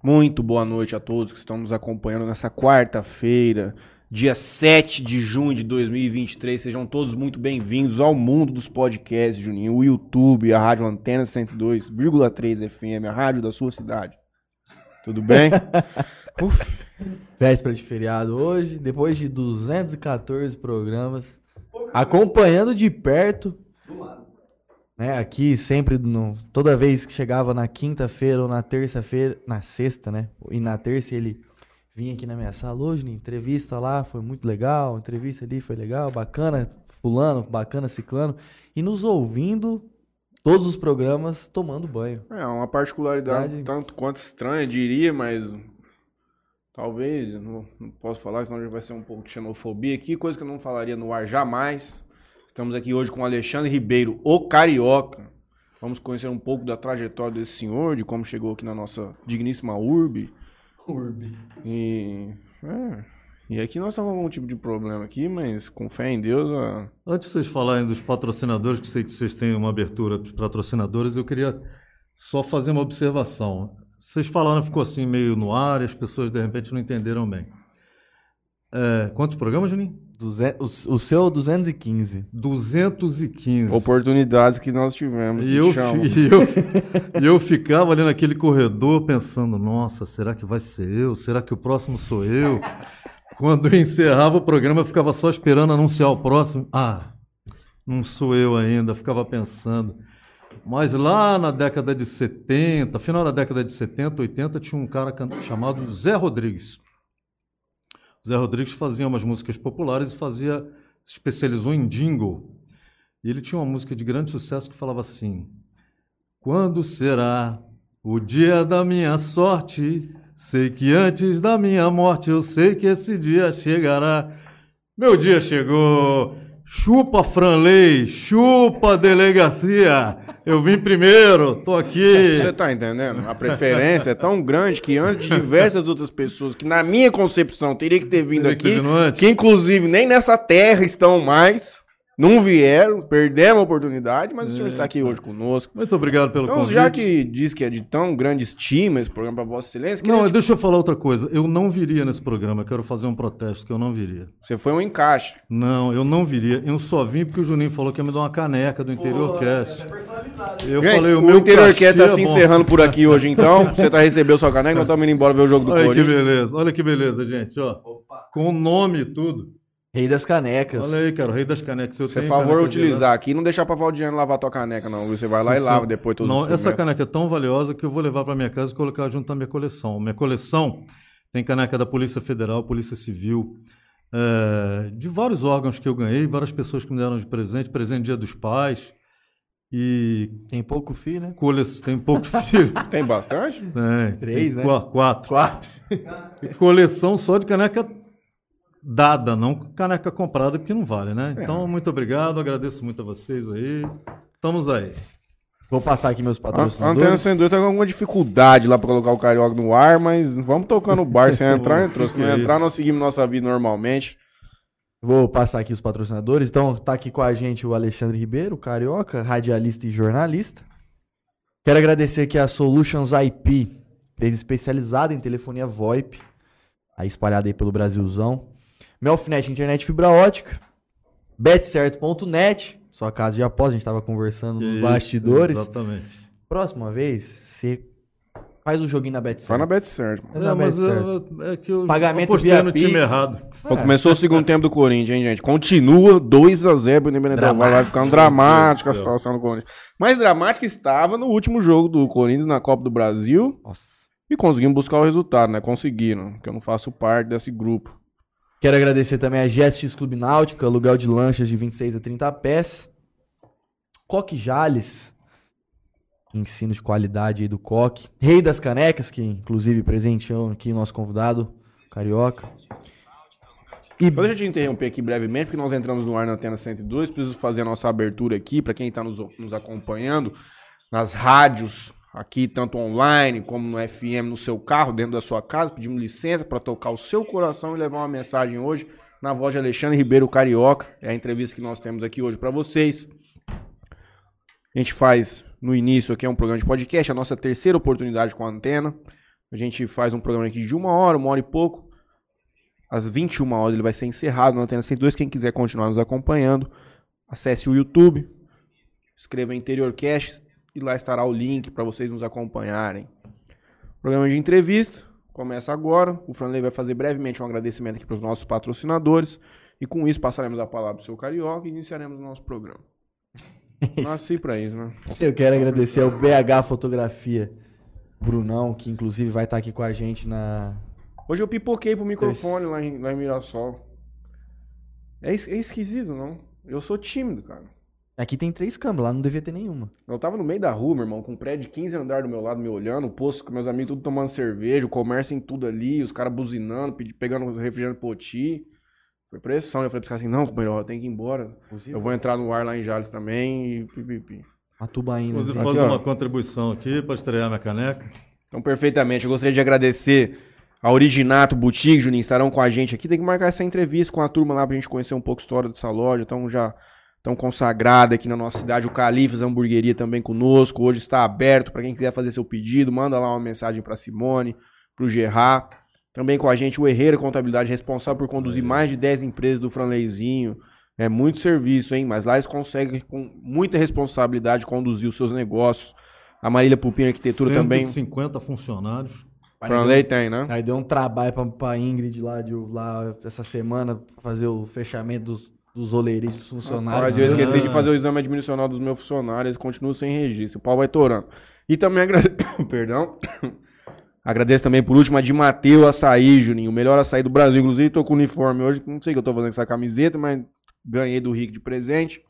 Muito boa noite a todos que estão nos acompanhando nessa quarta-feira, dia 7 de junho de 2023. Sejam todos muito bem-vindos ao mundo dos podcasts, Juninho. O YouTube, a Rádio Antena 102,3 FM, a rádio da sua cidade. Tudo bem? Véspera de feriado hoje, depois de 214 programas, acompanhando de perto, né, aqui sempre, toda vez que chegava na quinta-feira ou na terça-feira, na sexta, né, e na terça ele vinha aqui na minha sala hoje, entrevista lá, foi muito legal, entrevista ali foi legal, bacana, fulano, bacana, ciclano, e nos ouvindo todos os programas tomando banho. É uma particularidade tanto quanto estranha, diria, mas talvez, não posso falar, senão já vai ser um pouco de xenofobia aqui, coisa que eu não falaria no ar jamais. Estamos aqui hoje com o Alexandre Ribeiro, o Carioca. Vamos conhecer um pouco da trajetória desse senhor, de como chegou aqui na nossa digníssima urbe. E aqui nós estamos com algum tipo de problema aqui, mas com fé em Deus... Antes de vocês falarem dos patrocinadores, que sei que vocês têm uma abertura dos patrocinadores, eu queria só fazer uma observação. Vocês falaram, ficou assim meio no ar e as pessoas de repente não entenderam bem. Quantos programas, Juninho? O seu 215. 215. Oportunidades que nós tivemos. E eu ficava ali naquele corredor pensando, nossa, será que vai ser eu? Será que o próximo sou eu? Quando eu encerrava o programa, eu ficava só esperando anunciar o próximo. Ah, não sou eu ainda, ficava pensando. Mas lá na década de 70, final da década de 70, 80, tinha um cara chamado Zé Rodrigues. Zé Rodrigues fazia umas músicas populares e se especializou em jingle. E ele tinha uma música de grande sucesso que falava assim: quando será o dia da minha sorte? Sei que antes da minha morte eu sei que esse dia chegará. Meu dia chegou. Chupa Franley, chupa delegacia. Eu vim primeiro, tô aqui. Você tá entendendo? A preferência é tão grande que antes de diversas outras pessoas que na minha concepção teria que ter vindo aqui, que inclusive nem nessa terra estão mais, não vieram, perdemos a oportunidade, mas o senhor está aqui hoje conosco. Muito obrigado pelo convite. Já que diz que é de tão grande estima esse programa para Vossa Excelência... Não, deixa eu falar outra coisa. Eu não viria nesse programa, eu quero fazer um protesto, que eu não viria. Você foi um encaixe. Não, eu não viria. Eu só vim porque o Juninho falou que ia me dar uma caneca do Interior Cast. Eu falei, o meu Interior Cast está se encerrando por aqui hoje, então. Você recebeu sua caneca, nós estamos indo embora ver o jogo do Corinthians. Olha que beleza, gente. Ó, com o nome e tudo. Rei das canecas. Olha aí, cara, o rei das canecas. Você favor utilizar aqui e não deixar pra Valdiano lavar tua caneca, não. Você vai lá e lava depois todos os essa caneca é tão valiosa que eu vou levar pra minha casa e colocar junto na minha coleção. Minha coleção tem caneca da Polícia Federal, Polícia Civil, de vários órgãos que eu ganhei, várias pessoas que me deram de presente Dia dos Pais. E tem pouco fio, né? Tem pouco fio. Tem bastante? Tem. 3, né? 4. E coleção só de caneca dada, não caneca comprada, porque não vale, né? Então, muito obrigado, agradeço muito a vocês aí. Estamos aí. Vou passar aqui meus patrocinadores. A Antena 102 tá com alguma dificuldade lá pra colocar o Carioca no ar, mas vamos tocando o bar. Se entrar, entrou. Se não entrar, nós seguimos nossa vida normalmente. Vou passar aqui os patrocinadores. Então, tá aqui com a gente o Alexandre Ribeiro, o Carioca, radialista e jornalista. Quero agradecer aqui a Solutions IP, empresa especializada em telefonia VoIP, aí espalhada aí pelo Brasilzão. Melfinet, internet fibra ótica. Betcerto.net, sua casa de aposta, a gente estava conversando nos bastidores. Exatamente. Próxima vez, você faz um joguinho na Betcerto. Vai na Betcerto. Pagamento via no Pix. time errado. Começou o segundo tempo do Corinthians, hein, gente? Continua 2-0 pro Independente Del Valle. Vai ficando dramática a situação do Corinthians. Mais dramática estava no último jogo do Corinthians na Copa do Brasil. Nossa. E conseguimos buscar o resultado, né? Conseguiram, porque eu não faço parte desse grupo. Quero agradecer também a GSX Clube Náutica, aluguel de lanchas de 26 a 30 pés. Coque Jales, ensino de qualidade aí do Coque. Rei das Canecas, que inclusive presenteou aqui o nosso convidado, Carioca. Deixa eu te interromper aqui brevemente, porque nós entramos no ar na Antena 102, preciso fazer a nossa abertura aqui, para quem está nos acompanhando, nas rádios, aqui tanto online como no FM, no seu carro, dentro da sua casa. Pedimos licença para tocar o seu coração e levar uma mensagem hoje na voz de Alexandre Ribeiro Carioca. É a entrevista que nós temos aqui hoje para vocês. A gente faz no início aqui, é um programa de podcast, a nossa terceira oportunidade com a Antena. A gente faz um programa aqui de 1 hora e pouco. Às 21 horas ele vai ser encerrado na Antena 102. Quem quiser continuar nos acompanhando, acesse o YouTube, escreva InteriorCast e lá estará o link para vocês nos acompanharem. Programa de entrevista começa agora. O Franley vai fazer brevemente um agradecimento aqui para os nossos patrocinadores. E com isso passaremos a palavra para o seu Carioca e iniciaremos o nosso programa. Nasci para isso, né? Eu quero agradecer ao BH Fotografia, Brunão, que inclusive vai estar aqui com a gente na... Hoje eu pipoquei pro microfone lá em Mirassol. É esquisito, não? Eu sou tímido, cara. Aqui tem 3 câmeras, lá não devia ter nenhuma. Eu tava no meio da rua, meu irmão, com um prédio de 15 andares do meu lado, me olhando, o posto com meus amigos tudo tomando cerveja, o comércio em tudo ali, os caras buzinando, pegando refrigerante poti. Foi pressão. Eu falei pros caras assim, não, companheiro, tem que ir embora. Eu vou entrar no ar lá em Jales também e pipipi. A tubaína. Vou fazer uma contribuição aqui para estrear minha caneca. Então, perfeitamente. Eu gostaria de agradecer a Originato Boutique, Juninho, estarão com a gente aqui. Tem que marcar essa entrevista com a turma lá pra gente conhecer um pouco a história dessa loja. Então, já estão consagrada aqui na nossa cidade. O Califas Hamburgueria também conosco. Hoje está aberto para quem quiser fazer seu pedido. Manda lá uma mensagem pra Simone, pro Gerard. Também com a gente o Herrera Contabilidade, responsável por conduzir mais de 10 empresas do Franleizinho. É muito serviço, hein? Mas lá eles conseguem, com muita responsabilidade, conduzir os seus negócios. A Marília Pupim Arquitetura também. 150 funcionários. Franley tem, né? Aí deu um trabalho pra Ingrid lá essa semana fazer o fechamento dos oleiristas dos funcionários. Mas eu esqueci de fazer o exame admissional dos meus funcionários, eles continuam sem registro. O pau vai torando. E também Perdão. Agradeço também, por último, a de Mateus Açaí, Juninho. O melhor açaí do Brasil. Inclusive, tô com o uniforme hoje. Não sei o que eu tô fazendo com essa camiseta, mas ganhei do Rick de presente.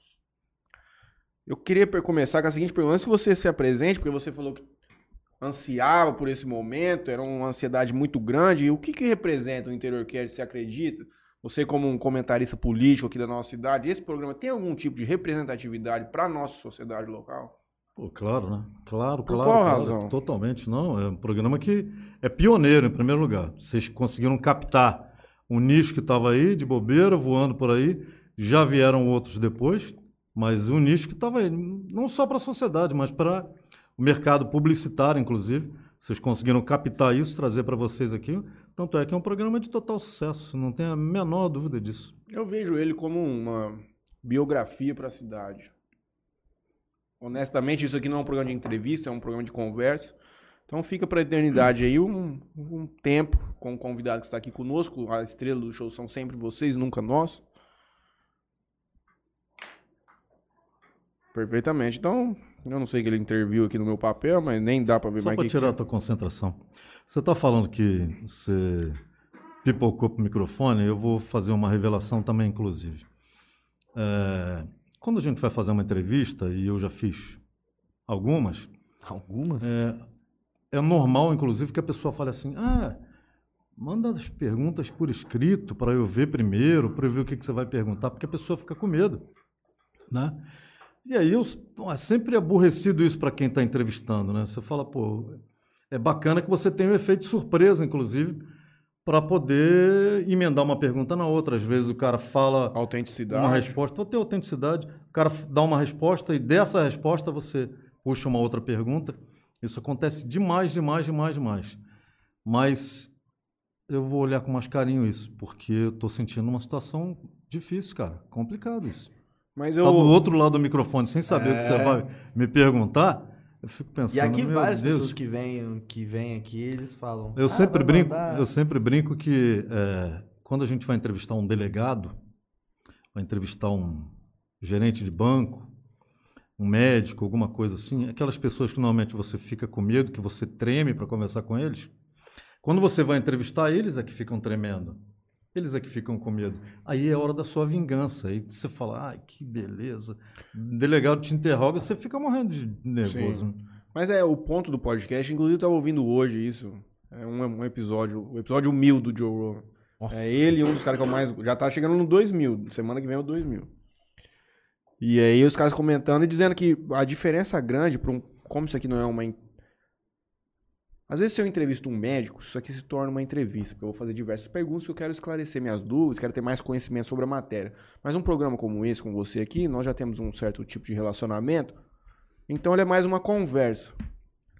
Eu queria começar com a seguinte pergunta. Antes que você se apresente, porque você falou que ansiava por esse momento, era uma ansiedade muito grande. E o que representa o InteriorCast, você acredita? Você como um comentarista político aqui da nossa cidade, esse programa tem algum tipo de representatividade para a nossa sociedade local? Pô, claro, né? Claro. Por qual razão? Totalmente, não. É um programa que é pioneiro, em primeiro lugar. Vocês conseguiram captar um nicho que estava aí, de bobeira, voando por aí. Já vieram outros depois, mas um nicho que estava aí, não só para a sociedade, mas para o mercado publicitário, inclusive. Vocês conseguiram captar isso, trazer para vocês aqui. Tanto é que é um programa de total sucesso, não tem a menor dúvida disso. Eu vejo ele como uma biografia para a cidade. Honestamente, isso aqui não é um programa de entrevista, é um programa de conversa. Então fica para a eternidade aí um tempo com o convidado que está aqui conosco. A estrela do show são sempre vocês, nunca nós. Perfeitamente. Então, eu não sei que ele interviu aqui no meu papel, mas nem dá para ver só mais. Só para tirar a tua concentração. Você está falando que você pipocou para o microfone, eu vou fazer uma revelação também, inclusive. Quando a gente vai fazer uma entrevista, e eu já fiz algumas... Algumas? É normal, inclusive, que a pessoa fale assim, manda as perguntas por escrito para eu ver primeiro, para eu ver o que você vai perguntar, porque a pessoa fica com medo, né? E aí, é sempre aborrecido isso para quem está entrevistando, né? Você fala, pô, é bacana que você tenha um efeito de surpresa, inclusive, para poder emendar uma pergunta na outra. Às vezes o cara fala autenticidade, uma resposta, para ter autenticidade, o cara dá uma resposta e dessa resposta você puxa uma outra pergunta. Isso acontece demais. Mas eu vou olhar com mais carinho isso, porque eu estou sentindo uma situação difícil, cara. Complicado isso. Mas tá do outro lado do microfone, sem saber o que você vai me perguntar, eu fico pensando... E aqui várias Deus, pessoas que vêm aqui, eles falam... Eu sempre brinco que quando a gente vai entrevistar um delegado, vai entrevistar um gerente de banco, um médico, alguma coisa assim, aquelas pessoas que normalmente você fica com medo, que você treme para conversar com eles, quando você vai entrevistar, eles é que ficam tremendo. Eles é que ficam com medo. Aí é hora da sua vingança. Aí você fala, ai, que beleza. O delegado te interroga, você fica morrendo de nervoso. Sim. Mas o ponto do podcast, inclusive eu estava ouvindo hoje isso. É um episódio, o episódio 1000 do Joe Rogan. É ele e um dos caras que eu mais... Já tá chegando no 2000. Semana que vem é o 2000. E aí os caras comentando e dizendo que a diferença grande, como isso aqui não é uma... Às vezes, se eu entrevisto um médico, isso aqui se torna uma entrevista, porque eu vou fazer diversas perguntas que eu quero esclarecer minhas dúvidas, quero ter mais conhecimento sobre a matéria. Mas um programa como esse, com você aqui, nós já temos um certo tipo de relacionamento, então ele é mais uma conversa.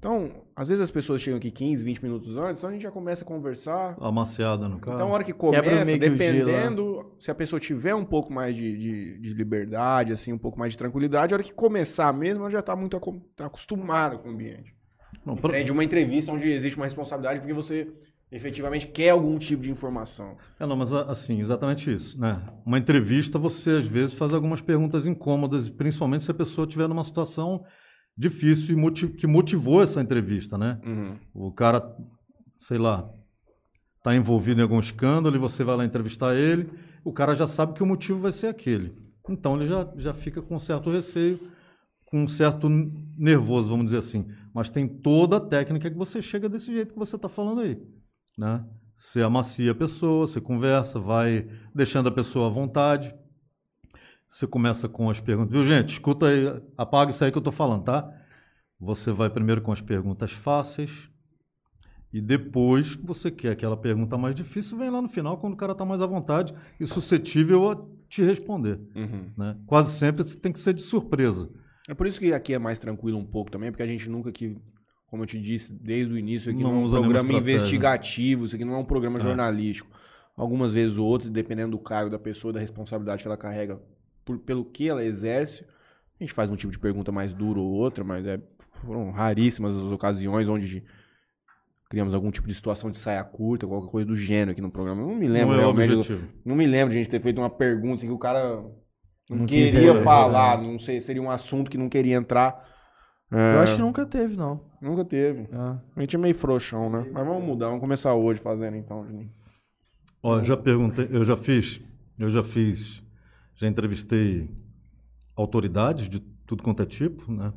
Então, às vezes as pessoas chegam aqui 15, 20 minutos antes, então a gente já começa a conversar. Amaciada no carro. Então, a hora que começa, dependendo, se a pessoa tiver um pouco mais de liberdade, assim, um pouco mais de tranquilidade, a hora que começar mesmo, ela já está muito acostumada com o ambiente. Não, de uma entrevista onde existe uma responsabilidade porque você efetivamente quer algum tipo de informação. Não, mas assim, exatamente isso, né? Uma entrevista, você às vezes faz algumas perguntas incômodas, principalmente se a pessoa estiver numa situação difícil e que motivou essa entrevista, né? Uhum. O cara, sei lá, está envolvido em algum escândalo e você vai lá entrevistar ele, o cara já sabe que o motivo vai ser aquele. Então ele já fica com um certo receio, com um certo nervoso, vamos dizer assim. Mas tem toda a técnica que você chega desse jeito que você está falando aí, né? Você amacia a pessoa, você conversa, vai deixando a pessoa à vontade. Você começa com as perguntas. Viu, gente? Escuta aí, apaga isso aí que eu estou falando, tá? Você vai primeiro com as perguntas fáceis e depois que você quer aquela pergunta mais difícil, vem lá no final quando o cara está mais à vontade e suscetível a te responder. Uhum. Né? Quase sempre você tem que ser de surpresa. É por isso que aqui é mais tranquilo um pouco também, porque a gente nunca que, como eu te disse desde o início, aqui não é um programa investigativo, isso aqui não é um programa jornalístico. Algumas vezes ou outras, dependendo do cargo da pessoa, da responsabilidade que ela carrega, pelo que ela exerce, a gente faz um tipo de pergunta mais dura ou outra, mas foram raríssimas as ocasiões onde criamos algum tipo de situação de saia curta, qualquer coisa do gênero aqui no programa. Eu não me lembro realmente. Não me lembro de a gente ter feito uma pergunta assim, que o cara não queria falar, não sei, seria um assunto que não queria entrar. Eu acho que nunca teve, não. Nunca teve. A gente é meio frouxão, né? Mas vamos mudar, vamos começar hoje fazendo então, Juninho. Ó, já perguntei, eu já fiz, já entrevistei autoridades de tudo quanto é tipo, né?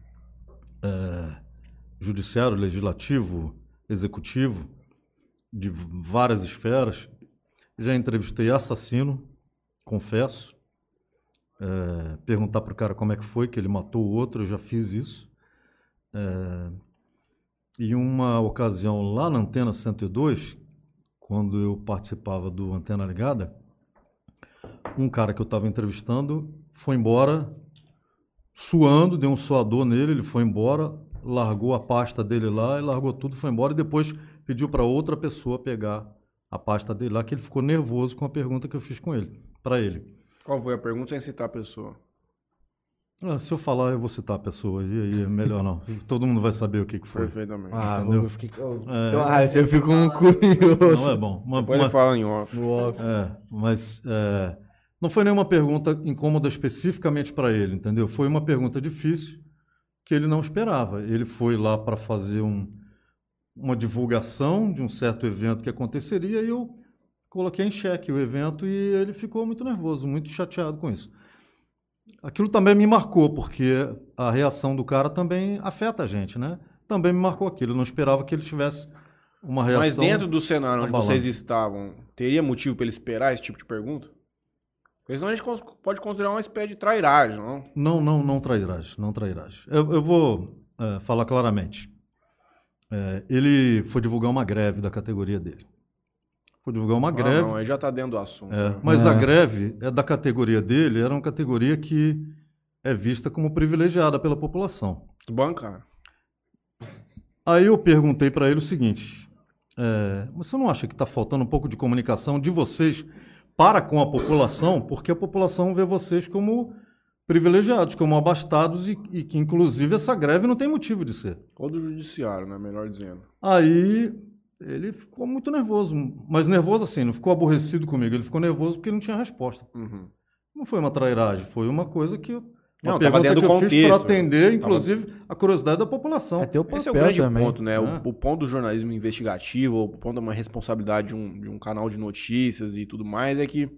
Judiciário, legislativo, executivo, de várias esferas. Já entrevistei assassino, confesso. Perguntar para o cara como é que foi que ele matou o outro, eu já fiz isso. Em uma ocasião lá na Antena 102, quando eu participava do Antena Ligada, um cara que eu estava entrevistando foi embora suando, deu um suador nele, ele foi embora, largou a pasta dele lá e largou tudo, foi embora e depois pediu para outra pessoa pegar a pasta dele lá, que ele ficou nervoso com a pergunta que eu fiz para ele. Qual foi a pergunta sem citar a pessoa? Se eu falar, eu vou citar a pessoa, e aí é melhor não. Todo mundo vai saber o que foi. Perfeitamente. Entendeu? Você fica curioso. Não é bom. Depois ele fala em off. No off. Mas não foi nenhuma pergunta incômoda especificamente para ele, entendeu? Foi uma pergunta difícil que ele não esperava. Ele foi lá para fazer uma divulgação de um certo evento que aconteceria e eu coloquei em xeque o evento e ele ficou muito nervoso, muito chateado com isso. Aquilo também me marcou, porque a reação do cara também afeta a gente, né? Também me marcou aquilo. Eu não esperava que ele tivesse uma reação. Mas dentro do cenário onde vocês estavam, teria motivo para ele esperar esse tipo de pergunta? Porque senão a gente pode considerar uma espécie de trairagem, não? Não trairagem, não trairagem. Eu vou falar claramente. Ele foi divulgar uma greve da categoria dele. Foi divulgar uma greve. Não, aí já está dentro do assunto. Né? Mas a greve da categoria dele, era uma categoria que é vista como privilegiada pela população. Banca. Aí eu perguntei para ele o seguinte, você não acha que está faltando um pouco de comunicação de vocês para com a população? Porque a população vê vocês como privilegiados, como abastados e que, inclusive, essa greve não tem motivo de ser. Ou do judiciário, né? Melhor dizendo. Aí ele ficou muito nervoso, mas nervoso assim, não ficou aborrecido comigo, ele ficou nervoso porque não tinha resposta. Uhum. Não foi uma trairagem, foi uma coisa que Não, estava dentro do contexto. Fiz para atender, inclusive, a curiosidade da população. Esse é o grande ponto, né? O ponto do jornalismo investigativo, o ponto de uma responsabilidade de um canal de notícias e tudo mais, é que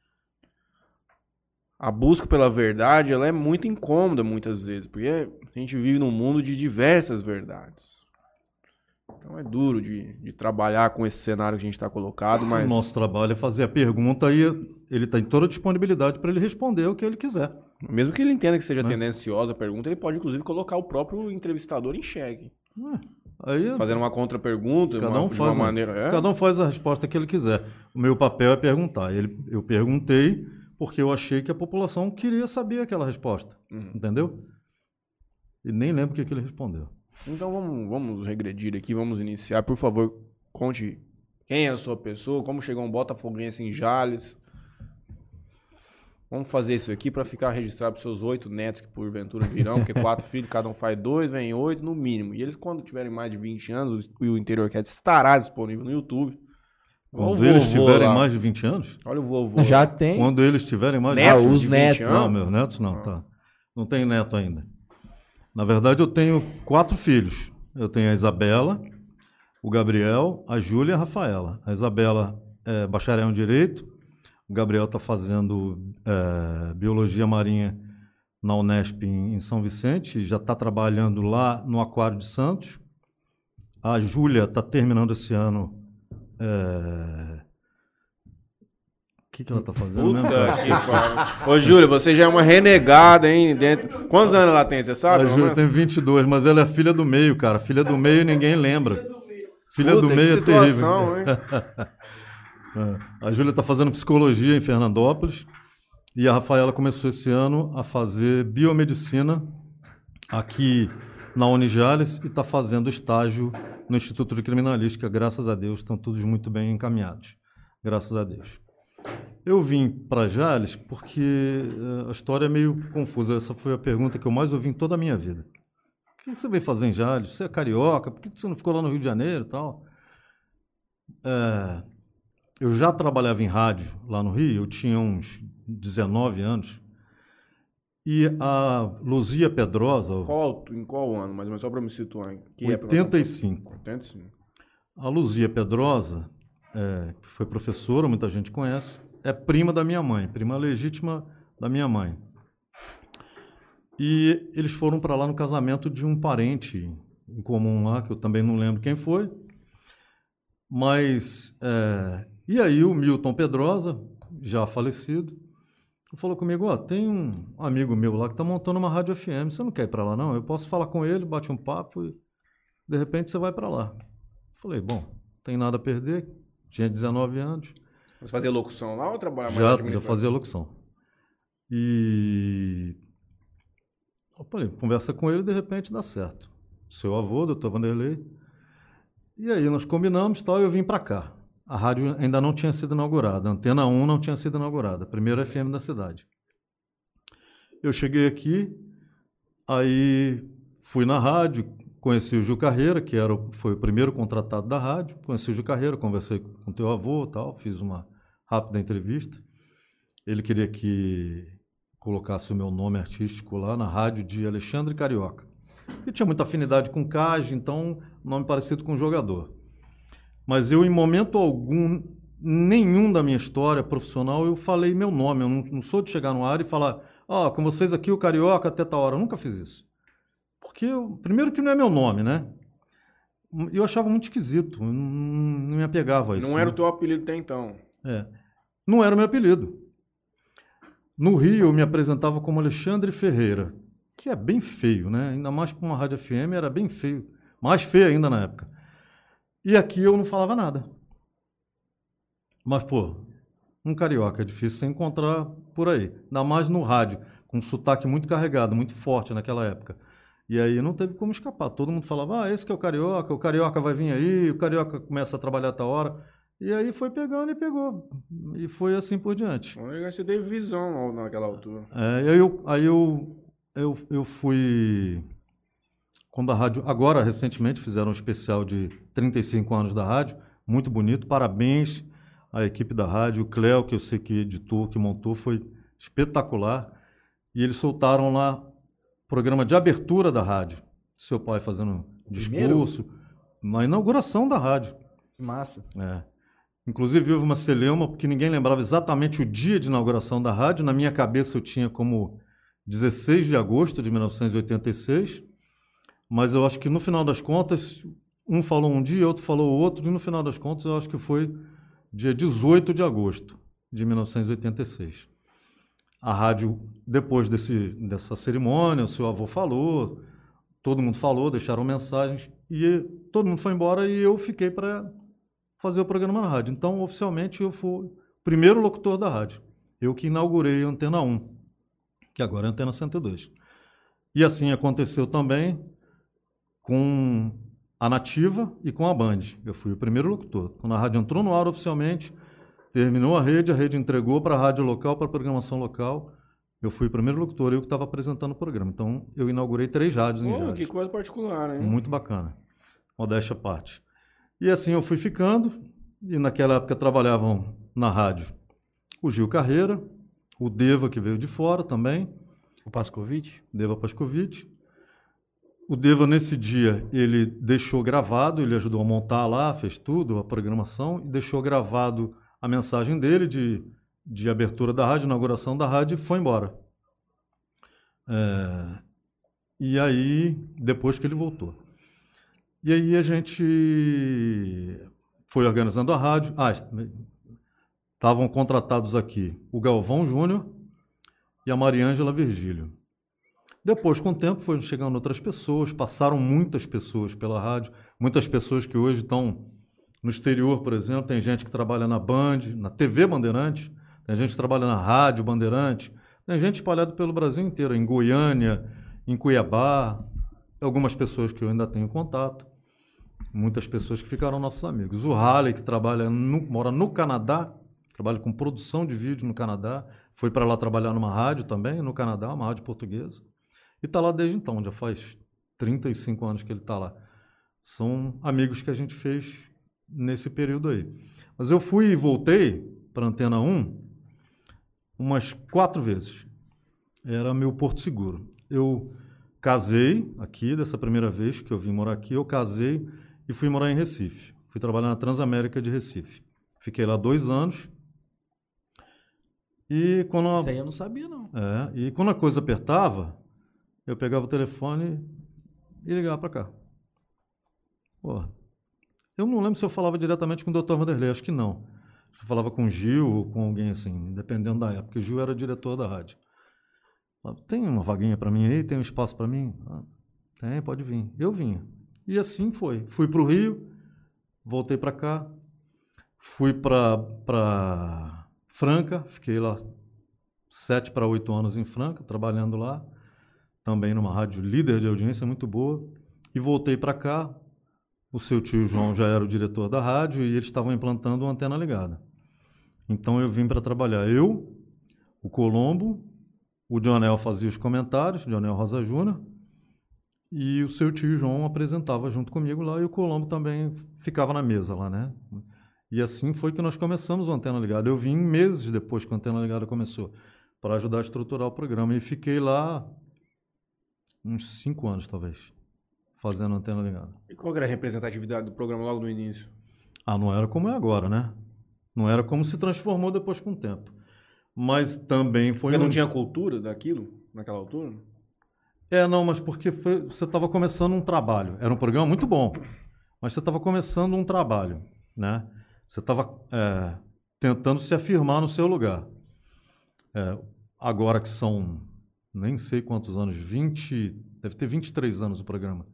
a busca pela verdade, ela é muito incômoda muitas vezes, porque a gente vive num mundo de diversas verdades. Então é duro de trabalhar com esse cenário que a gente está colocado, mas... O nosso trabalho é fazer a pergunta e ele está em toda a disponibilidade para ele responder o que ele quiser. Mesmo que ele entenda que seja tendenciosa a pergunta, ele pode, inclusive, colocar o próprio entrevistador em xeque. Fazendo uma contra-pergunta, de uma maneira... Cada um faz a resposta que ele quiser. O meu papel é perguntar. Eu perguntei porque eu achei que a população queria saber aquela resposta. Entendeu? E nem lembro o que ele respondeu. Então vamos regredir aqui, vamos iniciar. Por favor, conte quem é a sua pessoa, como chegou um botafoguense em Jales. Vamos fazer isso aqui para ficar registrado para seus 8 netos que porventura virão, porque 4 filhos, cada um faz 2, vem 8 no mínimo. E eles, quando tiverem mais de 20 anos, o Interior Cast estará disponível no YouTube. Quando eles tiverem mais de 20 anos? Olha o vovô. Já tem. Quando eles tiverem mais de 20 anos. Os netos. Não, meus netos não, tá. Não tenho neto ainda. Na verdade, eu tenho 4 filhos. Eu tenho a Isabela, o Gabriel, a Júlia e a Rafaela. A Isabela é bacharel em Direito. O Gabriel está fazendo Biologia Marinha na Unesp em São Vicente. E já está trabalhando lá no Aquário de Santos. A Júlia está terminando esse ano... O que ela está fazendo mesmo? Ô, Júlia, você já é uma renegada, hein? Quantos anos ela tem, você sabe? A Júlia tem 22, mas ela é filha do meio, cara. Filha do meio ninguém lembra. Filha do meio é terrível. Hein? A Júlia está fazendo psicologia em Fernandópolis e a Rafaela começou esse ano a fazer biomedicina aqui na Unijales e está fazendo estágio no Instituto de Criminalística. Graças a Deus, estão todos muito bem encaminhados. Graças a Deus. Eu vim para Jales porque a história é meio confusa. Essa foi a pergunta que eu mais ouvi em toda a minha vida. O que você veio fazer em Jales? Você é carioca? Por que você não ficou lá no Rio de Janeiro e tal? Eu já trabalhava em rádio lá no Rio, eu tinha uns 19 anos. E a Luzia Pedrosa... Em qual ano, mais ou menos, só para me situar? 85. 85. A Luzia Pedrosa, que foi professora, muita gente conhece, é prima da minha mãe, prima legítima da minha mãe. E eles foram para lá no casamento de um parente em comum lá, que eu também não lembro quem foi. Mas, e aí o Milton Pedrosa, já falecido, falou comigo, tem um amigo meu lá que está montando uma rádio FM, você não quer ir para lá não? Eu posso falar com ele, bate um papo e de repente você vai para lá. Falei, bom, não tem nada a perder, tinha 19 anos. Você fazia locução lá ou trabalhava mais administração? Já fazia locução. E eu falei, conversa com ele e de repente dá certo. Seu avô, doutor Vanderlei. E aí nós combinamos e tal, e eu vim para cá. A rádio ainda não tinha sido inaugurada, a Antena 1 não tinha sido inaugurada, a primeira FM da cidade. Eu cheguei aqui, aí fui na rádio, conheci o Gil Carreira, que foi o primeiro contratado da rádio, conheci o Gil Carreira, conversei com o teu avô e tal, fiz uma rápida entrevista. Ele queria que colocasse o meu nome artístico lá na rádio de Alexandre Carioca. E tinha muita afinidade com Cage, então nome parecido com jogador. Mas eu, em momento algum, nenhum da minha história profissional, eu falei meu nome. Eu não sou de chegar no ar e falar, com vocês aqui o Carioca até tal hora. Eu nunca fiz isso. Porque, primeiro que não é meu nome, né? Eu achava muito esquisito, eu não me apegava a isso. Não era o teu apelido até então. Não era o meu apelido. No Rio, eu me apresentava como Alexandre Ferreira, que é bem feio, né? Ainda mais para uma rádio FM, era bem feio. Mais feio ainda na época. E aqui eu não falava nada. Mas, um carioca é difícil você encontrar por aí. Ainda mais no rádio, com um sotaque muito carregado, muito forte naquela época. E aí não teve como escapar. Todo mundo falava, esse que é o carioca vai vir aí, o carioca começa a trabalhar a tal hora. E aí foi pegando e pegou. E foi assim por diante. Você teve visão naquela altura. Aí eu fui... Quando a rádio, agora recentemente fizeram um especial de 35 anos da rádio, muito bonito, parabéns à equipe da rádio, o Cléo, que eu sei que editou, que montou, foi espetacular. E eles soltaram lá o programa de abertura da rádio, seu pai fazendo discurso, na inauguração da rádio. Massa. Inclusive houve uma celeuma, porque ninguém lembrava exatamente o dia de inauguração da rádio, na minha cabeça eu tinha como 16 de agosto de 1986, mas eu acho que no final das contas, um falou um dia, outro falou outro, e no final das contas eu acho que foi dia 18 de agosto de 1986. A rádio, depois dessa cerimônia, o seu avô falou, todo mundo falou, deixaram mensagens, e todo mundo foi embora e eu fiquei para fazer o programa na rádio. Então, oficialmente, eu fui o primeiro locutor da rádio. Eu que inaugurei a Antena 1, que agora é a Antena 102. E assim aconteceu também com a Nativa e com a Band. Eu fui o primeiro locutor. Quando a rádio entrou no ar oficialmente, terminou a rede entregou para a rádio local, para a programação local. Eu fui o primeiro locutor, eu que estava apresentando o programa. Então, eu inaugurei 3 rádios em Jales. Que coisa particular, né? Muito bacana. Modéstia à parte. E assim eu fui ficando, e naquela época trabalhavam na rádio o Gil Carreira, o Deva, que veio de fora também. O Pascovitch? Deva Pascovitch. O Deva, nesse dia, ele deixou gravado, ele ajudou a montar lá, fez tudo, a programação, e deixou gravado a mensagem dele de abertura da rádio, inauguração da rádio, e foi embora. E aí, depois que ele voltou. E aí a gente foi organizando a rádio. Estavam contratados aqui o Galvão Júnior e a Mariângela Virgílio. Depois, com o tempo, foram chegando outras pessoas, passaram muitas pessoas pela rádio, muitas pessoas que hoje estão no exterior, por exemplo, tem gente que trabalha na Band, na TV Bandeirantes, tem gente que trabalha na Rádio Bandeirantes, tem gente espalhada pelo Brasil inteiro, em Goiânia, em Cuiabá, algumas pessoas que eu ainda tenho contato, muitas pessoas que ficaram nossos amigos. O Halley, que mora no Canadá, trabalha com produção de vídeo no Canadá, foi para lá trabalhar numa rádio também, no Canadá, uma rádio portuguesa, e está lá desde então, já faz 35 anos que ele está lá. São amigos que a gente fez nesse período aí. Mas eu fui e voltei para a Antena 1 umas 4 vezes. Era meu porto seguro. Eu casei aqui, dessa primeira vez que eu vim morar aqui, eu casei e fui morar em Recife. Fui trabalhar na Transamérica de Recife. Fiquei lá 2 anos. E quando Isso aí eu não sabia, não. E quando a coisa apertava, eu pegava o telefone e ligava para cá. Porra. Eu não lembro se eu falava diretamente com o Dr. Vanderlei, acho que não. Eu falava com o Gil ou com alguém assim, dependendo da época. O Gil era diretor da rádio. Tem uma vaguinha para mim aí? Tem um espaço para mim? Tem, pode vir. Eu vinha. E assim foi. Fui para o Rio, voltei para cá, fui para Franca, fiquei lá 7 para 8 anos em Franca, trabalhando lá, também numa rádio líder de audiência muito boa, e voltei para cá. O seu tio João já era o diretor da rádio e eles estavam implantando uma antena ligada. Então eu vim para trabalhar. Eu, o Colombo, o Dionel fazia os comentários, Dionel Rosa Júnior, e o seu tio João apresentava junto comigo lá e o Colombo também ficava na mesa lá, né? E assim foi que nós começamos o Antena Ligada. Eu vim meses depois que o Antena Ligada começou, para ajudar a estruturar o programa. E fiquei lá uns 5 anos, talvez, fazendo Antena Ligada. E qual era a representatividade do programa logo no início? Não era como é agora, né? Não era como se transformou depois com o tempo. Mas também foi... Porque não tinha cultura daquilo naquela altura? Não, mas porque você estava começando um trabalho. Era um programa muito bom, mas você estava começando um trabalho, né? Você estava tentando se afirmar no seu lugar. Agora que são, nem sei quantos anos, deve ter 23 anos o programa.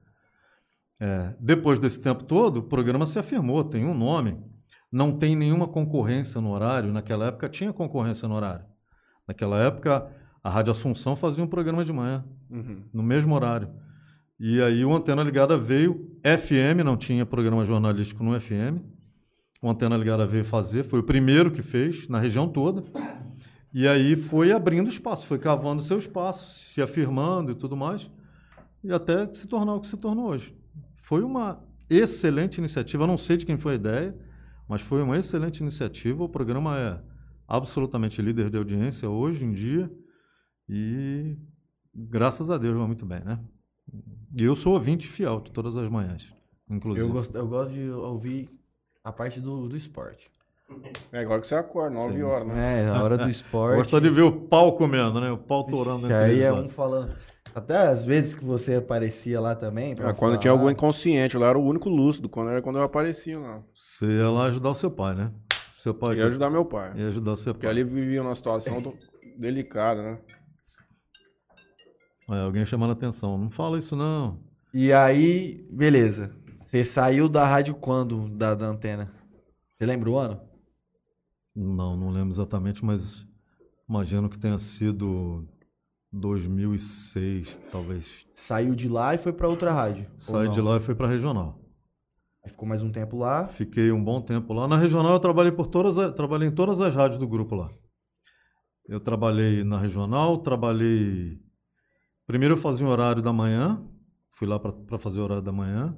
Depois desse tempo todo, o programa se afirmou, tem um nome, não tem nenhuma concorrência no horário. Naquela época tinha concorrência no horário. Naquela época, a Rádio Assunção fazia um programa de manhã, no mesmo horário. E aí o Antena Ligada veio, FM, não tinha programa jornalístico no FM, o Antena Ligada veio fazer, foi o primeiro que fez, na região toda, e aí foi abrindo espaço, foi cavando seu espaço, se afirmando e tudo mais, e até se tornar o que se tornou hoje. Foi uma excelente iniciativa, eu não sei de quem foi a ideia, mas foi uma excelente iniciativa, o programa é absolutamente líder de audiência hoje em dia, e graças a Deus vai muito bem, né? E eu sou ouvinte fiel de todas as manhãs, inclusive. Eu gosto de ouvir a parte do esporte. Agora que você acorda, 9 horas, né? A hora do esporte. Gosta de ver o pau comendo, né? O pau torando. E aí é um falando... Até às vezes que você aparecia lá também. Quando tinha algum inconsciente, lá era o único lúcido, quando eu aparecia lá. Você ia lá ajudar o seu pai, né? Seu pai ia ajudar meu pai. Ia ajudar o seu pai. Porque ali vivia uma situação delicada, né? Alguém chamando a atenção. Não fala isso, não. E aí, beleza. Você saiu da rádio quando, da antena? Você lembra o ano? Não lembro exatamente, mas imagino que tenha sido 2006, talvez. Saiu de lá e foi pra outra rádio? Saí de lá e fui para a regional. Aí ficou mais um tempo lá. Fiquei um bom tempo lá. Na regional eu trabalhei trabalhei em todas as rádios do grupo lá. Eu trabalhei na regional, primeiro eu fazia o horário da manhã, fui lá para fazer o horário da manhã.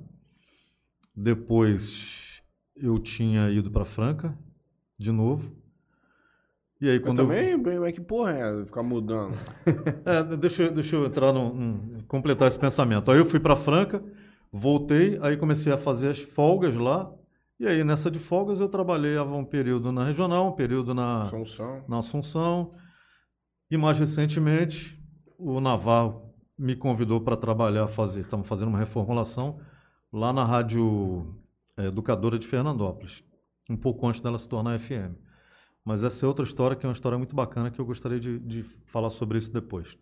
Depois eu tinha ido para Franca de novo. E aí quando Mas que porra é ficar mudando? Deixa eu entrar completar esse pensamento. Aí eu fui para Franca, voltei, aí comecei a fazer as folgas lá. E aí nessa de folgas eu trabalhava um período na regional, um período na Assunção. E mais recentemente o Navarro me convidou para trabalhar, estamos fazendo uma reformulação lá na Rádio Educadora de Fernandópolis, um pouco antes dela se tornar FM. Mas essa é outra história, que é uma história muito bacana, que eu gostaria de falar sobre isso depois.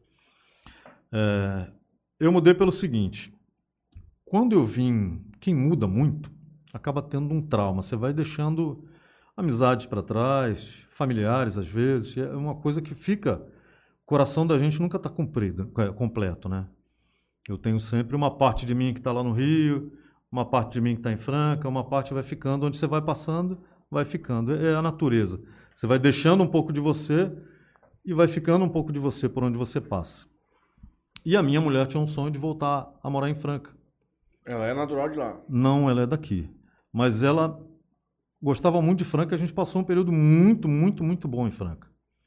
Eu mudei pelo seguinte: quando eu vim, quem muda muito, acaba tendo um trauma. Você vai deixando amizades para trás, familiares às vezes, é uma coisa que fica... O coração da gente nunca está completo, né? Eu tenho sempre uma parte de mim que está lá no Rio, uma parte de mim que está em Franca, uma parte vai ficando, onde você vai passando, vai ficando. É a natureza. Você vai deixando um pouco de você e vai ficando um pouco de você por onde você passa. E a minha mulher tinha um sonho de voltar a morar em Franca. Ela é natural de lá? Não, ela é daqui. Mas ela gostava muito de Franca, a gente passou um período muito, muito, muito bom em Franca.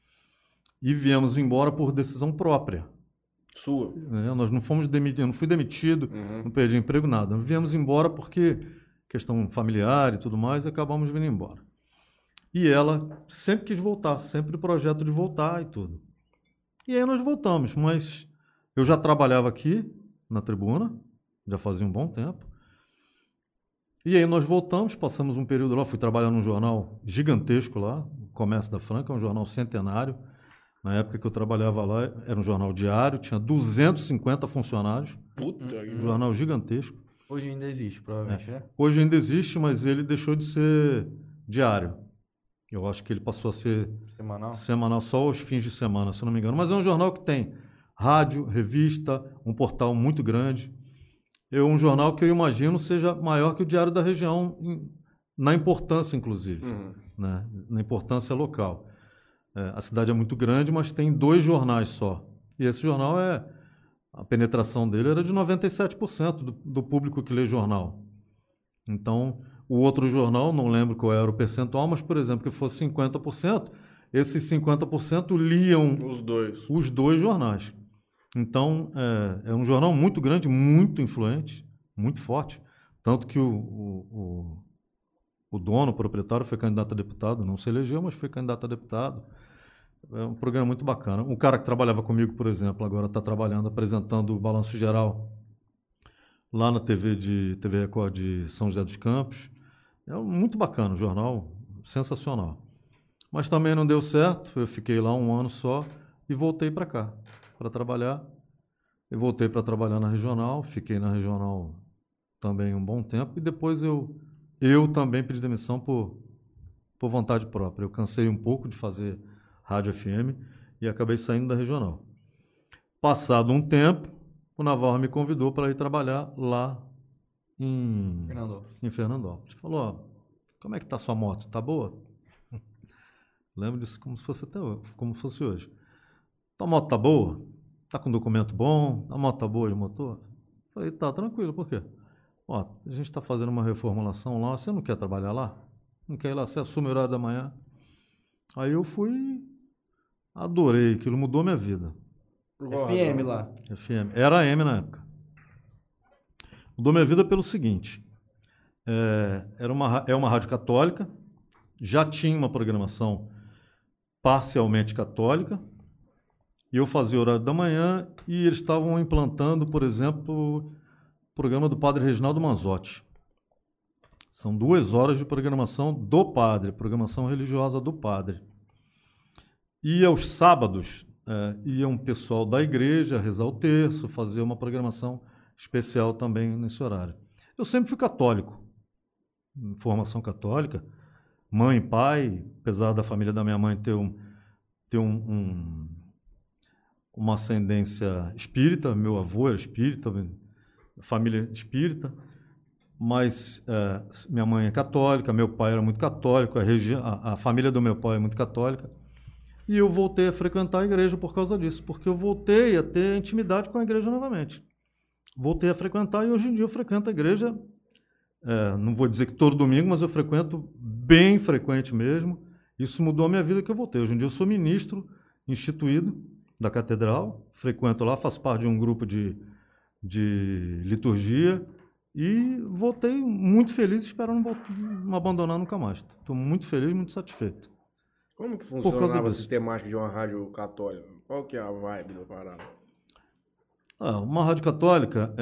E viemos embora por decisão própria. Sua? Nós não fomos demitidos, eu não fui demitido, não perdi emprego, nada. Viemos embora porque questão familiar e tudo mais, e acabamos vindo embora. E ela sempre quis voltar, sempre o projeto de voltar e tudo. E aí nós voltamos, mas eu já trabalhava aqui na tribuna, já fazia um bom tempo. E aí nós voltamos, passamos um período lá, fui trabalhar num jornal gigantesco lá, o Comércio da Franca, um jornal centenário. Na época que eu trabalhava lá, era um jornal diário, tinha 250 funcionários. Puta, um jornal gigantesco. Hoje ainda existe, provavelmente, né? Hoje ainda existe, mas ele deixou de ser diário. Eu acho que ele passou a ser semanal só aos fins de semana, se eu não me engano. Mas é um jornal que tem rádio, revista, um portal muito grande. É um jornal que eu imagino seja maior que o Diário da Região, na importância, inclusive, né? Na importância local. A cidade é muito grande, mas tem 2 jornais só. E esse jornal, a penetração dele era de 97% do público que lê jornal. Então, o outro jornal, não lembro qual era o percentual, mas, por exemplo, que fosse 50%, esses 50% liam os dois jornais. Então, é um jornal muito grande, muito influente, muito forte. Tanto que o dono, o proprietário, foi candidato a deputado, não se elegeu, mas foi candidato a deputado. É um programa muito bacana. Um cara que trabalhava comigo, por exemplo, agora está trabalhando, apresentando o Balanço Geral lá na TV Record de São José dos Campos. É muito bacana, o jornal, sensacional. Mas também não deu certo, eu fiquei lá um ano só e voltei para cá, para trabalhar. Eu voltei para trabalhar na regional, fiquei na regional também um bom tempo e depois eu também pedi demissão por vontade própria. Eu cansei um pouco de fazer rádio FM e acabei saindo da regional. Passado um tempo, o Navarro me convidou para ir trabalhar lá em Fernandópolis. Falou, ó, como é que tá sua moto? Tá boa? Lembro disso como se fosse hoje. Tua moto tá boa? Tá com documento bom? A moto tá boa de motor? Falei, tá tranquilo, por quê? Ó, a gente está fazendo uma reformulação lá, você não quer trabalhar lá? Não quer ir lá? Você assume o horário da manhã? Aí eu fui, adorei, aquilo mudou minha vida. FM lá. FM. Era AM na época. Mudou minha vida pelo seguinte, é uma rádio católica, já tinha uma programação parcialmente católica, e eu fazia o horário da manhã, e eles estavam implantando, por exemplo, o programa do Padre Reginaldo Manzotti. São 2 horas de programação do padre, programação religiosa do padre. E aos sábados, ia um pessoal da igreja rezar o terço, fazer uma programação especial também nesse horário. Eu sempre fui católico, formação católica, mãe e pai, apesar da família da minha mãe ter uma ascendência espírita, meu avô era espírita, família espírita, mas minha mãe é católica, meu pai era muito católico, a família do meu pai é muito católica, e eu voltei a frequentar a igreja por causa disso, porque eu voltei a ter intimidade com a igreja novamente. Voltei a frequentar e hoje em dia eu frequento a igreja, não vou dizer que todo domingo, mas eu frequento bem frequente mesmo. Isso mudou a minha vida que eu voltei. Hoje em dia eu sou ministro instituído da catedral, frequento lá, faço parte de um grupo de liturgia e voltei muito feliz, espero não abandonar nunca mais. Estou muito feliz, muito satisfeito. Como que funcionava a sistemática de uma rádio católica? Qual que é a vibe da parada? Uma rádio católica,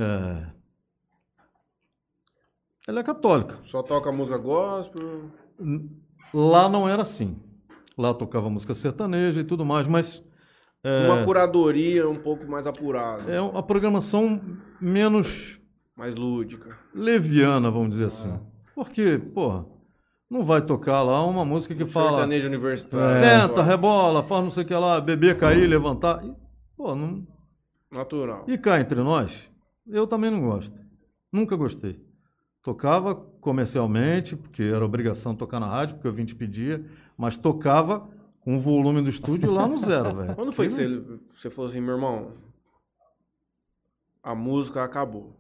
ela é católica. Só toca música gospel? Lá não era assim. Lá tocava música sertaneja e tudo mais, mas... uma curadoria um pouco mais apurada. É uma programação menos... mais lúdica. Leviana, vamos dizer assim. Porque, porra, não vai tocar lá uma música que fala... sertanejo universitário. Senta, rebola, faz não sei o que lá, beber, cair, levantar. Pô, não... Natural. E cá entre nós, eu também não gosto. Nunca gostei. Tocava comercialmente, porque era obrigação tocar na rádio, porque o ouvinte pedia, mas tocava com o volume do estúdio lá no zero, velho. Quando foi que você falou assim, meu irmão, a música acabou?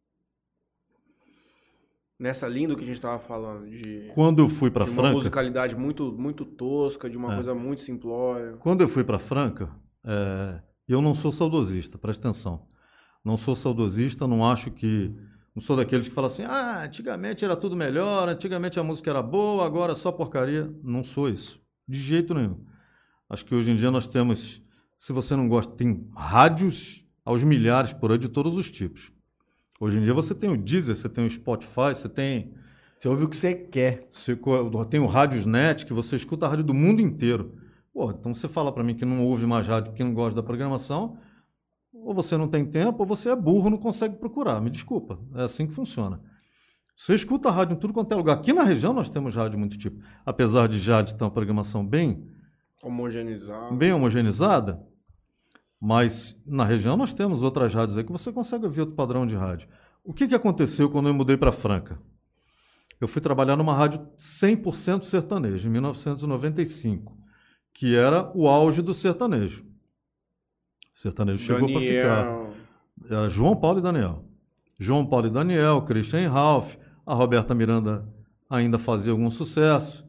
Nessa linha do que a gente estava falando, quando eu fui para Franca, uma musicalidade muito, muito tosca, de uma coisa muito simplória. Quando eu fui para Franca, eu não sou saudosista, presta atenção. Não sou saudosista, não acho que... Não sou daqueles que falam assim, antigamente era tudo melhor, antigamente a música era boa, agora é só porcaria. Não sou isso, de jeito nenhum. Acho que hoje em dia nós temos, se você não gosta, tem rádios aos milhares por aí de todos os tipos. Hoje em dia você tem o Deezer, você tem o Spotify, você tem... Você ouve o que você quer. Tem o Radiosnet, que você escuta a rádio do mundo inteiro. Pô, então você fala para mim que não ouve mais rádio porque não gosta da programação... Ou você não tem tempo, ou você é burro, não consegue procurar. Me desculpa, é assim que funciona. Você escuta a rádio em tudo quanto é lugar. Aqui na região nós temos rádio muito tipo. Apesar de Jales ter uma programação bem homogeneizada, mas na região nós temos outras rádios aí que você consegue ouvir outro padrão de rádio. O que aconteceu quando eu mudei para Franca? Eu fui trabalhar numa rádio 100% sertanejo, em 1995, que era o auge do sertanejo. O sertanejo chegou para ficar. Era João Paulo e Daniel. João Paulo e Daniel, Christian Ralph, a Roberta Miranda ainda fazia algum sucesso.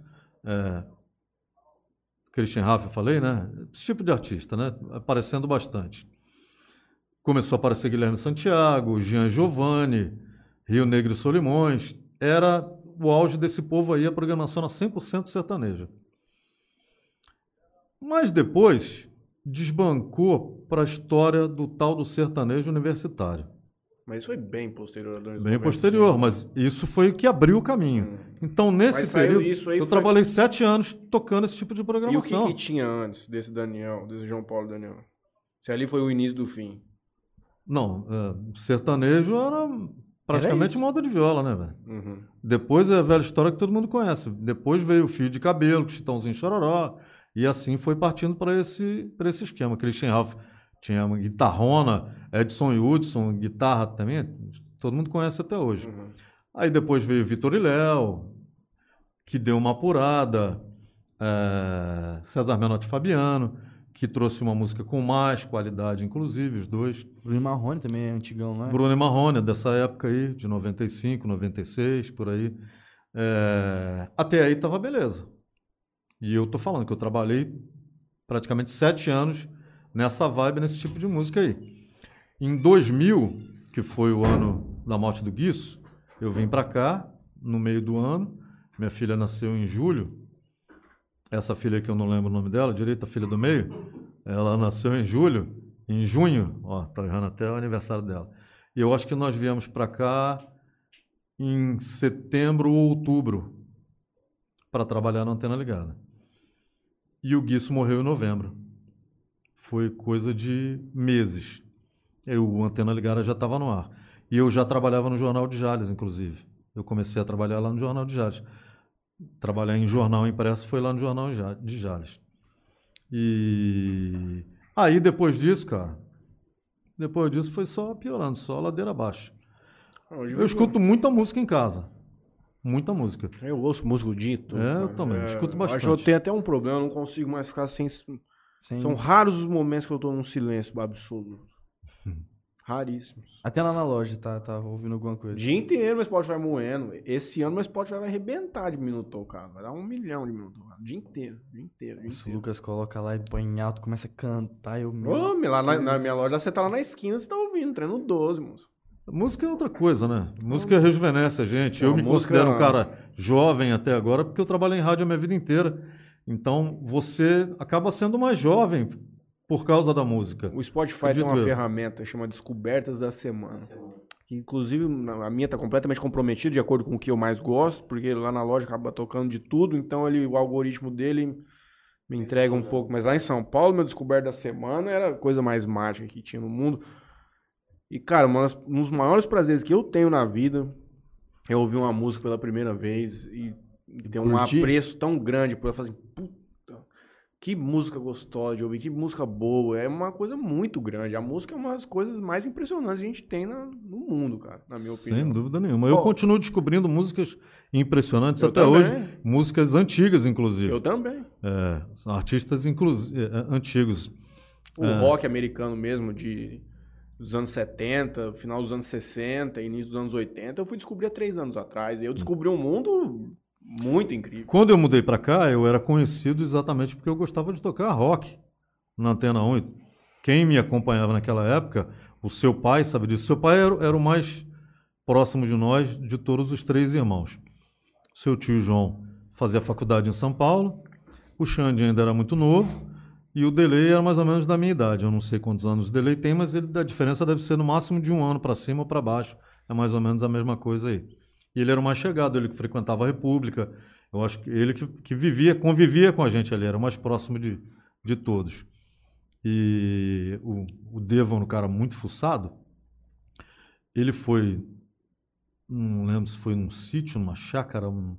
Christian Ralph, eu falei, né? Esse tipo de artista, né? Aparecendo bastante. Começou a aparecer Guilherme Santiago, Jean Giovanni, Rio Negro e Solimões. Era o auge desse povo aí, a programação era 100% sertaneja. Mas depois... desbancou para a história do tal do sertanejo universitário. Mas isso foi bem posterior a 2005. Bem posterior, mas isso foi o que abriu o caminho. Então, nesse período, eu trabalhei 7 anos tocando esse tipo de programação. E o que tinha antes desse Daniel, desse João Paulo e Daniel? Se ali foi o início do fim. Não, sertanejo era praticamente moda de viola, né, velho? Uhum. Depois é a velha história que todo mundo conhece. Depois veio o Fio de Cabelo, Chitãozinho Chororó. E assim foi partindo para esse esquema. Christian Ralph tinha uma guitarrona, Edson Hudson, guitarra também, todo mundo conhece até hoje. Uhum. Aí depois veio Vitor e Léo, que deu uma apurada, César Menotti e Fabiano, que trouxe uma música com mais qualidade, inclusive, os dois. Bruno e Marrone também é antigão, né? Bruno e Marrone, dessa época aí, de 95, 96, por aí. Até aí estava beleza. E eu tô falando que eu trabalhei praticamente 7 anos nessa vibe, nesse tipo de música aí. Em 2000, que foi o ano da morte do Guiço, eu vim para cá, no meio do ano. Minha filha nasceu em julho. Essa filha que eu não lembro o nome dela, direito, a filha do meio, ela nasceu em junho, tá errando até o aniversário dela. E eu acho que nós viemos para cá em setembro ou outubro para trabalhar na Antena Ligada. E o Guiço morreu em novembro. Foi coisa de meses. O Antena Ligada já estava no ar. E eu já trabalhava no Jornal de Jales, inclusive. Eu comecei a trabalhar lá no Jornal de Jales. Trabalhar em jornal impresso foi lá no Jornal de Jales. E Aí depois disso, cara, foi só piorando, só ladeira abaixo. Eu escuto muita música em casa. Muita música. Eu ouço música o dia todo. Eu também, escuto bastante. Acho que eu tenho até um problema, eu não consigo mais ficar sem... São raros os momentos que eu tô num silêncio absoluto. Raríssimos. Até lá na loja, tá ouvindo alguma coisa. O dia inteiro meu Spotify vai moendo. Esse ano meu Spotify vai arrebentar de minuto tocado. Vai dar 1 milhão de minutos tocados. O dia inteiro. O Lucas coloca lá e põe em alto, começa a cantar. Lá na minha loja, você tá lá na esquina, você tá ouvindo, treino 12, moço. Música é outra coisa, né? Música rejuvenesce a gente. Eu me considero um cara jovem até agora porque eu trabalhei em rádio a minha vida inteira. Então, você acaba sendo mais jovem por causa da música. O Spotify tem uma ferramenta chama Descobertas da Semana. Que, inclusive, a minha tá completamente comprometida de acordo com o que eu mais gosto, porque lá na loja acaba tocando de tudo, então o algoritmo dele me entrega um pouco. Mas lá em São Paulo, meu Descoberta da Semana era a coisa mais mágica que tinha no mundo. E, cara, um dos maiores prazeres que eu tenho na vida é ouvir uma música pela primeira vez e ter um apreço tão grande por ela. Falar assim, puta, que música gostosa de ouvir, que música boa. É uma coisa muito grande. A música é uma das coisas mais impressionantes que a gente tem no mundo, cara, na minha opinião. Sem dúvida nenhuma. Eu continuo descobrindo músicas impressionantes até hoje. Músicas antigas, inclusive. Eu também. Artistas antigos. O rock americano mesmo, dos anos 70, final dos anos 60, início dos anos 80, eu fui descobrir há 3 anos atrás. E eu descobri um mundo muito incrível. Quando eu mudei pra cá, eu era conhecido exatamente porque eu gostava de tocar rock na Antena 1. Quem me acompanhava naquela época, o seu pai sabe disso. Seu pai era o mais próximo de nós, de todos os 3 irmãos. Seu tio João fazia faculdade em São Paulo, o Xande ainda era muito novo, e o Delay era mais ou menos da minha idade. Eu não sei quantos anos o Delay tem, mas a diferença deve ser no máximo de 1 ano para cima ou para baixo. É mais ou menos a mesma coisa aí. E ele era o mais chegado, ele que frequentava a República. Eu acho que ele que convivia com a gente ali, era o mais próximo de todos. E o Devon, um cara muito fuçado, ele foi, não lembro se foi num sítio, numa chácara, um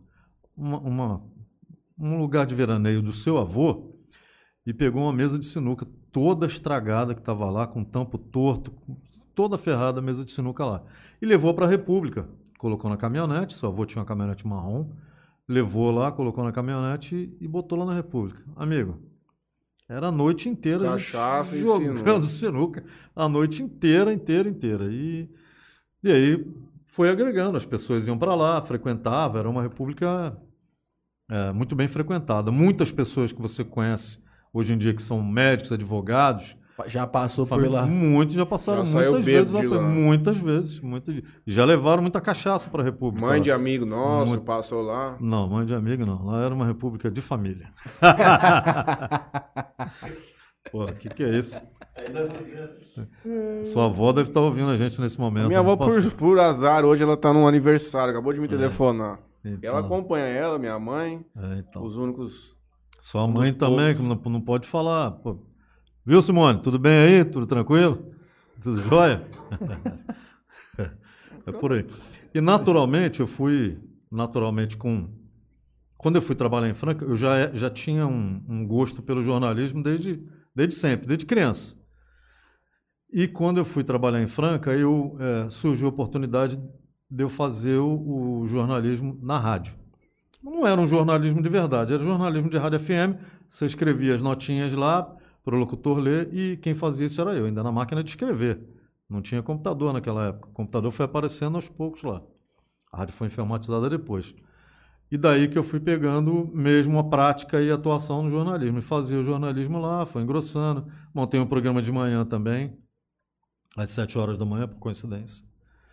lugar de veraneio do seu avô, e pegou uma mesa de sinuca toda estragada que estava lá, com tampo torto, toda ferrada a mesa de sinuca lá. E levou para a República, colocou na caminhonete, seu avô tinha uma caminhonete marrom, levou lá, colocou na caminhonete e botou lá na República. Amigo, era a noite inteira cachaça jogando sinuca. A noite inteira. E aí foi agregando, as pessoas iam para lá, frequentavam, era uma República muito bem frequentada. Muitas pessoas que você conhece hoje em dia que são médicos, advogados, já passou por lá. Muitos já passaram muitas vezes lá. Muitas vezes. Já levaram muita cachaça para a República. Mãe de amigo nosso passou lá. Não, mãe de amigo não. Lá era uma república de família. Pô, o que é isso? Sua avó deve estar ouvindo a gente nesse momento. Minha avó, por azar, hoje ela está num aniversário. Acabou de me telefonar. Então. Ela acompanha ela, minha mãe. Então. Os únicos... Sua mãe também, que não pode falar. Pô. Viu, Simone? Tudo bem aí? Tudo tranquilo? Tudo jóia? É por aí. E naturalmente, quando eu fui trabalhar em Franca, eu já tinha um gosto pelo jornalismo desde sempre, desde criança. E quando eu fui trabalhar em Franca, surgiu a oportunidade de eu fazer o jornalismo na rádio. Não era um jornalismo de verdade, era jornalismo de rádio FM. Você escrevia as notinhas lá para o locutor ler e quem fazia isso era eu, ainda na máquina de escrever. Não tinha computador naquela época. O computador foi aparecendo aos poucos lá. A rádio foi informatizada depois. E daí que eu fui pegando mesmo a prática e a atuação no jornalismo. E fazia o jornalismo lá, foi engrossando. Montei um programa de manhã também, às 7 horas da manhã, por coincidência.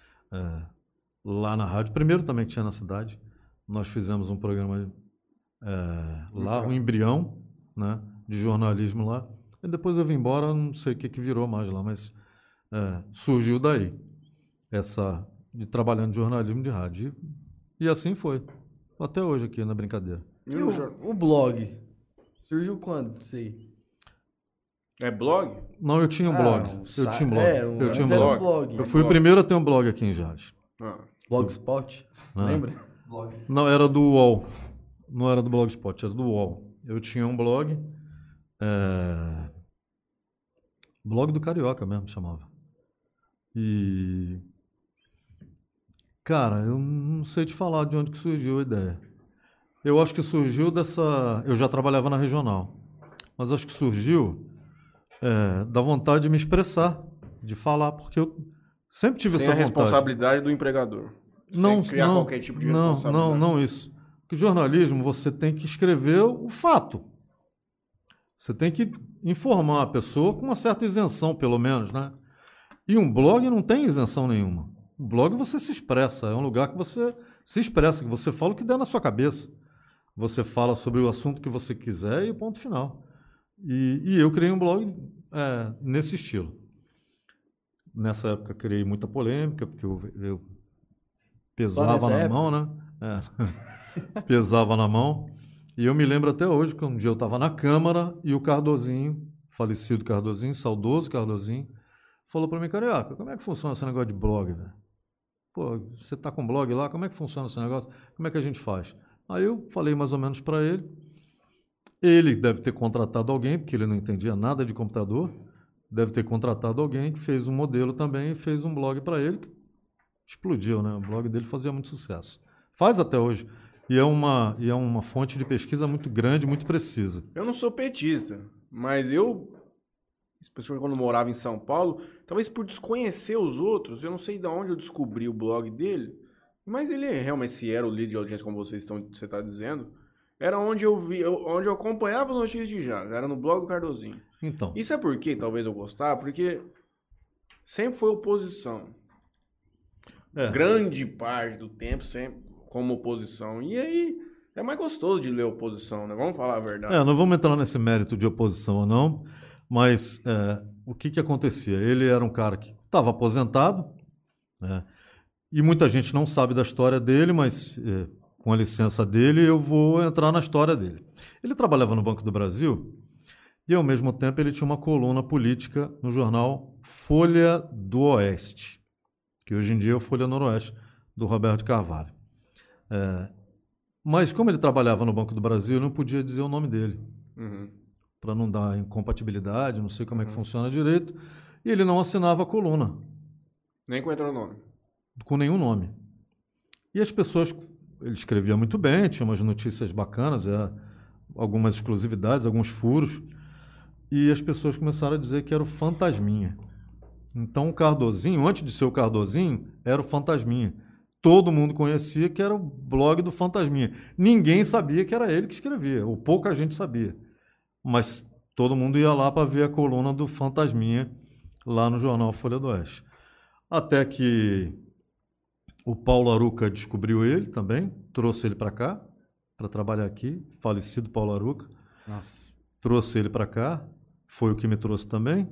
Lá na rádio. Primeiro também tinha na cidade. Nós fizemos um programa lá, um embrião, né, de jornalismo lá. E depois eu vim embora, não sei o que virou mais lá, mas surgiu daí, de trabalhando de jornalismo de rádio. E assim foi, até hoje aqui na brincadeira. E o blog? Surgiu quando, sei? É blog? Não, eu tinha um blog. Eu tinha um blog. Eu fui o primeiro a ter um blog aqui em Jales. Blogspot? Lembra? Não, era do UOL. Não era do Blogspot, era do UOL. Eu tinha um blog. Blog do Carioca mesmo chamava. E... Cara, eu não sei te falar de onde que surgiu a ideia. Eu acho que surgiu dessa... Eu já trabalhava na regional. Mas acho que surgiu da vontade de me expressar, de falar, porque eu sempre tive essa vontade. Sem a responsabilidade do empregador. Não, sem criar qualquer tipo de responsabilidade. Não isso. Porque jornalismo, você tem que escrever o fato. Você tem que informar a pessoa com uma certa isenção, pelo menos, né? E um blog não tem isenção nenhuma. O blog você se expressa, é um lugar que você se expressa, que você fala o que der na sua cabeça. Você fala sobre o assunto que você quiser e ponto final. E eu criei um blog nesse estilo. Nessa época criei muita polêmica, porque eu pesava na mão, né? Pesava na mão. E eu me lembro até hoje que um dia eu estava na Câmara e o Cardozinho, falecido Cardozinho, saudoso Cardozinho, falou para mim: Carioca, como é que funciona esse negócio de blog, velho? Pô, você tá com blog lá, como é que funciona esse negócio? Como é que a gente faz? Aí eu falei mais ou menos para ele. Ele deve ter contratado alguém, porque ele não entendia nada de computador. Deve ter contratado alguém que fez um modelo também e fez um blog para ele, que explodiu, né? O blog dele fazia muito sucesso. Faz até hoje. E é uma fonte de pesquisa muito grande, muito precisa. Eu não sou petista, mas eu, especialmente quando morava em São Paulo, talvez por desconhecer os outros, eu não sei de onde eu descobri o blog dele, mas ele realmente, se era o líder de audiência, como você está dizendo, era onde onde eu acompanhava as notícias de Jales, era no blog do Cardozinho. Então. Isso é por que talvez eu gostava? Porque sempre foi oposição. Grande parte do tempo sempre como oposição. E aí é mais gostoso de ler oposição, né? Vamos falar a verdade. Não vamos entrar nesse mérito de oposição ou não, mas o que acontecia? Ele era um cara que estava aposentado, e muita gente não sabe da história dele, mas com a licença dele eu vou entrar na história dele. Ele trabalhava no Banco do Brasil e ao mesmo tempo ele tinha uma coluna política no jornal Folha do Oeste, que hoje em dia é o Folha Noroeste, do Roberto Carvalho. Mas como ele trabalhava no Banco do Brasil, eu não podia dizer o nome dele, para não dar incompatibilidade, não sei como é que funciona direito, e ele não assinava a coluna. Nem com outro nome? Com nenhum nome. E as pessoas, ele escrevia muito bem, tinha umas notícias bacanas, algumas exclusividades, alguns furos, e as pessoas começaram a dizer que era o Fantasminha. Então o Cardozinho, antes de ser o Cardozinho, era o Fantasminha. Todo mundo conhecia que era o blog do Fantasminha. Ninguém sabia que era ele que escrevia, ou pouca gente sabia. Mas todo mundo ia lá para ver a coluna do Fantasminha lá no jornal Folha do Oeste. Até que o Paulo Aruca descobriu ele também, trouxe ele para cá, para trabalhar aqui, falecido Paulo Aruca. Nossa. Trouxe ele para cá, foi o que me trouxe também.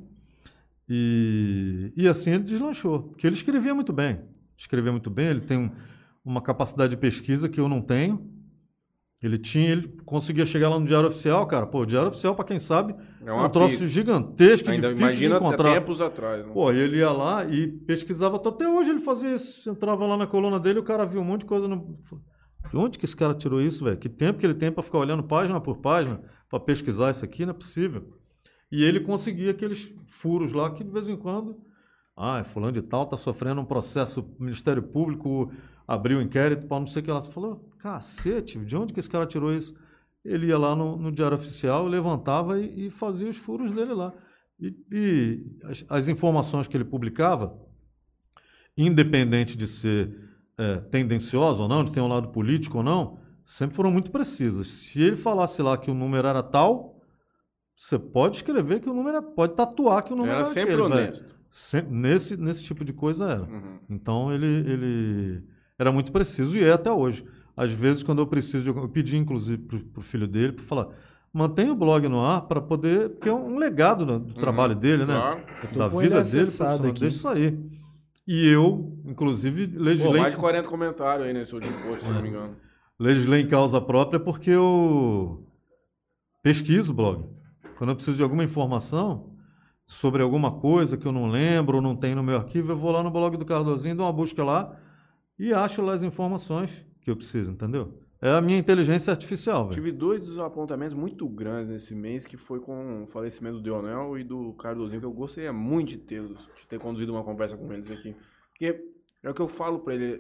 E assim ele deslanchou, porque ele escrevia muito bem. Ele tem uma capacidade de pesquisa que eu não tenho. Ele conseguia chegar lá no Diário Oficial, cara. Pô, o Diário Oficial, para quem sabe, é um troço gigantesco, ainda difícil de encontrar. Imagina tempos atrás. Né? Pô, ele ia lá e pesquisava, até hoje ele fazia isso. Entrava lá na coluna dele, o cara viu um monte de coisa no... De onde que esse cara tirou isso, velho? Que tempo que ele tem para ficar olhando página por página para pesquisar isso aqui? Não é possível. E ele conseguia aqueles furos lá que de vez em quando... fulano de tal está sofrendo um processo, o Ministério Público abriu um inquérito para não sei o que lá. Tu falou, cacete, de onde que esse cara tirou isso? Ele ia lá no Diário Oficial, levantava e fazia os furos dele lá. E as informações que ele publicava, independente de ser tendenciosa ou não, de ter um lado político ou não, sempre foram muito precisas. Se ele falasse lá que o número era tal, você pode escrever que o número pode tatuar que o número era sempre aquele, honesto. Nesse tipo de coisa era. Então ele era muito preciso e é até hoje. Às vezes, quando eu preciso, eu pedi inclusive para o filho dele para falar: mantenha o blog no ar para poder, porque é um legado do trabalho dele, né? Da vida dele, profissional, deixa isso aí. E eu, inclusive, legislei. Mais de 40 comentários aí nesse último post, se não me engano. Legislei em causa própria porque eu pesquiso o blog. Quando eu preciso de alguma informação sobre alguma coisa que eu não lembro ou não tenho no meu arquivo, eu vou lá no blog do Cardozinho, dou uma busca lá e acho lá as informações que eu preciso, entendeu? É a minha inteligência artificial, velho. Tive 2 desapontamentos muito grandes nesse mês, que foi com o falecimento do Deonel e do Cardozinho, que eu gostaria muito de ter conduzido uma conversa com eles aqui. Porque é o que eu falo pra ele.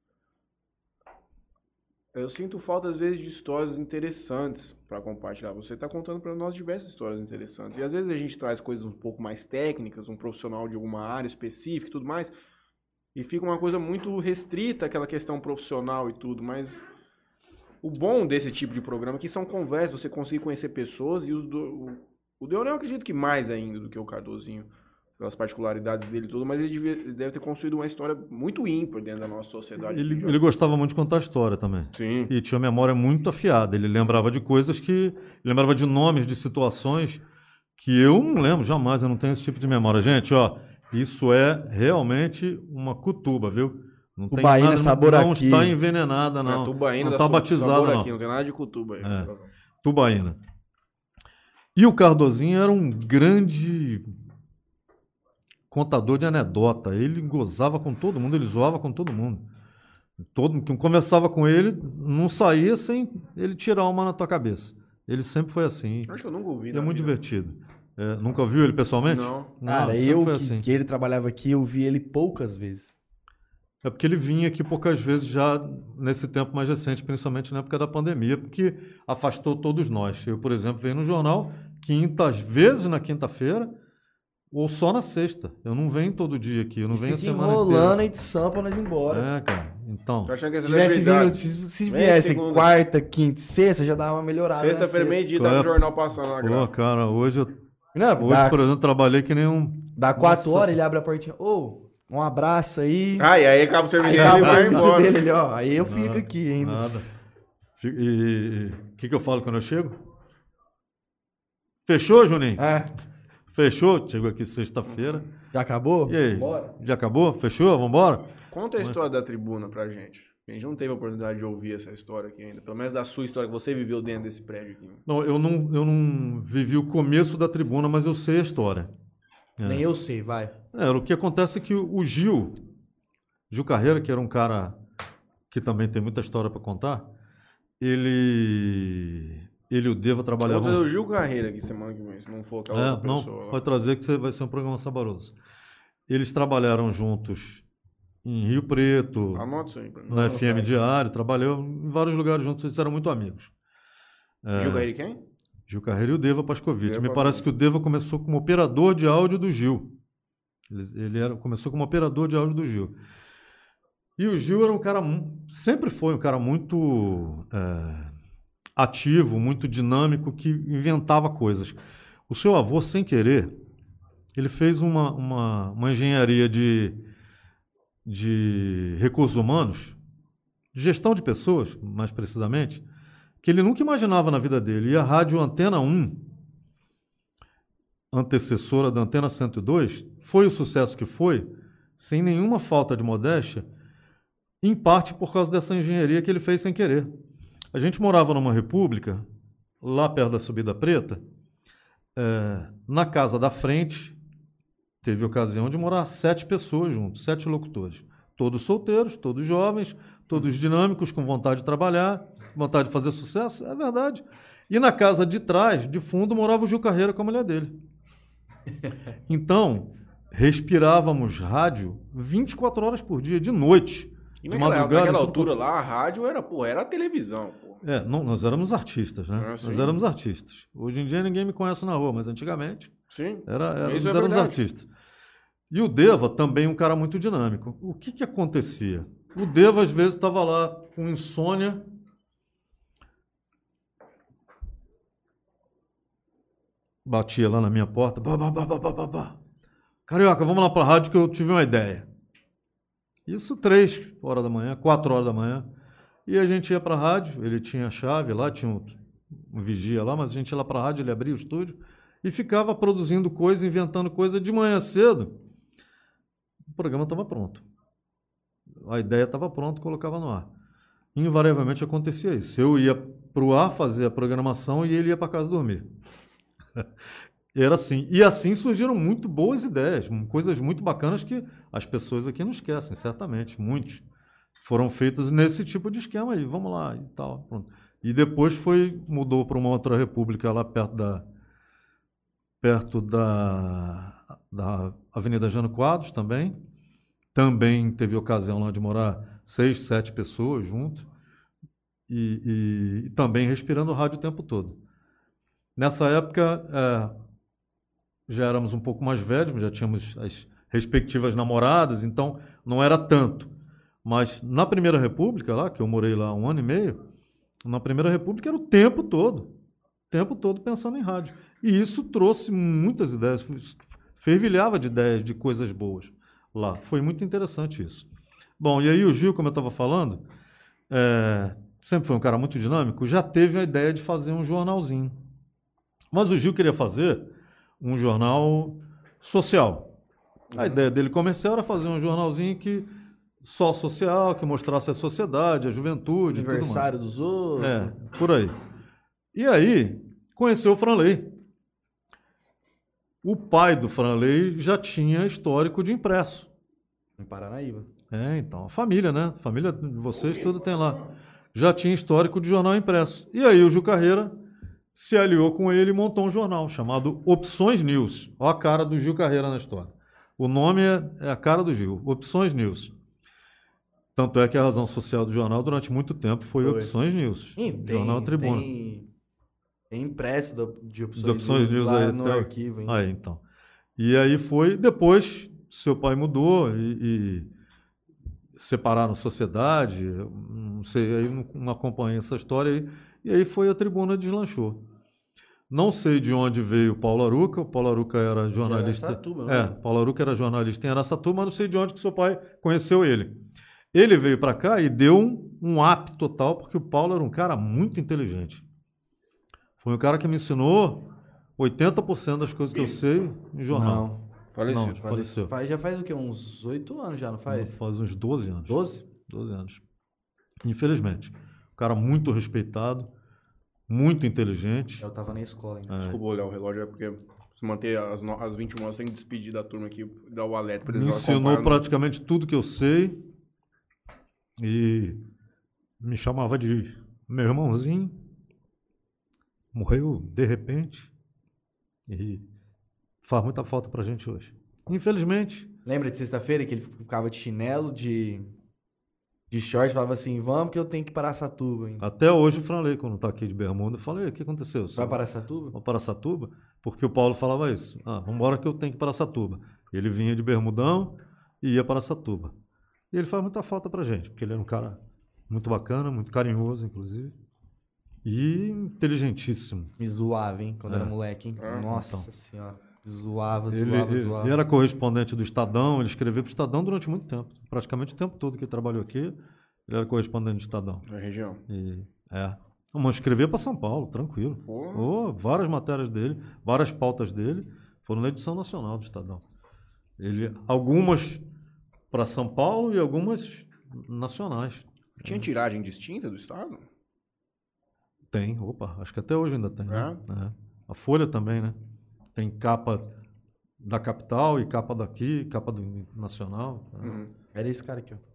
Eu sinto falta, às vezes, de histórias interessantes pra compartilhar. Você tá contando pra nós diversas histórias interessantes. E às vezes a gente traz coisas um pouco mais técnicas, um profissional de alguma área específica e tudo mais, e fica uma coisa muito restrita, aquela questão profissional e tudo, mas o bom desse tipo de programa é que são conversas, você consegue conhecer pessoas, e o Deonel eu acredito que mais ainda do que o Cardozinho, pelas particularidades dele e tudo, mas ele deve ter construído uma história muito ímpar dentro da nossa sociedade. Ele gostava muito de contar história também. Sim. E tinha uma memória muito afiada. Ele lembrava de coisas que... Lembrava de nomes, de situações que eu não lembro jamais, eu não tenho esse tipo de memória. Gente, ó, isso é realmente uma cutuba, viu? Não tem Tubaína, nada, sabor não aqui. está envenenada, não. Tubaína não da está batizada, sabor não. aqui, não tem nada de cutuba aí. Tubaína. E o Cardozinho era um grande contador de anedota. Ele gozava com todo mundo, ele zoava com todo mundo. Quem conversava com ele não saía sem ele tirar uma na tua cabeça. Ele sempre foi assim. Acho que eu nunca ouvi. Ele é muito divertido. Nunca ouviu ele pessoalmente? Não. Cara, que ele trabalhava aqui, eu vi ele poucas vezes. É porque ele vinha aqui poucas vezes já nesse tempo mais recente, principalmente na época da pandemia, porque afastou todos nós. Eu, por exemplo, venho no jornal às vezes na quinta-feira, ou só na sexta. Eu não venho todo dia aqui, eu não venho a semana inteira. Enrolando a edição pra nós ir embora. É, cara. Então. Tô achando que Se viesse quarta, quinta, sexta, já dava uma melhorada. Sexta-feira, meio-dia, tá no jornal passando lá. Pô, cara, hoje, Não, por exemplo, trabalhei que nem um... Dá 4 horas, ele abre a portinha. Um abraço aí. E aí acaba o serviço dele e vai embora. Dele, ali, ó. Aí eu fico aqui ainda. Nada. E o que eu falo quando eu chego? Fechou, Juninho? Fechou? Chego aqui sexta-feira. Já acabou? E aí? Bora. Já acabou? Fechou? Vambora? Conta a história da tribuna pra gente. A gente não teve a oportunidade de ouvir essa história aqui ainda. Pelo menos da sua história que você viveu dentro desse prédio aqui. Não, eu não vivi o começo da tribuna, mas eu sei a história. Nem eu sei, vai. O que acontece é que o Gil Carreira, que era um cara que também tem muita história para contar, ele e o Deva trabalhavam... Vou trazer o Gil Carreira aqui semana que vem, se não for aquela outra pessoa. Não, pode trazer que vai ser um programa saboroso. Eles trabalharam juntos em Rio Preto, anota isso aí pra mim. Na FM Diário, trabalhou em vários lugares juntos, eles eram muito amigos. Gil Carreira e quem? Gil Carreira e o Deva Pascovitch. Me parece que o Deva começou como operador de áudio do Gil. Começou como operador de áudio do Gil. E o Gil era um cara, sempre foi um cara muito ativo, muito dinâmico, que inventava coisas. O seu avô, sem querer, ele fez uma engenharia de recursos humanos, de gestão de pessoas, mais precisamente, que ele nunca imaginava na vida dele. E a rádio Antena 1, antecessora da Antena 102, foi o sucesso que foi, sem nenhuma falta de modéstia, em parte por causa dessa engenharia que ele fez sem querer. A gente morava numa república, lá perto da Subida Preta, na casa da frente, teve ocasião de morar 7 pessoas juntos, 7 locutores. Todos solteiros, todos jovens, todos dinâmicos, com vontade de trabalhar, vontade de fazer sucesso, é verdade. E na casa de trás, de fundo, morava o Gil Carreira com a mulher dele. Então, respirávamos rádio 24 horas por dia, de noite. E naquela altura lá, a rádio era a televisão. Pô. Nós éramos artistas, né? Sim. Nós éramos artistas. Hoje em dia ninguém me conhece na rua, mas antigamente sim. Nós éramos artistas. E o Deva também um cara muito dinâmico. O que acontecia? O Deva às vezes estava lá com insônia, batia lá na minha porta, Carioca, vamos lá para a rádio que eu tive uma ideia. Isso 3 horas da manhã, 4 horas da manhã. E a gente ia para a rádio, ele tinha a chave lá, tinha um vigia lá, mas a gente ia lá para a rádio, ele abria o estúdio e ficava produzindo coisa, inventando coisa. De manhã cedo, o programa estava pronto. A ideia estava pronta, colocava no ar. Invariavelmente acontecia isso. Eu ia para o ar fazer a programação e ele ia para casa dormir. Era assim. E assim surgiram muito boas ideias, coisas muito bacanas que as pessoas aqui não esquecem, certamente. Muitos. foram feitas nesse tipo de esquema aí, vamos lá e tal. Pronto. E depois mudou para uma outra república lá perto da Avenida Jânio Quadros também. Também teve ocasião lá de morar 6, 7 pessoas junto. E também respirando rádio o tempo todo. Nessa época, já éramos um pouco mais velhos, já tínhamos as respectivas namoradas, então não era tanto. Mas na Primeira República, lá, que eu morei lá 1 ano e meio, na Primeira República era o tempo todo pensando em rádio. E isso trouxe muitas ideias, fervilhava de ideias, de coisas boas lá. Foi muito interessante isso. Bom, e aí o Gil, como eu estava falando, sempre foi um cara muito dinâmico, já teve a ideia de fazer um jornalzinho. Mas o Gil queria fazer um jornal social. A ideia dele comercial era fazer um jornalzinho só social, que mostrasse a sociedade, a juventude, aniversário dos outros. Por aí. E aí, conheceu o Franley. O pai do Franley já tinha histórico de impresso. Em Paranaíba. Então, a família, né? A família de vocês, tudo tem lá. Já tinha histórico de jornal impresso. E aí o Gil Carreira se aliou com ele e montou um jornal chamado Opções News. Olha a cara do Gil Carreira na história. O nome é a cara do Gil, Opções News. Tanto é que a razão social do jornal durante muito tempo foi Opções News. Jornal Tribuna. Tem impresso de Opções News aí no arquivo. Hein? Aí, então. E aí depois seu pai mudou e separaram a sociedade, não sei, aí não acompanhei essa história aí, e aí a Tribuna deslanchou. Não sei de onde veio o Paulo Aruca. O Paulo Aruca era jornalista. Paulo Aruca era jornalista em Araçatuba, mas não sei de onde que seu pai conheceu ele. Ele veio para cá e deu um up total, porque o Paulo era um cara muito inteligente. Foi um cara que me ensinou 80% das coisas que eu sei em jornal. Faleceu. Já faz o quê? Uns 8 anos já, não faz? Faz uns 12 anos. 12? 12 anos. Infelizmente. Um cara muito respeitado, muito inteligente. Eu tava na escola ainda. Desculpa olhar o relógio, porque se manter às 21 horas, tem que despedir da turma aqui, dar o alerta para eles. Me ensinou praticamente tudo que eu sei e me chamava de meu irmãozinho. Morreu de repente e faz muita falta pra gente hoje. Infelizmente. Lembra de sexta-feira que ele ficava de chinelo, de short, falava assim, vamos que eu tenho que ir para Araçatuba. Hein? Até hoje o Franley, quando tá aqui de bermuda, eu falei, o que aconteceu? Vai para Araçatuba? Vou para Araçatuba? Porque o Paulo falava isso. Vamos embora que eu tenho que ir para Araçatuba. Ele vinha de bermudão e ia para Araçatuba. E ele faz muita falta pra gente, porque ele era um cara muito bacana, muito carinhoso, inclusive. E inteligentíssimo. Me zoava, hein? Quando era moleque, hein? Nossa senhora. Zoava. Ele era correspondente do Estadão, ele escreveu para o Estadão durante muito tempo. Praticamente o tempo todo que ele trabalhou aqui, ele era correspondente do Estadão. Na região. Mas escrevia para São Paulo, tranquilo. Várias matérias dele, várias pautas dele foram na edição nacional do Estadão. Algumas para São Paulo e algumas nacionais. Tinha tiragem distinta do Estado? Tem, acho que até hoje ainda tem. Né? A Folha também, né? Tem capa da capital e capa daqui, capa do nacional. Era esse cara aqui, ó.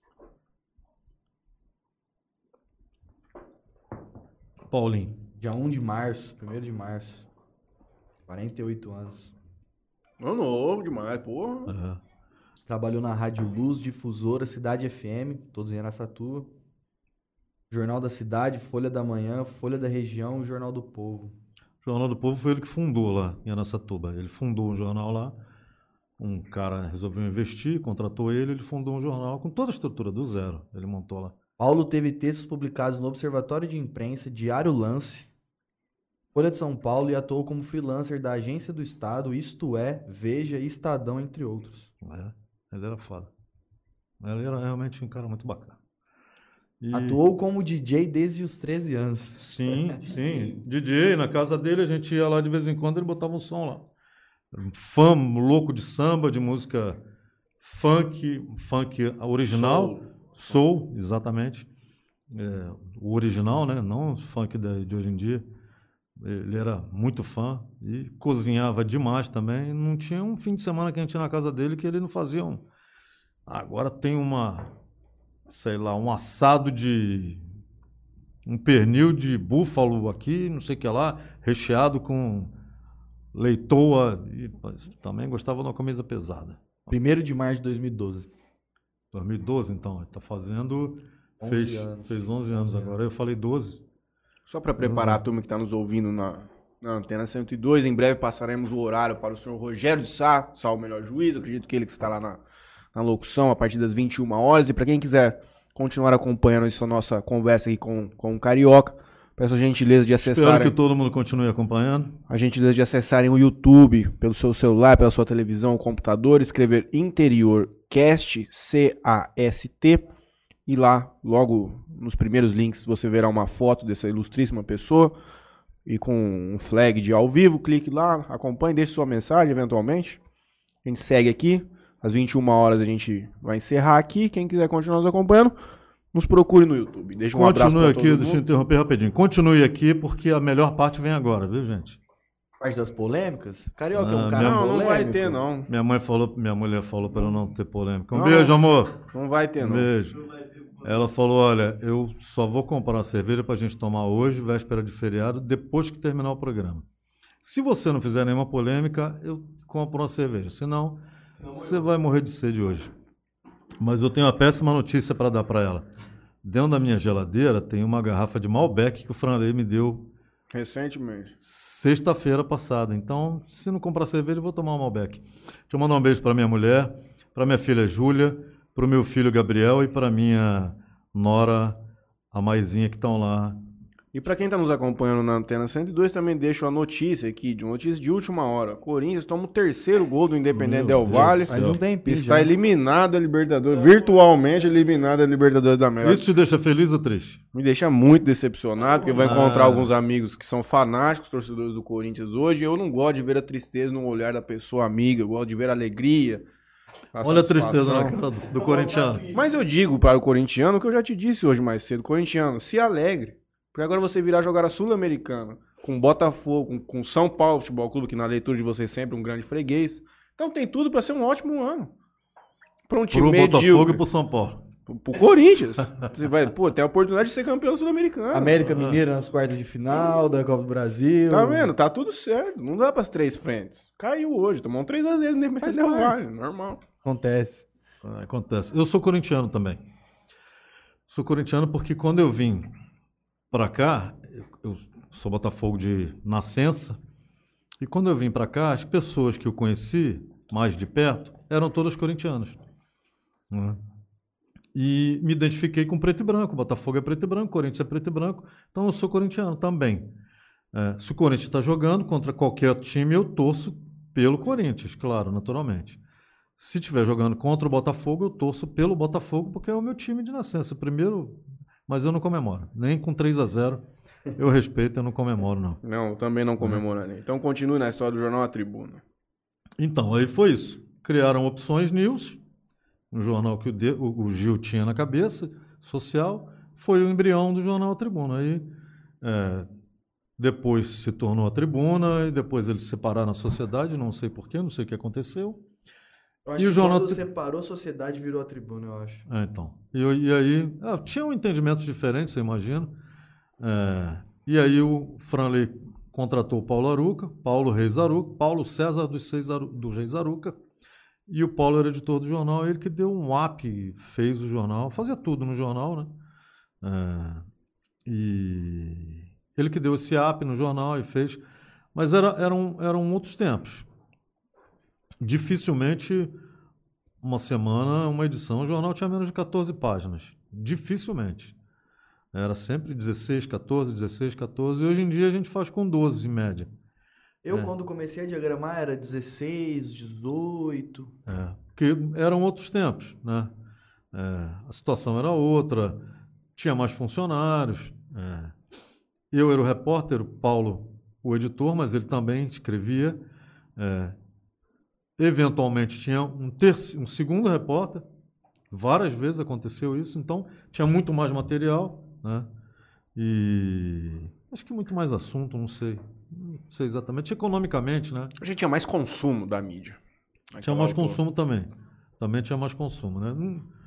Paulinho. Dia 1 de março, 1º de março. 48 anos. Novo demais, porra. Trabalhou na Rádio Luz, Difusora, Cidade FM, todos em Araçatuba. Jornal da Cidade, Folha da Manhã, Folha da Região e Jornal do Povo. O Jornal do Povo foi ele que fundou lá em Araçatuba. Ele fundou um jornal lá, um cara resolveu investir, contratou ele fundou um jornal com toda a estrutura, do zero. Ele montou lá. Paulo teve textos publicados no Observatório de Imprensa, Diário Lance, Folha de São Paulo e atuou como freelancer da Agência do Estado, Isto É, Veja e Estadão, entre outros. Ele era foda. Ele era realmente um cara muito bacana. Atuou como DJ desde os 13 anos. Sim. DJ, na casa dele, a gente ia lá de vez em quando, ele botava um som lá. Um fã louco de samba, de música funk original. Soul, exatamente. O original, né? Não o funk de hoje em dia. Ele era muito fã e cozinhava demais também. Não tinha um fim de semana que a gente ia na casa dele que ele não fazia Agora tem uma sei lá, um assado de... um pernil de búfalo aqui, não sei o que lá, recheado com leitoa. E, também gostava de uma camisa pesada. 1º de março de 2012. 2012, então. Está fazendo... 11 anos. Fez 11 anos agora. Eu falei 12. Só para preparar a turma que está nos ouvindo na Antena 102, em breve passaremos o horário para o senhor Rogério de Sá, o melhor juiz, acredito que ele que está lá na locução, a partir das 21 horas. E para quem quiser continuar acompanhando essa nossa conversa aqui com o Carioca, peço a gentileza de acessarem... Espero que todo mundo continue acompanhando. A gentileza de acessarem o YouTube pelo seu celular, pela sua televisão ou computador, escrever Interior Cast, C-A-S-T, e lá, logo nos primeiros links, você verá uma foto dessa ilustríssima pessoa e com um flag de ao vivo. Clique lá, acompanhe, deixe sua mensagem eventualmente. A gente segue aqui. Às 21 horas a gente vai encerrar aqui. Quem quiser continuar nos acompanhando, nos procure no YouTube. Deixa um abraço pra todo mundo. Deixa eu interromper rapidinho. Continue aqui porque a melhor parte vem agora, viu, gente? Parte das polêmicas? Carioca é um cara polêmico? Não vai ter, não. Minha mulher falou para eu não ter polêmica. Um beijo, amor. Não vai ter, não. Beijo. Ela falou, olha, eu só vou comprar uma cerveja pra gente tomar hoje, véspera de feriado, depois que terminar o programa. Se você não fizer nenhuma polêmica, eu compro uma cerveja. Senão você vai morrer de sede hoje. Mas eu tenho uma péssima notícia para dar para ela. Dentro da minha geladeira tem uma garrafa de Malbec que o Franley me deu recentemente. Sexta-feira passada. Então, se não comprar cerveja, eu vou tomar um Malbec. Deixa eu mandar um beijo para minha mulher, para minha filha Júlia, para o meu filho Gabriel e para minha nora, a Maisinha, que estão lá. E para quem está nos acompanhando na Antena 102, também deixo a notícia aqui, uma notícia de última hora. Corinthians toma o 3º gol do Independente Del Valle. Faz um tempinho, está eliminado da Libertadores, virtualmente eliminado da Libertadores da América. Isso te deixa feliz ou triste? Me deixa muito decepcionado, porque vai encontrar alguns amigos que são fanáticos, torcedores do Corinthians hoje. Eu não gosto de ver a tristeza no olhar da pessoa amiga, eu gosto de ver a alegria. Olha a tristeza na cara do corintiano. Mas eu digo para o corintiano o que eu já te disse hoje mais cedo. Corintiano, se alegre. Porque agora você virá jogar a Sul-Americana com Botafogo, com São Paulo Futebol Clube, que na leitura de vocês sempre um grande freguês. Então tem tudo para ser um ótimo ano. Para um time medíocre. Pro Botafogo e pro São Paulo. Pro Corinthians. Você vai, tem a oportunidade de ser campeão sul-americano. América Mineira nas quartas de final da Copa do Brasil. Tá vendo? Tá tudo certo. Não dá pras 3 frentes. Caiu hoje. Tomou um 3-0 no Independente Del Valle. Normal. Acontece. Acontece. Eu sou corintiano também. Sou corintiano porque quando eu vim pra cá, eu sou Botafogo de nascença, e quando eu vim pra cá, as pessoas que eu conheci mais de perto eram todas corintianas. Né? E me identifiquei com preto e branco. Botafogo é preto e branco, Corinthians é preto e branco. Então eu sou corintiano também. Se o Corinthians está jogando contra qualquer time, eu torço pelo Corinthians, claro, naturalmente. Se estiver jogando contra o Botafogo, eu torço pelo Botafogo, porque é o meu time de nascença. Primeiro, mas eu não comemoro. Nem com 3-0 eu respeito, eu não comemoro, não. Não, eu também não comemoro. Então continue na história do jornal A Tribuna. Então, aí foi isso. Criaram Opções News, um jornal que o Gil tinha na cabeça, social, foi o embrião do jornal A Tribuna. Aí, depois se tornou A Tribuna, e depois eles se separaram na sociedade, não sei porquê, não sei o que aconteceu. Eu acho que quando separou a sociedade, virou A Tribuna, eu acho. Então. E aí, tinham entendimentos diferentes, eu imagino. E aí o Franley contratou o Paulo Aruca, Paulo Reis Aruca, Paulo César do Reis Aruca, e o Paulo era editor do jornal, ele que deu um up, fez o jornal, fazia tudo no jornal, né? E ele que deu esse up no jornal e fez. Mas eram outros tempos. Dificilmente, uma semana, uma edição, o jornal tinha menos de 14 páginas. Dificilmente. Era sempre 16, 14, 16, 14. E hoje em dia a gente faz com 12 em média. Eu, quando comecei a diagramar, era 16, 18. Porque eram outros tempos, né? A situação era outra, tinha mais funcionários. Eu era o repórter, o Paulo o editor, mas ele também escrevia. Eventualmente tinha um segundo repórter, várias vezes aconteceu isso, então tinha muito mais material, né? E acho que muito mais assunto, não sei exatamente, economicamente, né? A gente tinha mais consumo da mídia. Tinha mais consumo também tinha mais consumo, né?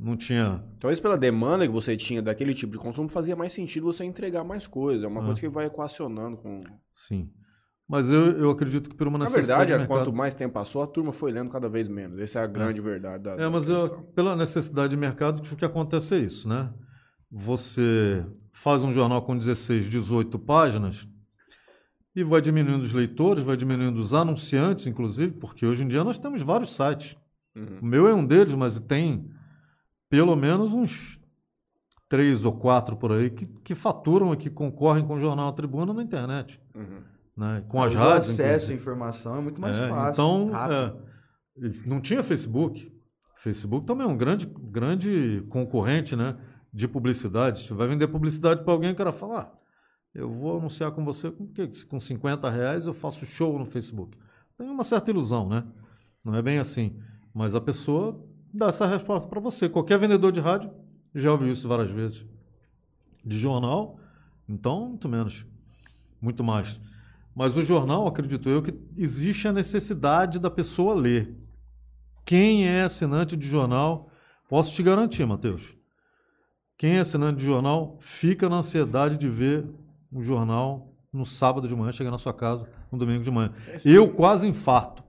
não tinha... Talvez pela demanda que você tinha daquele tipo de consumo, fazia mais sentido você entregar mais coisas. É uma coisa que vai equacionando com... Sim. Mas eu acredito que por uma necessidade Na verdade, de mercado... quanto mais tempo passou, a turma foi lendo cada vez menos. Essa é a grande verdade da mas questão. pela necessidade de mercado, o que acontece é isso, né? Você faz um jornal com 16, 18 páginas e vai diminuindo os leitores, vai diminuindo os anunciantes, inclusive, porque hoje em dia nós temos vários sites. O meu é um deles, mas tem pelo menos uns 3 ou 4 por aí que faturam e que concorrem com o jornal A Tribuna na internet. Né? Com as rádios, o acesso à informação é muito mais fácil, então, rápido. Não tinha Facebook. Facebook também é um grande concorrente, né, de publicidade. Se vai vender publicidade para alguém, o cara fala, eu vou anunciar com você com R$50 eu faço show no Facebook. Tem uma certa ilusão, né? Não é bem assim. Mas a pessoa dá essa resposta para você. Qualquer vendedor de rádio já ouviu isso várias vezes. De jornal, então, muito menos. Muito mais. Mas o jornal, acredito eu, que existe a necessidade da pessoa ler. Quem é assinante de jornal, posso te garantir, Matheus, quem é assinante de jornal fica na ansiedade de ver um jornal no sábado de manhã, chegar na sua casa no domingo de manhã. Eu quase infarto.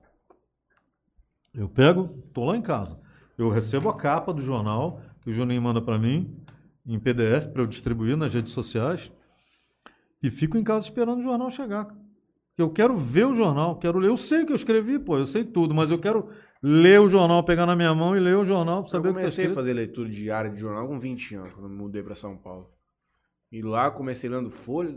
Eu tô lá em casa, eu recebo a capa do jornal, que o Juninho manda para mim, em PDF, para eu distribuir nas redes sociais, e fico em casa esperando o jornal chegar. Eu quero ver o jornal, quero ler. Eu sei que eu escrevi, eu sei tudo, mas eu quero ler o jornal, pegar na minha mão e ler o jornal para saber o que está escrito. Eu comecei a fazer leitura diária de jornal com 20 anos, quando eu me mudei para São Paulo. E lá comecei lendo Folha,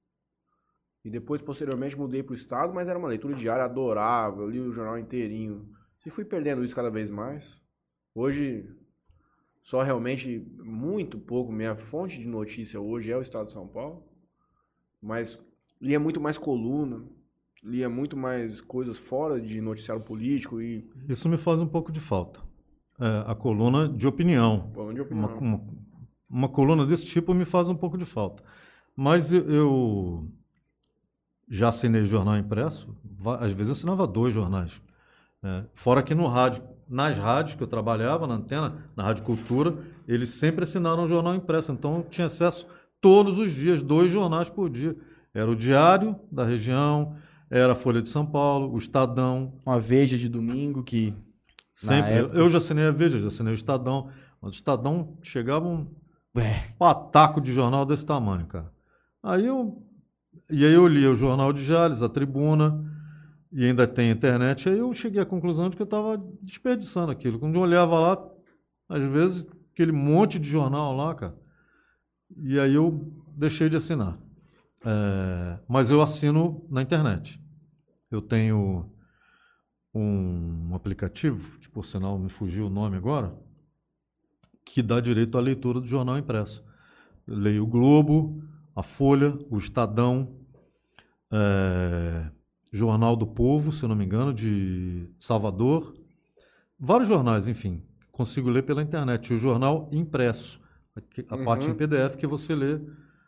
e depois, posteriormente, mudei para o Estado, mas era uma leitura diária adorável, eu li o jornal inteirinho. E fui perdendo isso cada vez mais. Hoje, só realmente muito pouco, minha fonte de notícia hoje é o Estado de São Paulo, mas lia muito mais coluna, lia muito mais coisas fora de noticiário político e... Isso me faz um pouco de falta. A coluna de opinião. Coluna de opinião. Uma coluna desse tipo me faz um pouco de falta. Mas eu já assinei jornal impresso, às vezes eu assinava 2 jornais. Fora que no rádio, nas rádios que eu trabalhava, na antena, na Rádio Cultura, eles sempre assinaram jornal impresso. Então eu tinha acesso todos os dias, 2 jornais por dia. Era o Diário da região, era a Folha de São Paulo, o Estadão. Uma Veja de domingo que... Sempre. Eu já assinei a Veja, já assinei o Estadão. Mas o Estadão chegava um pataco de jornal desse tamanho, cara. Aí eu lia o Jornal de Jales, a Tribuna, e ainda tem internet. Aí eu cheguei à conclusão de que eu estava desperdiçando aquilo. Quando eu olhava lá, às vezes, aquele monte de jornal lá, cara. E aí eu deixei de assinar. Mas eu assino na internet. Eu tenho um aplicativo, que por sinal me fugiu o nome agora, que dá direito à leitura do jornal impresso. Eu leio o Globo, a Folha, o Estadão, Jornal do Povo, se eu não me engano, de Salvador, vários jornais, enfim, consigo ler pela internet. O jornal impresso, a parte em PDF que você lê...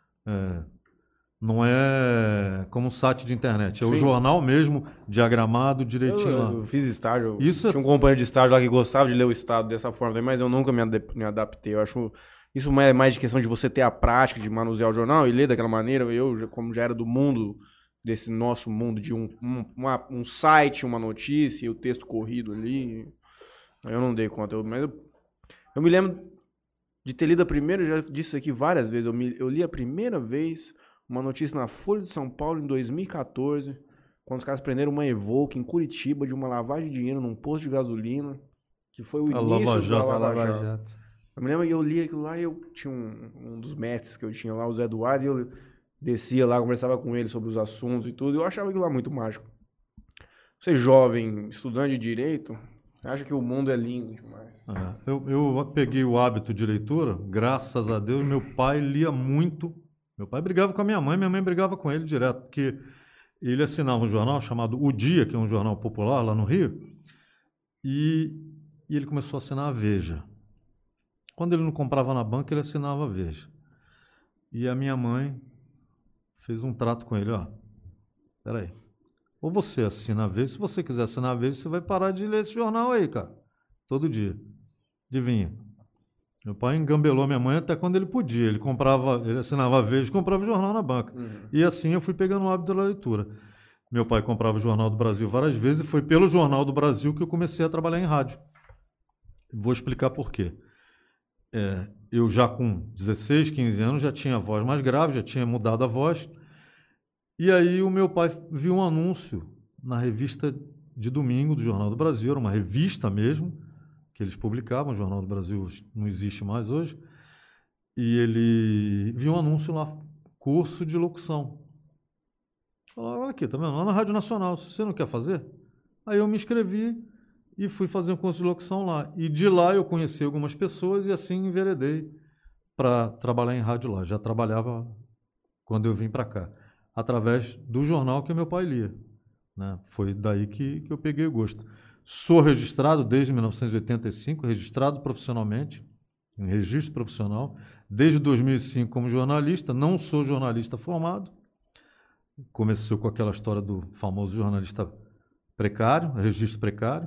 Não é como um site de internet, é o jornal mesmo, diagramado, direitinho lá. Eu fiz estágio, Isso tinha um companheiro de estágio lá que gostava de ler o Estado dessa forma, mas eu nunca me adaptei. Eu acho isso é mais de questão de você ter a prática de manusear o jornal e ler daquela maneira. Eu, como já era do mundo, desse nosso mundo de um site, uma notícia e o texto corrido ali, eu não dei conta. Mas eu me lembro de ter lido a primeira, já disse isso aqui várias vezes, eu li a primeira vez... uma notícia na Folha de São Paulo em 2014, quando os caras prenderam uma Evoque em Curitiba de uma lavagem de dinheiro num posto de gasolina, que foi o início da Lava Jato. Eu me lembro que eu li aquilo lá e eu tinha um dos mestres que eu tinha lá, o Zé Eduardo, e eu descia lá, conversava com ele sobre os assuntos e tudo, e eu achava aquilo lá muito mágico. Você jovem, estudante de Direito, acha que o mundo é lindo demais. Eu peguei o hábito de leitura, graças a Deus, meu pai lia muito. Meu pai brigava com a minha mãe brigava com ele direto, porque ele assinava um jornal chamado O Dia, que é um jornal popular lá no Rio, e ele começou a assinar a Veja. Quando ele não comprava na banca, ele assinava a Veja. E a minha mãe fez um trato com ele, peraí, ou você assina a Veja, se você quiser assinar a Veja, você vai parar de ler esse jornal aí, cara, todo dia. Adivinha? Meu pai engambelou minha mãe até quando ele podia. Ele assinava a Veja e comprava jornal na banca. E assim eu fui pegando o hábito da leitura. Meu pai comprava o Jornal do Brasil várias vezes e foi pelo Jornal do Brasil que eu comecei a trabalhar em rádio. Vou explicar por quê. Eu já com 16, 15 anos já tinha a voz mais grave, já tinha mudado a voz. E aí o meu pai viu um anúncio na revista de domingo do Jornal do Brasil, era uma revista mesmo, que eles publicavam, o Jornal do Brasil não existe mais hoje, e ele viu um anúncio lá, curso de locução. Falou, olha aqui, tá vendo? Lá na Rádio Nacional, você não quer fazer? Aí eu me inscrevi e fui fazer um curso de locução lá. E de lá eu conheci algumas pessoas e assim enveredei para trabalhar em rádio lá. Já trabalhava quando eu vim para cá, através do jornal que meu pai lia. Né? Foi daí que eu peguei o gosto. Sou registrado desde 1985, registrado profissionalmente, em registro profissional, desde 2005 como jornalista. Não sou jornalista formado. Começou com aquela história do famoso jornalista precário, registro precário.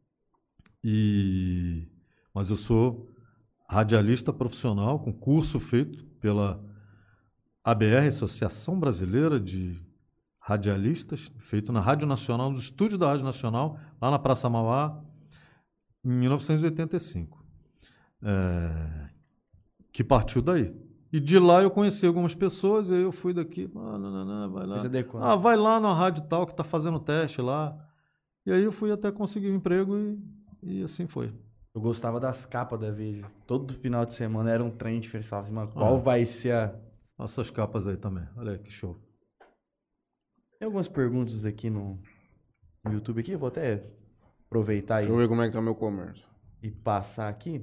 Mas eu sou radialista profissional, com curso feito pela ABR, Associação Brasileira de Radialistas, feito na Rádio Nacional, no estúdio da Rádio Nacional, lá na Praça Mauá, em 1985. Que partiu daí. E de lá eu conheci algumas pessoas, e aí eu fui daqui, vai lá. Vai lá na rádio tal que está fazendo teste lá. E aí eu fui até conseguir um emprego e assim foi. Eu gostava das capas da Veja. Todo final de semana era um trem diferente. Falava assim, mano, qual vai ser a... Essas capas aí também. Olha aí que show. Tem algumas perguntas aqui no YouTube aqui. Eu vou até aproveitar Deixa eu ver como é que tá o meu comércio. E passar aqui.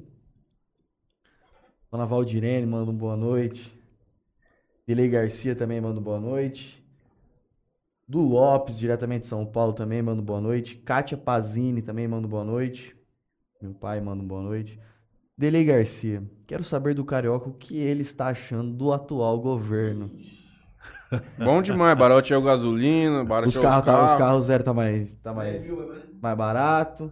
Dona Valdirene manda um boa noite. Delei Garcia também manda um boa noite. Du Lopes, diretamente de São Paulo, também manda um boa noite. Kátia Pazini também manda um boa noite. Meu pai manda um boa noite. Delei Garcia, quero saber do Carioca o que ele está achando do atual governo. Bom demais, barateou gasolina, barateou os carros zero tá mais barato.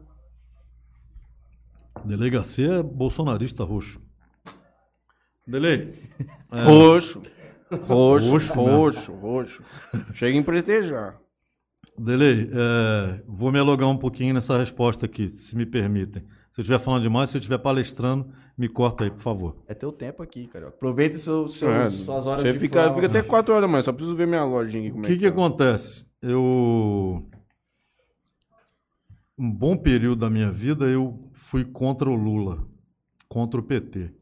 Delei Garcia é bolsonarista roxo. Delei. Roxo. Chega em pretejar. Delei, vou me alugar um pouquinho nessa resposta aqui, se me permitem. Se eu estiver falando demais, se eu estiver palestrando, me corta aí, por favor. É teu tempo aqui, Carioca. Aproveita suas horas de fica até 4 horas, mas só preciso ver minha lojinha aqui. O que acontece? Um bom período da minha vida, eu fui contra o Lula, contra o PT.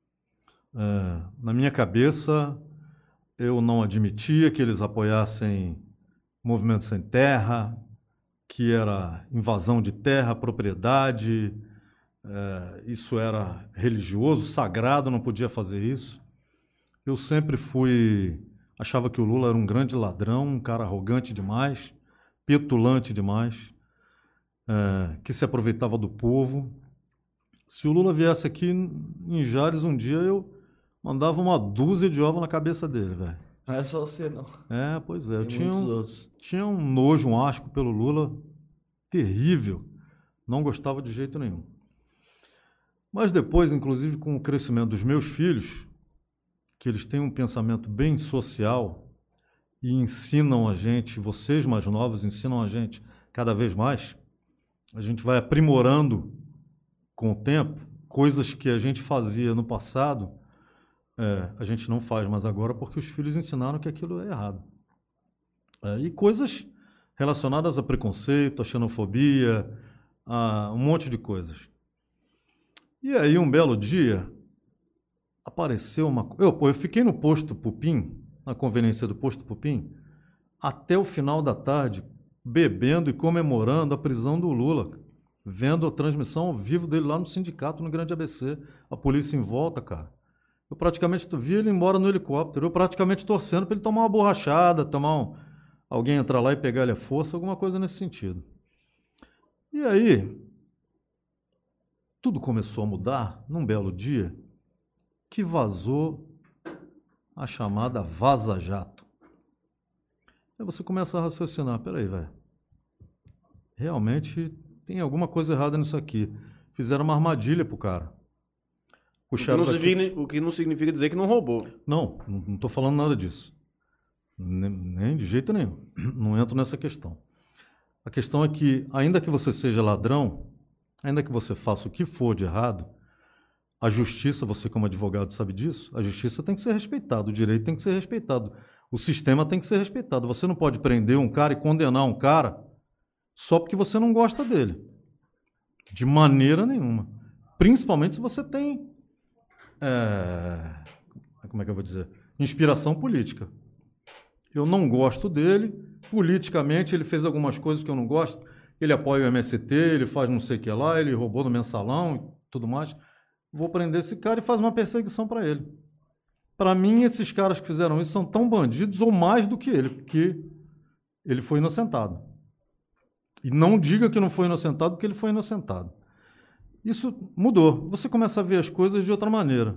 Na minha cabeça, eu não admitia que eles apoiassem movimento sem terra, que era invasão de terra, propriedade, isso era religioso, sagrado, não podia fazer isso. Eu sempre achava que o Lula era um grande ladrão, um cara arrogante demais, petulante demais, que se aproveitava do povo. Se o Lula viesse aqui em Jales um dia, eu mandava uma dúzia de ovos na cabeça dele, velho. Não é só você, não. Pois é. Eu tinha um nojo, um asco pelo Lula terrível. Não gostava de jeito nenhum. Mas depois, inclusive com o crescimento dos meus filhos, que eles têm um pensamento bem social e ensinam a gente, vocês mais novos ensinam a gente cada vez mais, a gente vai aprimorando com o tempo coisas que a gente fazia no passado, a gente não faz mais agora porque os filhos ensinaram que aquilo é errado. E coisas relacionadas a preconceito, a xenofobia, a um monte de coisas. E aí, um belo dia, apareceu uma... Eu fiquei no posto Pupim, na conveniência do posto Pupim, até o final da tarde, bebendo e comemorando a prisão do Lula, vendo a transmissão ao vivo dele lá no sindicato, no Grande ABC, a polícia em volta, cara. Eu praticamente vi ele embora no helicóptero, eu praticamente torcendo para ele tomar uma borrachada, alguém entrar lá e pegar ele à força, alguma coisa nesse sentido. E aí, tudo começou a mudar num belo dia que vazou a chamada Vaza Jato. Aí você começa a raciocinar, peraí, velho, realmente tem alguma coisa errada nisso aqui. Fizeram uma armadilha pro cara. O que não significa dizer que não roubou. Não estou falando nada disso. Nem de jeito nenhum. Não entro nessa questão. A questão é que, ainda que você seja ladrão, ainda que você faça o que for de errado, a justiça, você como advogado sabe disso, a justiça tem que ser respeitada, o direito tem que ser respeitado, o sistema tem que ser respeitado. Você não pode prender um cara e condenar um cara só porque você não gosta dele. De maneira nenhuma. Principalmente se você tem, como é que eu vou dizer? Inspiração política. Eu não gosto dele, politicamente ele fez algumas coisas que eu não gosto, ele apoia o MST, ele faz não sei o que lá, ele roubou no mensalão e tudo mais. Vou prender esse cara e fazer uma perseguição para ele. Para mim, esses caras que fizeram isso são tão bandidos ou mais do que ele, porque ele foi inocentado. E não diga que não foi inocentado, porque ele foi inocentado. Isso mudou. Você começa a ver as coisas de outra maneira.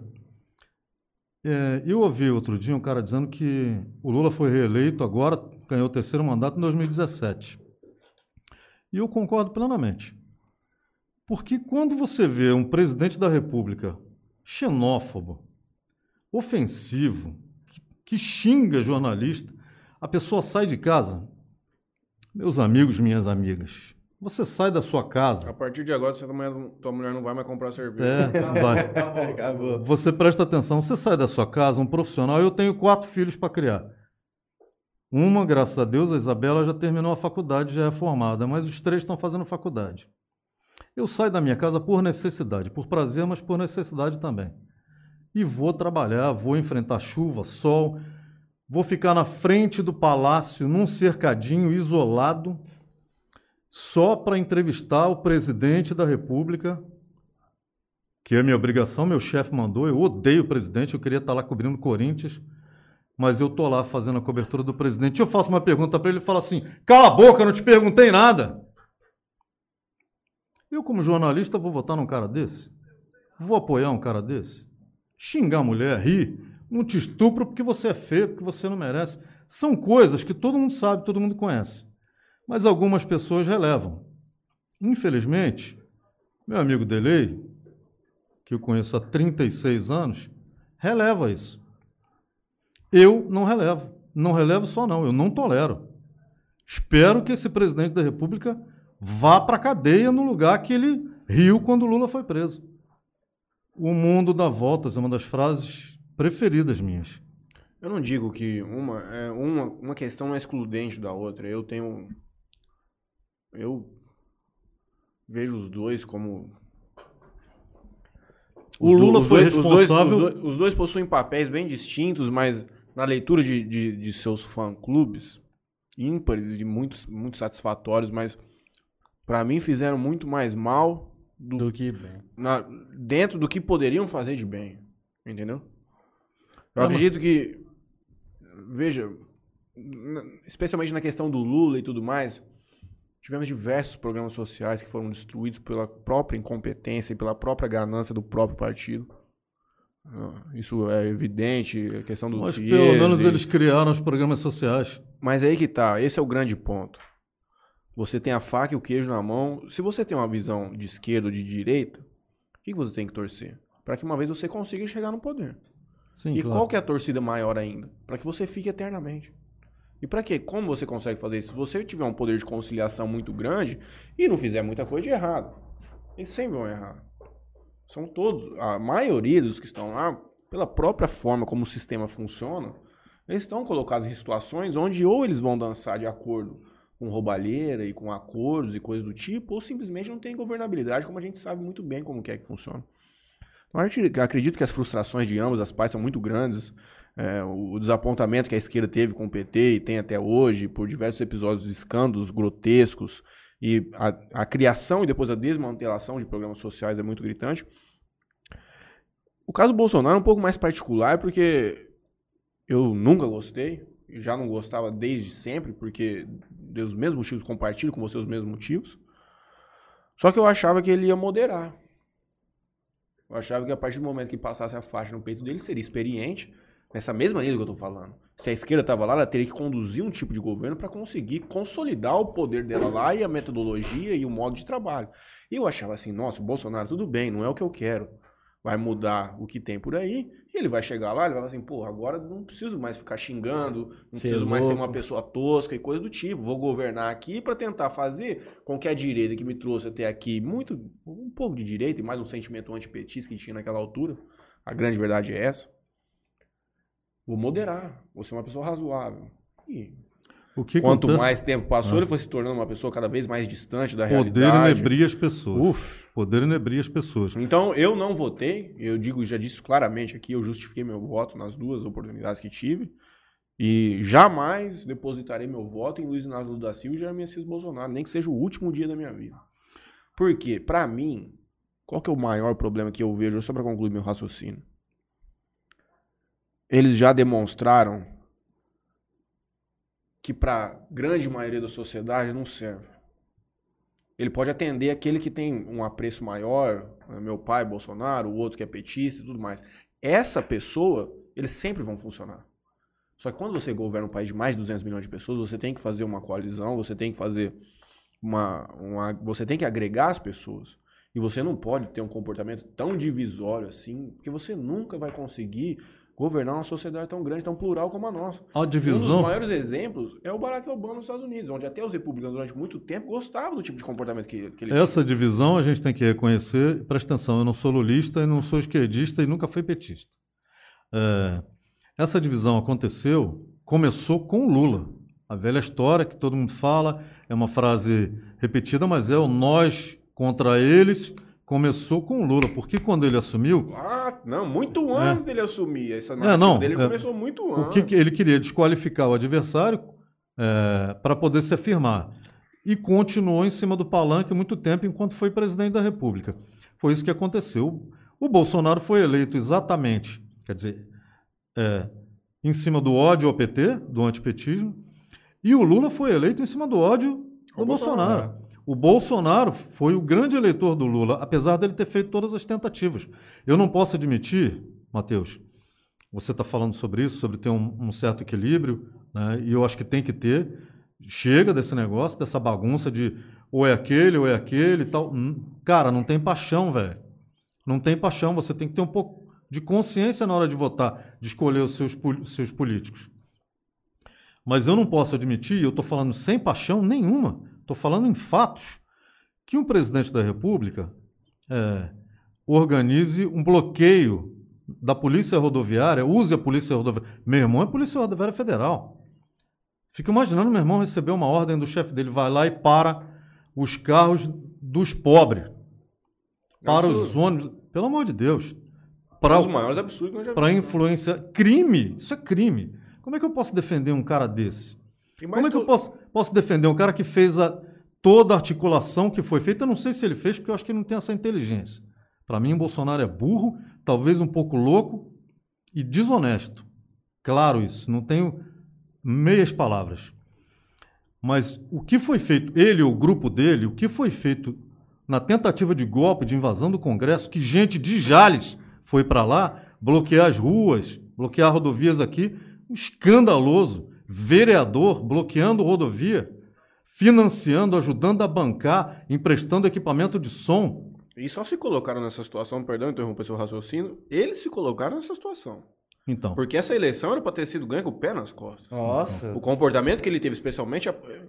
Eu ouvi outro dia um cara dizendo que o Lula foi reeleito agora, ganhou o 3º mandato em 2017. E eu concordo plenamente. Porque quando você vê um presidente da República xenófobo, ofensivo, que xinga jornalista, a pessoa sai de casa. Meus amigos, minhas amigas, você sai da sua casa. A partir de agora, tua mulher não vai mais comprar cerveja. Vai. Acabou. Você presta atenção, você sai da sua casa, um profissional. Eu tenho 4 filhos para criar. Uma, graças a Deus, a Isabela já terminou a faculdade, já é formada, mas os 3 estão fazendo faculdade. Eu saio da minha casa por necessidade, por prazer, mas por necessidade também. E vou trabalhar, vou enfrentar chuva, sol, vou ficar na frente do palácio, num cercadinho isolado, só para entrevistar o presidente da República, que é minha obrigação, meu chefe mandou, eu odeio o presidente, eu queria estar lá cobrindo o Corinthians, mas eu estou lá fazendo a cobertura do presidente. Eu faço uma pergunta para ele, ele fala assim, cala a boca, eu não te perguntei nada. Eu, como jornalista, vou votar num cara desse? Vou apoiar um cara desse? Xingar a mulher, rir, não te estupro porque você é feio, porque você não merece. São coisas que todo mundo sabe, todo mundo conhece. Mas algumas pessoas relevam. Infelizmente, meu amigo Delei, que eu conheço há 36 anos, releva isso. Eu não relevo. Não relevo só não, eu não tolero. Espero que esse presidente da República vá para a cadeia no lugar que ele riu quando Lula foi preso. O mundo dá voltas é uma das frases preferidas minhas. Eu não digo que uma questão não é excludente da outra. Eu vejo os dois como... O Lula foi responsável... Os dois possuem papéis bem distintos, mas na leitura de seus fã-clubes, ímpares e muito satisfatórios, mas para mim fizeram muito mais mal do que bem. Dentro do que poderiam fazer de bem. Entendeu? Eu acredito que... Veja, especialmente na questão do Lula e tudo mais, tivemos diversos programas sociais que foram destruídos pela própria incompetência e pela própria ganância do próprio partido. Isso é evidente, a questão do Mas pelo menos eles criaram os programas sociais. Mas aí que tá, esse é o grande ponto. Você tem a faca e o queijo na mão. Se você tem uma visão de esquerda ou de direita, o que você tem que torcer? Para que uma vez você consiga chegar no poder. Sim, claro. Qual que é a torcida maior ainda? Para que você fique eternamente. E para quê? Como você consegue fazer isso? Se você tiver um poder de conciliação muito grande e não fizer muita coisa de errado, eles sempre vão errar. São todos, a maioria dos que estão lá, pela própria forma como o sistema funciona, eles estão colocados em situações onde ou eles vão dançar de acordo com roubalheira e com acordos e coisas do tipo, ou simplesmente não tem governabilidade, como a gente sabe muito bem como que é que funciona. Então, acredito que as frustrações de ambas as partes são muito grandes. O desapontamento que a esquerda teve com o PT e tem até hoje, por diversos episódios de escândalos grotescos, e a criação e depois a desmantelação de programas sociais é muito gritante. O caso do Bolsonaro é um pouco mais particular, porque eu nunca gostei, e já não gostava desde sempre, porque dos mesmos motivos compartilho com você os mesmos motivos. Só que eu achava que ele ia moderar. Eu achava que a partir do momento que passasse a faixa no peito dele, seria experiente, nessa mesma linha que eu tô falando. Se a esquerda estava lá, ela teria que conduzir um tipo de governo para conseguir consolidar o poder dela lá e a metodologia e o modo de trabalho. E eu achava assim, nossa, o Bolsonaro tudo bem, não é o que eu quero. vai mudar o que tem por aí, e ele vai chegar lá, ele vai falar assim, pô, agora não preciso mais ficar xingando, não preciso mais ser uma pessoa tosca e coisa do tipo, vou governar aqui para tentar fazer com que a direita que me trouxe até aqui, um pouco de direita e mais um sentimento antipetista que tinha naquela altura, a grande verdade é essa, vou moderar, vou ser uma pessoa razoável. E quanto mais tempo passou, ele foi se tornando uma pessoa cada vez mais distante da realidade. Poder inebria as pessoas. Poder inebria as pessoas. Então, eu não votei, já disse claramente aqui, eu justifiquei meu voto nas 2 oportunidades que tive, e jamais depositarei meu voto em Luiz Inácio Lula da Silva e Jair Messias Bolsonaro, nem que seja o último dia da minha vida. Por quê? Pra mim, qual que é o maior problema que eu vejo, só pra concluir meu raciocínio? Eles já demonstraram que para a grande maioria da sociedade não serve. Ele pode atender aquele que tem um apreço maior, meu pai, Bolsonaro, o outro que é petista e tudo mais. Essa pessoa, eles sempre vão funcionar. Só que quando você governa um país de mais de 200 milhões de pessoas, você tem que fazer uma coalizão, você tem que fazer você tem que agregar as pessoas. E você não pode ter um comportamento tão divisório assim, porque você nunca vai conseguir governar uma sociedade tão grande, tão plural como a nossa. A divisão... Um dos maiores exemplos é o Barack Obama nos Estados Unidos, onde até os republicanos durante muito tempo gostavam do tipo de comportamento que ele tinha. Essa divisão a gente tem que reconhecer. Presta atenção, eu não sou lulista, eu não sou esquerdista e nunca fui petista. Essa divisão começou com o Lula. A velha história que todo mundo fala, é uma frase repetida, mas é o nós contra eles... Começou com o Lula, porque quando ele assumiu... muito antes dele assumir. Essa narrativa dele começou muito antes. O que ele queria desqualificar o adversário para poder se afirmar. E continuou em cima do palanque muito tempo enquanto foi presidente da República. Foi isso que aconteceu. O Bolsonaro foi eleito exatamente, quer dizer, em cima do ódio ao PT, do antipetismo, e o Lula foi eleito em cima do ódio do Bolsonaro. O Bolsonaro foi o grande eleitor do Lula, apesar dele ter feito todas as tentativas. Eu não posso admitir, Matheus, você está falando sobre isso, sobre ter um certo equilíbrio, né? E eu acho que tem que ter. Chega desse negócio, dessa bagunça de ou é aquele e tal. Cara, não tem paixão, velho. Não tem paixão. Você tem que ter um pouco de consciência na hora de votar, de escolher os seus políticos. Mas eu não posso admitir, eu estou falando sem paixão nenhuma, estou falando em fatos, que um presidente da República organize um bloqueio da Polícia Rodoviária, use a Polícia Rodoviária. Meu irmão é Polícia Rodoviária Federal. Fico imaginando meu irmão receber uma ordem do chefe dele, vai lá e para os carros dos pobres, para os ônibus, pelo amor de Deus. Para os maiores absurdos que nós já vimos. Para influência, crime, isso é crime. Como é que eu posso defender um cara desse? Como é que eu posso defender um cara que fez toda a articulação que foi feita? Eu não sei se ele fez, porque eu acho que ele não tem essa inteligência. Para mim, o Bolsonaro é burro, talvez um pouco louco e desonesto. Claro isso, não tenho meias palavras. Mas o que foi feito, ele ou o grupo dele, o que foi feito na tentativa de golpe, de invasão do Congresso, que gente de Jales foi para lá, bloquear as ruas, bloquear rodovias aqui, escandaloso. Vereador bloqueando rodovia, financiando, ajudando a bancar, emprestando equipamento de som. E só se colocaram nessa situação, perdão, interromper seu raciocínio, eles se colocaram nessa situação. Então. Porque essa eleição era para ter sido ganha com o pé nas costas. Nossa. O comportamento que ele teve, especialmente,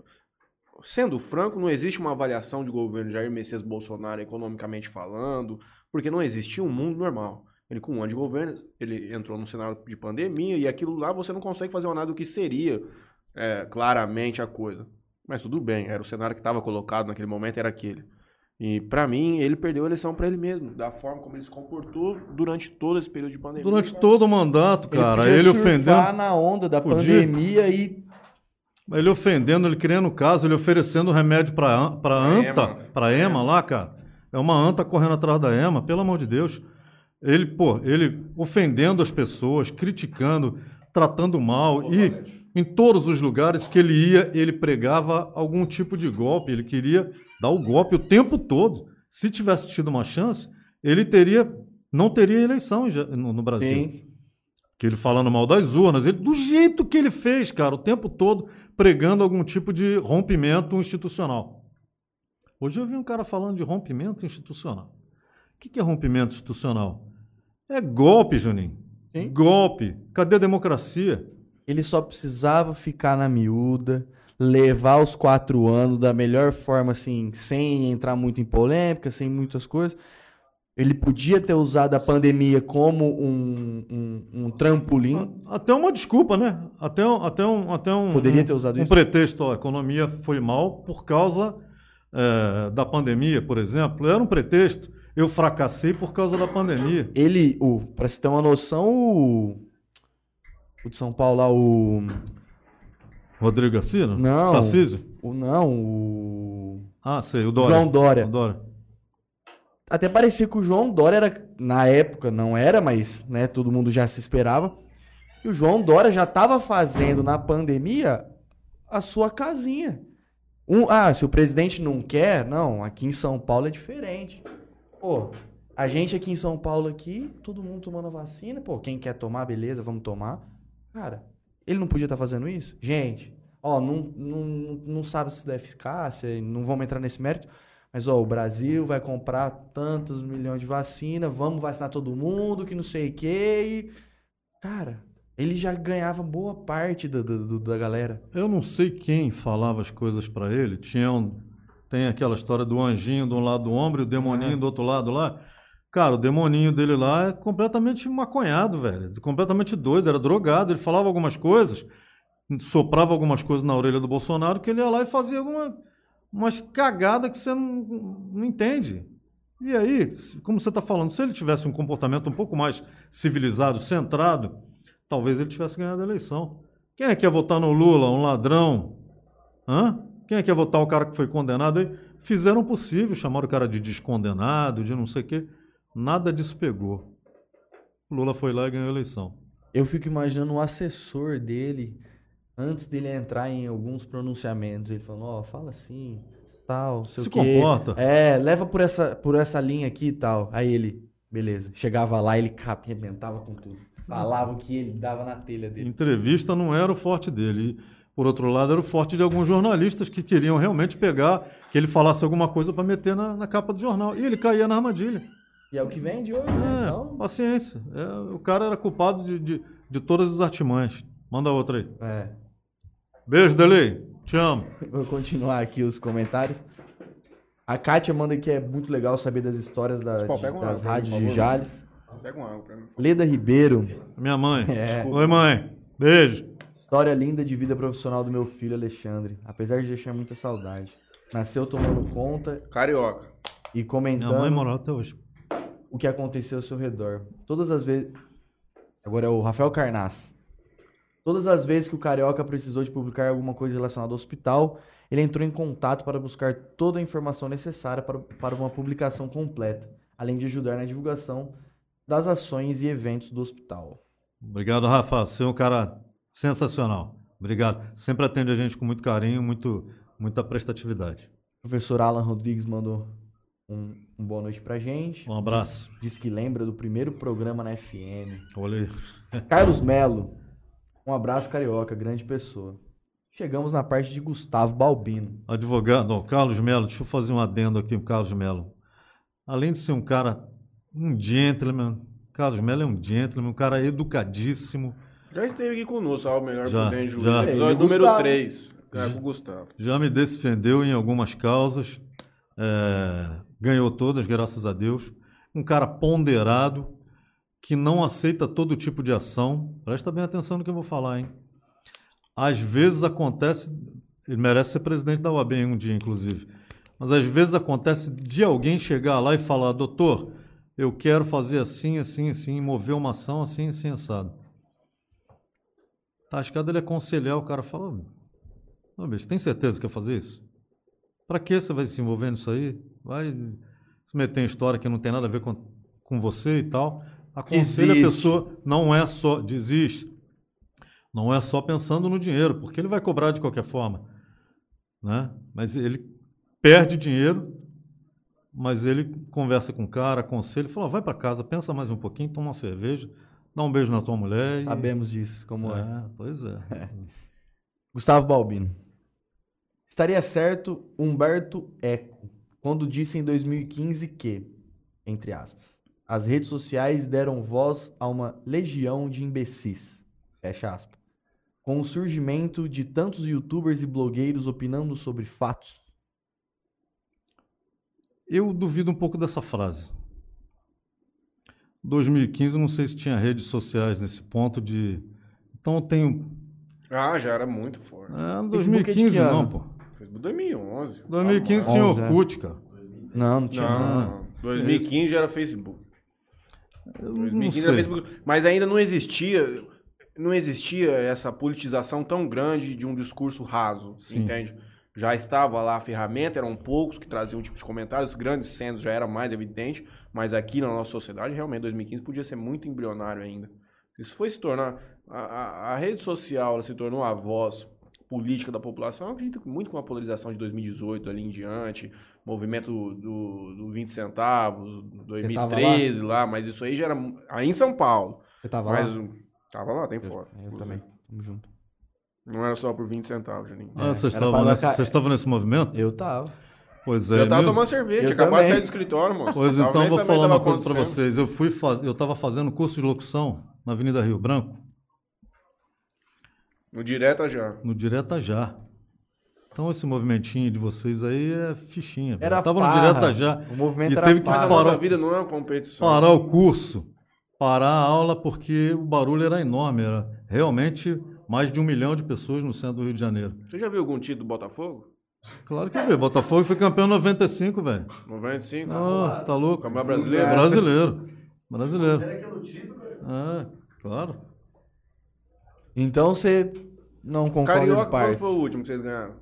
sendo franco, não existe uma avaliação de governo de Jair Messias Bolsonaro economicamente falando, porque não existia um mundo normal. Ele, com um ano de governo, ele entrou num cenário de pandemia e aquilo lá você não consegue fazer uma nada do que seria claramente a coisa. Mas tudo bem, era o cenário que estava colocado naquele momento, era aquele. E, pra mim, ele perdeu a eleição pra ele mesmo, da forma como ele se comportou durante todo esse período de pandemia. Durante todo o mandato, cara. Ele ofendendo na onda da pandemia e... Ele ofendendo, ele criando caso, ele oferecendo remédio pra anta, pra EMA lá, cara. É uma anta correndo atrás da EMA, pelo amor de Deus. Ele ofendendo as pessoas, criticando, tratando mal. E em todos os lugares que ele ia, ele pregava algum tipo de golpe. Ele queria dar o golpe o tempo todo. Se tivesse tido uma chance, ele não teria eleição no Brasil. Sim. Que ele falando mal das urnas, do jeito que ele fez, cara, o tempo todo pregando algum tipo de rompimento institucional. Hoje eu vi um cara falando de rompimento institucional. O que é rompimento institucional? É golpe, Juninho. Sim. Golpe. Cadê a democracia? Ele só precisava ficar na miúda, levar os 4 anos da melhor forma, assim, sem entrar muito em polêmica, sem muitas coisas. Ele podia ter usado a pandemia como um trampolim. Até uma desculpa, né? Até um Poderia ter usado um isso. pretexto. Ó, a economia foi mal por causa da pandemia, por exemplo. Era um pretexto. Eu fracassei por causa da pandemia. Pra você ter uma noção, o de São Paulo lá, Rodrigo Garcia? Não. Tarcísio? Ah, sei, o Dória. João Dória. O Dória. Até parecia que o João Dória era, na época, não era, mas né, todo mundo já se esperava. E o João Dória já estava fazendo na pandemia a sua casinha. Se o presidente não quer, não, aqui em São Paulo é diferente. Pô, a gente aqui em São Paulo, todo mundo tomando a vacina, pô, quem quer tomar, beleza, vamos tomar. Cara, ele não podia estar fazendo isso? Gente, não sabe se dá eficácia, não vamos entrar nesse mérito, mas o Brasil vai comprar tantos milhões de vacina, vamos vacinar todo mundo, que não sei o quê. Cara, ele já ganhava boa parte da galera. Eu não sei quem falava as coisas para ele. Tem aquela história do anjinho de um lado do ombro e o demoninho do outro lado lá. Cara, o demoninho dele lá é completamente maconhado, velho. Completamente doido, era drogado. Ele falava algumas coisas, soprava algumas coisas na orelha do Bolsonaro, que ele ia lá e fazia umas cagadas que você não entende. E aí, como você está falando, se ele tivesse um comportamento um pouco mais civilizado, centrado, talvez ele tivesse ganhado a eleição. Quem é que ia votar no Lula? Um ladrão? Quem é que ia votar o cara que foi condenado? Aí fizeram o possível, chamaram o cara de descondenado, de não sei o quê. Nada disso pegou. O Lula foi lá e ganhou a eleição. Eu fico imaginando o assessor dele, antes dele entrar em alguns pronunciamentos, ele falando, fala assim, tal, sei o quê. Se comporta. Leva por essa linha aqui e tal. Aí ele, beleza, chegava lá, ele arrebentava com tudo. Falava o que ele dava na telha dele. Entrevista não era o forte dele. Por outro lado, era o forte de alguns jornalistas que queriam realmente pegar, que ele falasse alguma coisa para meter na capa do jornal. E ele caía na armadilha. E é o que vende hoje, né? Então... Paciência. O cara era culpado de todas as artimanhas. Manda outra aí. Beijo, Delei. Te amo. Vou continuar aqui os comentários. A Kátia manda que é muito legal saber das histórias das rádios de Jales. Pega uma água pra mim. Leda Ribeiro. Minha mãe. Oi, mãe. Beijo. História linda de vida profissional do meu filho Alexandre. Apesar de deixar muita saudade. Nasceu tomando conta. Carioca. E comentando. Minha mãe morou até hoje. O que aconteceu ao seu redor. Todas as vezes. Agora é o Rafael Carnaz. Todas as vezes que o Carioca precisou de publicar alguma coisa relacionada ao hospital, ele entrou em contato para buscar toda a informação necessária para uma publicação completa, além de ajudar na divulgação das ações e eventos do hospital. Obrigado, Rafa. Você é um cara sensacional. Obrigado. Sempre atende a gente com muito carinho, muita prestatividade. O professor Alan Rodrigues mandou um boa noite pra gente. Um abraço. Diz que lembra do primeiro programa na FM. Olha aí. Carlos Melo. Um abraço, Carioca. Grande pessoa. Chegamos na parte de Gustavo Balbino. Advogado, Carlos Melo. Deixa eu fazer um adendo aqui pro Carlos Melo. Além de ser um cara, um gentleman, Carlos Melo é um gentleman, um cara educadíssimo. Já esteve aqui conosco, o melhor Já, prudente juiz. já. Episódio número 3. Com o Gustavo. Já me defendeu em algumas causas. Ganhou todas, graças a Deus. Um cara ponderado, que não aceita todo tipo de ação. Presta bem atenção no que eu vou falar, hein? Às vezes acontece, ele merece ser presidente da UAB em um dia, inclusive, mas às vezes acontece de alguém chegar lá e falar, doutor, eu quero fazer assim, assim, assim, mover uma ação assim, assim, assado. Tá, a escada ele aconselhar, o cara fala, não, bicho, tem certeza que quer fazer isso? Pra que você vai se envolver nisso aí? Vai se meter em história que não tem nada a ver com você e tal. Aconselha a pessoa, não é só, desiste. Não é só pensando no dinheiro, porque ele vai cobrar de qualquer forma, né? Mas ele perde dinheiro, mas ele conversa com o cara, aconselha, fala, vai para casa, pensa mais um pouquinho, toma uma cerveja, dá um beijo na tua mulher. Sabemos disso, como é. Pois é. Gustavo Balbino. Estaria certo Humberto Eco, quando disse em 2015 que, entre aspas, As redes sociais deram voz a uma legião de imbecis. Fecha aspas. Com o surgimento de tantos youtubers e blogueiros opinando sobre fatos. Eu duvido um pouco dessa frase. 2015, não sei se tinha redes sociais nesse ponto de... Então eu tenho... Ah, já era muito forte. 2015 não, pô. Facebook 2011. 2015 tinha Orkut, cara. Não tinha. Não, 2015 já era Facebook. 2015 era Facebook. Mas ainda não existia essa politização tão grande de um discurso raso, entende? Já estava lá a ferramenta, eram poucos que traziam um tipo de comentários, os grandes centros já era mais evidente, mas aqui na nossa sociedade, realmente, 2015 podia ser muito embrionário ainda. Isso foi se tornar... A rede social ela se tornou a voz política da população, eu acredito muito com a polarização de 2018 ali em diante, movimento do 20 centavos, 2013 lá, mas isso aí já era aí em São Paulo. Você tava lá? Tava lá, tem foto. Eu também, tamo junto. Não era só por 20 centavos, Janinho. Vocês estavam nesse movimento? Eu tava. Pois é. Eu tava tomando cerveja, acabou de sair do escritório, moço. Pois então, eu vou falar uma coisa pra vocês. Eu tava fazendo curso de locução na Avenida Rio Branco. No Direta Já. No Direta Já. Então esse movimentinho de vocês aí é fichinha. Era tava farra. no Direta Já. O movimento e era teve que farra. Mas a nossa vida não é uma competição. Parar o curso, parar a aula, porque o barulho era enorme. Era realmente mais de 1 milhão de pessoas no centro do Rio de Janeiro. Você já viu algum título do Botafogo? Claro que eu vi. Botafogo foi campeão em 95, velho. 95? Ah, você tá louco? Campeão brasileiro? Brasileiro. Era aquele título, claro. Então você não concorda Carioca, em partes. qual foi o último que vocês ganharam?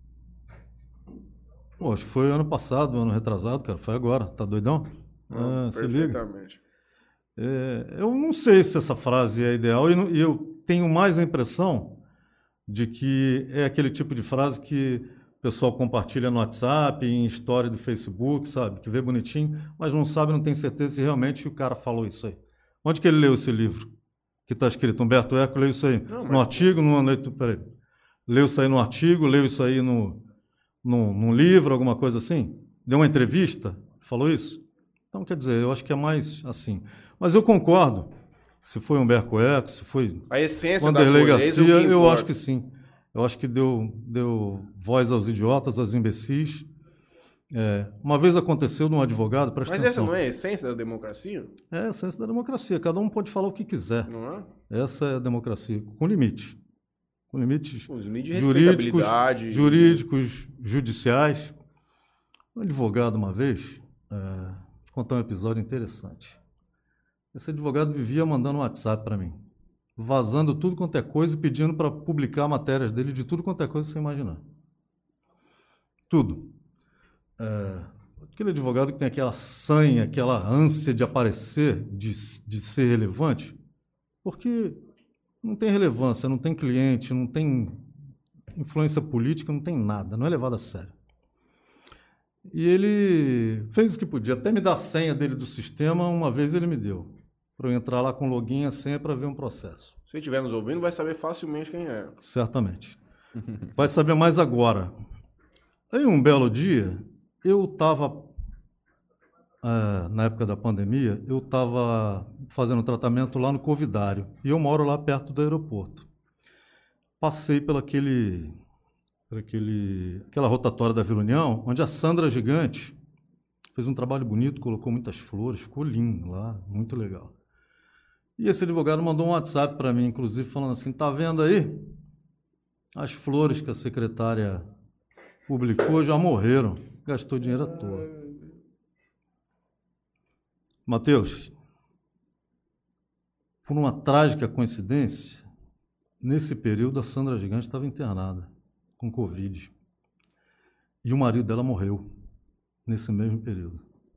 Pô, acho que foi ano passado, ano retrasado, cara. Foi agora. Tá doidão? Se liga. Eu não sei se essa frase é ideal e eu tenho mais a impressão de que é aquele tipo de frase que o pessoal compartilha no WhatsApp, em história do Facebook, sabe? Que vê bonitinho, mas não sabe, não tem certeza se realmente o cara falou isso aí. Onde que ele leu esse livro? Que está escrito, Humberto Eco leu isso aí no artigo, leu isso aí no artigo, leu isso aí num livro, alguma coisa assim? Deu uma entrevista? Falou isso? Então, quer dizer, eu acho que é mais assim. Mas eu concordo, se foi Humberto Eco, se foi a essência Wanderlei da Garcia, eu acho que sim. Eu acho que deu voz aos idiotas, aos imbecis. Uma vez aconteceu de um advogado, presta atenção. Mas essa não é a essência da democracia? É a essência da democracia. Cada um pode falar o que quiser. Não é? Essa é a democracia, com limite. Com limites jurídicos, judiciais. Um advogado, uma vez, vou contar um episódio interessante. Esse advogado vivia mandando um WhatsApp para mim, vazando tudo quanto é coisa e pedindo para publicar matérias dele de tudo quanto é coisa que você imaginar. Tudo. Aquele advogado que tem aquela sanha, aquela ânsia de aparecer, de ser relevante, porque não tem relevância, não tem cliente, não tem influência política, não tem nada, não é levado a sério. E ele fez o que podia, até me dar a senha dele do sistema, uma vez ele me deu, para eu entrar lá com login e a senha para ver um processo. Se estiver nos ouvindo, vai saber facilmente quem é. Certamente. Vai saber mais agora. Aí um belo dia, eu estava, na época da pandemia, eu estava fazendo tratamento lá no Covidário, e eu moro lá perto do aeroporto. Passei aquela rotatória da Vila União, onde a Sandra Gigante fez um trabalho bonito, colocou muitas flores, ficou lindo lá, muito legal. E esse advogado mandou um WhatsApp para mim, inclusive, falando assim, tá vendo aí? As flores que a secretária publicou já morreram, gastou dinheiro à toa. Matheus, por uma trágica coincidência, nesse período a Sandra Gigante estava internada com Covid. E o marido dela morreu nesse mesmo período.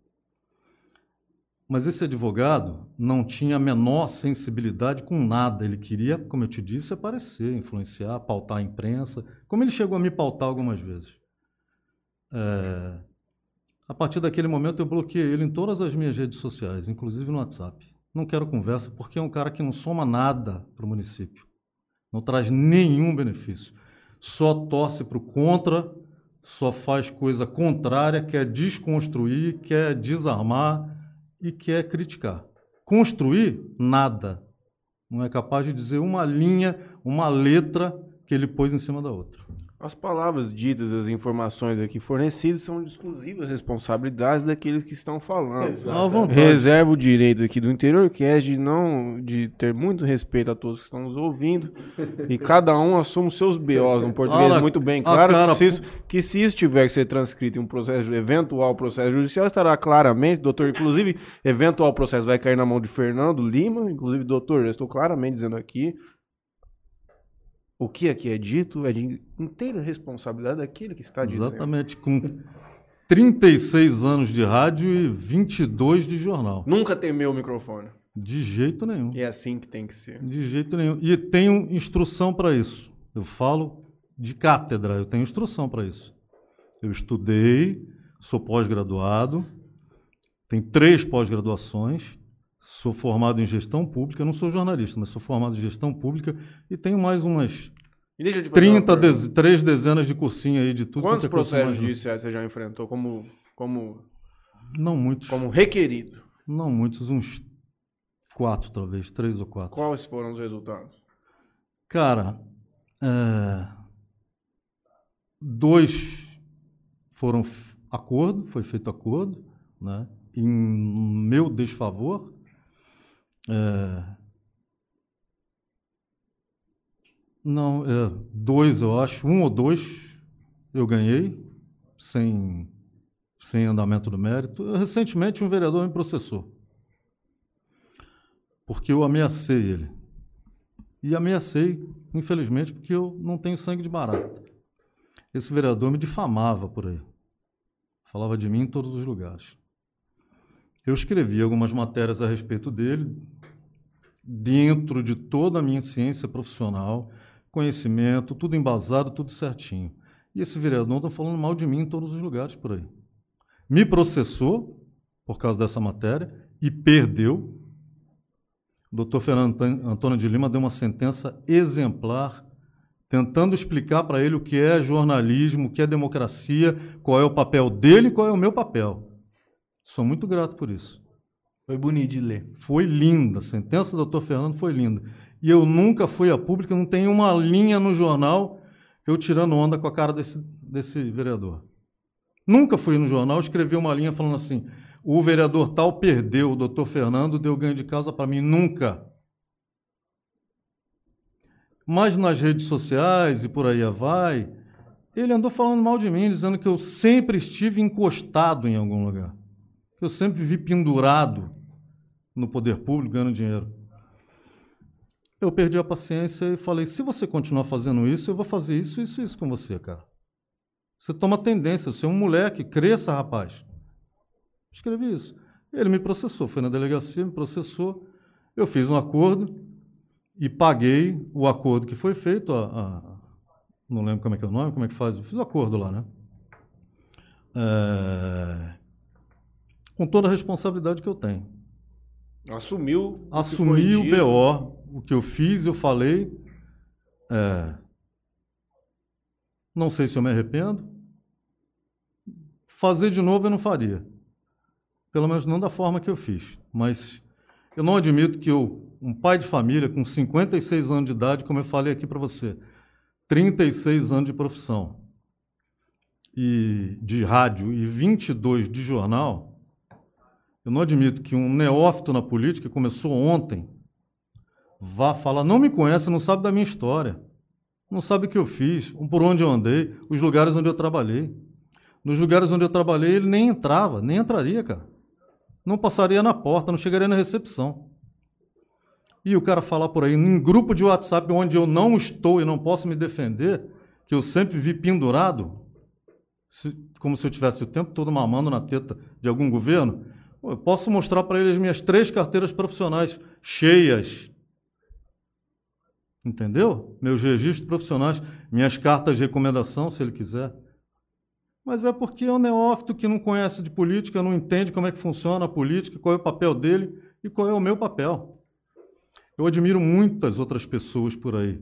Mas esse advogado não tinha a menor sensibilidade com nada. Ele queria, como eu te disse, aparecer, influenciar, pautar a imprensa, como ele chegou a me pautar algumas vezes. A partir daquele momento eu bloqueei ele em todas as minhas redes sociais, inclusive no WhatsApp. Não quero conversa porque é um cara que não soma nada para o município. Não traz nenhum benefício. Só torce para o contra, só faz coisa contrária, quer desconstruir, quer desarmar e quer criticar. Construir, nada. Não é capaz de dizer uma linha, uma letra que ele pôs em cima da outra. As palavras ditas, as informações aqui fornecidas são de exclusivas responsabilidades daqueles que estão falando. Reservo o direito aqui do Interior Cast de ter muito respeito a todos que estão nos ouvindo e cada um assume os seus BOs, um português muito bem claro, que se isso tiver que ser transcrito em um processo, eventual processo judicial, estará claramente, doutor, inclusive, eventual processo vai cair na mão de Fernando Lima, inclusive, doutor, eu estou claramente dizendo aqui, o que aqui é dito é de inteira responsabilidade daquele que está dizendo. Exatamente, com 36 anos de rádio e 22 de jornal. Nunca temeu o microfone. De jeito nenhum. E é assim que tem que ser. De jeito nenhum. E tenho instrução para isso. Eu falo de cátedra, eu tenho instrução para isso. Eu estudei, sou pós-graduado, tenho 3 pós-graduações, sou formado em gestão pública, não sou jornalista, mas sou formado em gestão pública e tenho mais umas 3 dezenas de cursinho aí de tudo. Quantos processos judiciais você já enfrentou não muitos. Como requerido? Não muitos, uns 4 talvez, 3 ou 4. Quais foram os resultados? Cara, 2 foram acordo, foi feito acordo, né, em meu desfavor. 2 eu acho, 1 ou 2 eu ganhei, sem andamento do mérito. Recentemente um vereador me processou, porque eu ameacei ele. E ameacei, infelizmente, porque eu não tenho sangue de barata. Esse vereador me difamava por aí, falava de mim em todos os lugares. Eu escrevi algumas matérias a respeito dele, dentro de toda a minha ciência profissional, conhecimento, tudo embasado, tudo certinho. E esse vereador está falando mal de mim em todos os lugares por aí. Me processou por causa dessa matéria e perdeu. O doutor Fernando Antônio de Lima deu uma sentença exemplar, tentando explicar para ele o que é jornalismo, o que é democracia, qual é o papel dele e qual é o meu papel. Sou muito grato por isso. Foi bonito de ler. Foi linda, a sentença do doutor Fernando foi linda. E eu nunca fui a público, não tem uma linha no jornal eu tirando onda com a cara desse vereador. Nunca fui no jornal, escrevi uma linha falando assim, o vereador tal perdeu, o doutor Fernando deu ganho de causa para mim. Nunca. Mas nas redes sociais e por aí vai, ele andou falando mal de mim, dizendo que eu sempre estive encostado em algum lugar. Que eu sempre vivi pendurado no poder público, ganhando dinheiro. Eu perdi a paciência e falei, se você continuar fazendo isso, eu vou fazer isso, isso, isso com você, cara. Você toma tendência, você é um moleque, cresça, rapaz. Escrevi isso. Ele me processou, foi na delegacia, me processou. Eu fiz um acordo e paguei o acordo que foi feito, não lembro como é que é o nome, como é que faz, eu fiz o acordo lá, né? Com toda a responsabilidade que eu tenho. Assumi o BO, o que eu fiz, eu falei. Não sei se eu me arrependo. Fazer de novo eu não faria. Pelo menos não da forma que eu fiz. Mas eu não admito que um pai de família com 56 anos de idade, como eu falei aqui para você, 36 anos de profissão, e de rádio e 22 de jornal, eu não admito que um neófito na política, que começou ontem, vá falar, não me conhece, não sabe da minha história, não sabe o que eu fiz, por onde eu andei, os lugares onde eu trabalhei. Nos lugares onde eu trabalhei, ele nem entrava, nem entraria, cara. Não passaria na porta, não chegaria na recepção. E o cara falar por aí, em grupo de WhatsApp onde eu não estou e não posso me defender, que eu sempre vi pendurado, como se eu tivesse o tempo todo mamando na teta de algum governo, eu posso mostrar para ele as minhas 3 carteiras profissionais cheias. Entendeu? Meus registros profissionais, minhas cartas de recomendação, se ele quiser. Mas é porque é um neófito que não conhece de política, não entende como é que funciona a política, qual é o papel dele e qual é o meu papel. Eu admiro muitas outras pessoas por aí.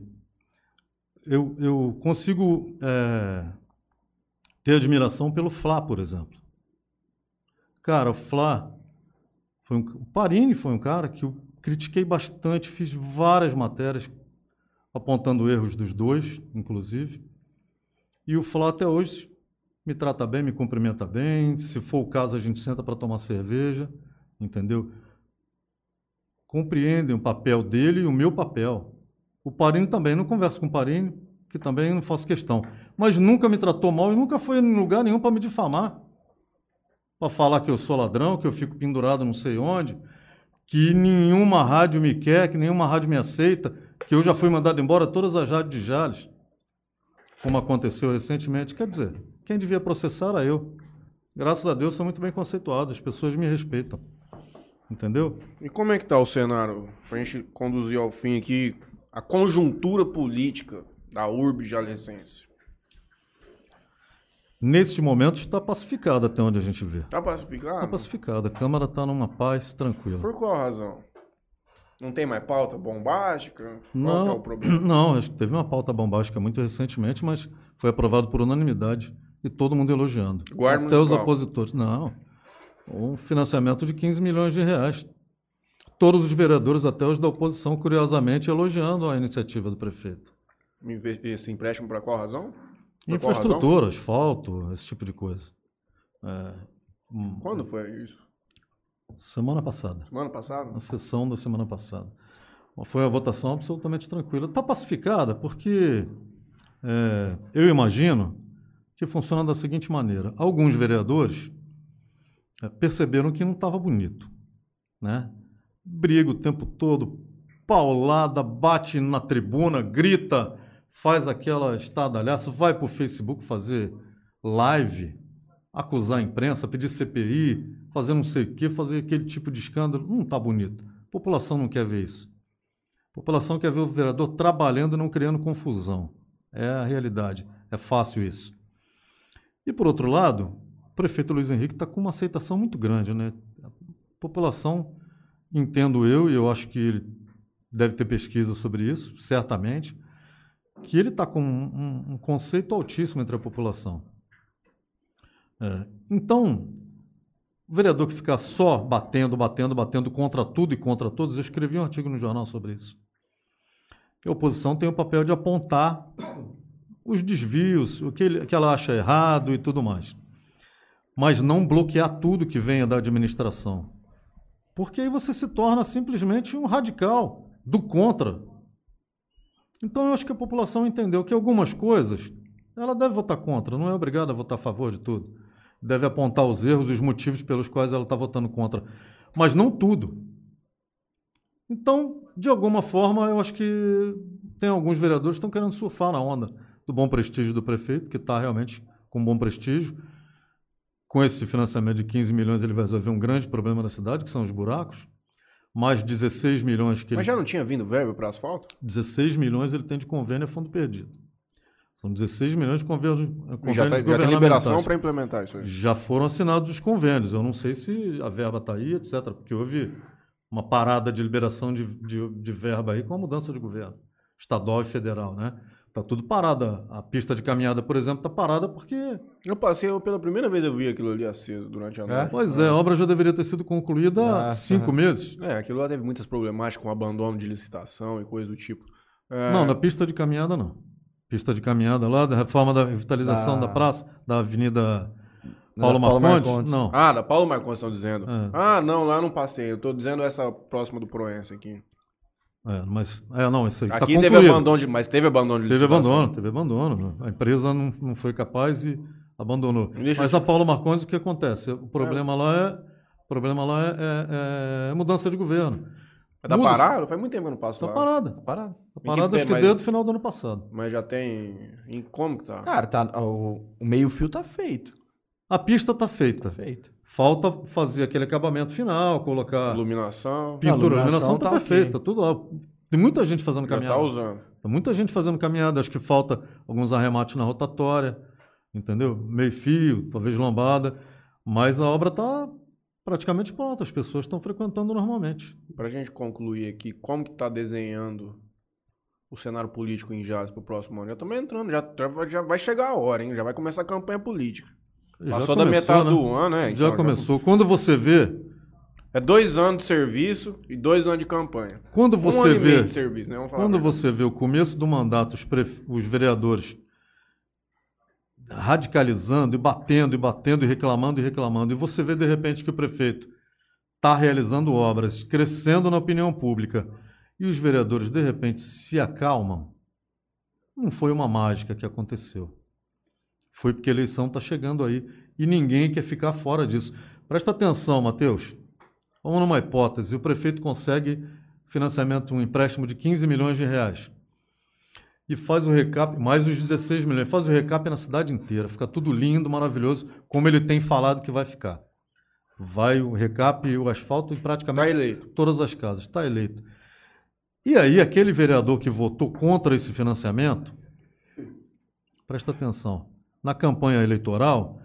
Eu consigo ter admiração pelo Flá, por exemplo. Cara, o Flá O Parini foi um cara que eu critiquei bastante, fiz várias matérias apontando erros dos dois, inclusive. E o Flá até hoje me trata bem, me cumprimenta bem. Se for o caso, a gente senta para tomar cerveja, entendeu? Compreendem o papel dele e o meu papel. O Parini também, não converso com o Parini, que também não faço questão. Mas nunca me tratou mal e nunca foi em lugar nenhum para me difamar. Para falar que eu sou ladrão, que eu fico pendurado não sei onde, que nenhuma rádio me quer, que nenhuma rádio me aceita, que eu já fui mandado embora todas as rádios de Jales, como aconteceu recentemente. Quer dizer, quem devia processar era eu. Graças a Deus sou muito bem conceituado, as pessoas me respeitam. Entendeu? E como é que tá o cenário, pra gente conduzir ao fim aqui, a conjuntura política da urbe jalesense? Neste momento está pacificada até onde a gente vê. Tá pacificado? Está pacificada, a Câmara está numa paz tranquila. Por qual razão? Não tem mais pauta bombástica? Não, qual que é o problema? não, teve uma pauta bombástica muito recentemente, mas foi aprovado por unanimidade e todo mundo elogiando. Guarda até os municipal. opositores. Não, um financiamento de 15 milhões de reais. Todos os vereadores, até os da oposição, curiosamente, elogiando a iniciativa do prefeito. Esse empréstimo para qual razão? Por qual Infraestrutura, asfalto, esse tipo de coisa. Quando foi isso? Semana passada. Semana passada? Na sessão da semana passada. Foi uma votação absolutamente tranquila. Está pacificada porque eu imagino que funciona da seguinte maneira. Alguns vereadores perceberam que não estava bonito, né? Briga o tempo todo, paulada, bate na tribuna, grita, faz aquela estardalhaça, vai para o Facebook fazer live, acusar a imprensa, pedir CPI, fazer não sei o quê, fazer aquele tipo de escândalo. Não está bonito. A população não quer ver isso. A população quer ver o vereador trabalhando e não criando confusão. É a realidade. É fácil isso. E, por outro lado, o prefeito Luiz Henrique está com uma aceitação muito grande, né? A população, entendo eu, e eu acho que ele deve ter pesquisa sobre isso, certamente, que ele está com um conceito altíssimo entre a população. Então, o vereador que ficar só batendo contra tudo e contra todos, eu escrevi um artigo no jornal sobre isso. Que a oposição tem o papel de apontar os desvios, o que ela acha errado e tudo mais. Mas não bloquear tudo que venha da administração. Porque aí você se torna simplesmente um radical do contra. Então eu acho que a população entendeu que algumas coisas ela deve votar contra, não é obrigada a votar a favor de tudo. Deve apontar os erros, os motivos pelos quais ela está votando contra. Mas não tudo. Então, de alguma forma, eu acho que tem alguns vereadores que estão querendo surfar na onda do bom prestígio do prefeito, que está realmente com bom prestígio. Com esse financiamento de 15 milhões, ele vai resolver um grande problema na cidade, que são os buracos. Mais 16 milhões que Mas já não tinha vindo verba para asfalto? 16 milhões ele tem de convênio a fundo perdido. São 16 milhões de convênios Já tem liberação para implementar isso aí. Já foram assinados os convênios. Eu não sei se a verba está aí, etc. Porque houve uma parada de liberação de verba aí com a mudança de governo estadual e federal, né? Está tudo parado. A pista de caminhada, por exemplo, está parada porque... Eu passei, pela primeira vez eu vi aquilo ali aceso durante a noite. Pois a obra já deveria ter sido concluída há 5 meses. Aquilo lá teve muitas problemáticas com abandono de licitação e coisa do tipo. Não, na pista de caminhada não. Pista de caminhada lá, da reforma da revitalização da praça, da Avenida Paulo Marcondes? Não. Da Paulo Marcondes estão dizendo. Não, lá eu não passei. Eu estou dizendo essa próxima do Proença aqui. Não, isso aí aqui tá teve abandono mas teve abandono de licitação. Teve abandono. A empresa não foi capaz e abandonou. Mas a Paulo Marcondes, o que acontece? O problema lá é mudança de governo. Tá parado? Faz muito tempo que eu não passo lá. Tá parada. Parado. Tá parada, acho que desde o final do ano passado. Mas já tem... Como que tá? Cara, o meio-fio tá feito. A pista tá feita. Tá feito. Falta fazer aquele acabamento final, colocar... Iluminação. Pintura. A iluminação tá perfeita, tudo lá. Tem muita gente fazendo caminhada. Já tá usando. Tem muita gente fazendo caminhada. Acho que falta alguns arremates na rotatória, entendeu? Meio fio, talvez lombada. Mas a obra tá praticamente pronta. As pessoas estão frequentando normalmente. Pra gente concluir aqui, como que tá desenhando o cenário político em Jales pro próximo ano? Já estamos entrando, já vai chegar a hora, hein? Já vai começar a campanha política. Passou da metade do ano, né? Já começou. Quando você vê É 2 anos de serviço e 2 anos de campanha. Quando Um ano você e meio vê, de serviço, né? Vamos falar quando a verdade. você vê o começo do mandato, os vereadores radicalizando e batendo e reclamando, e você vê de repente que o prefeito está realizando obras, crescendo na opinião pública, e os vereadores de repente se acalmam, não foi uma mágica que aconteceu. Foi porque a eleição está chegando aí e ninguém quer ficar fora disso. Presta atenção, Matheus. Vamos numa hipótese, o prefeito consegue financiamento, um empréstimo de 15 milhões de reais. E faz o recap, mais os 16 milhões, faz o recap na cidade inteira. Fica tudo lindo, maravilhoso, como ele tem falado que vai ficar. Vai o recap e o asfalto em praticamente todas as casas. Está eleito. E aí, aquele vereador que votou contra esse financiamento, presta atenção, na campanha eleitoral,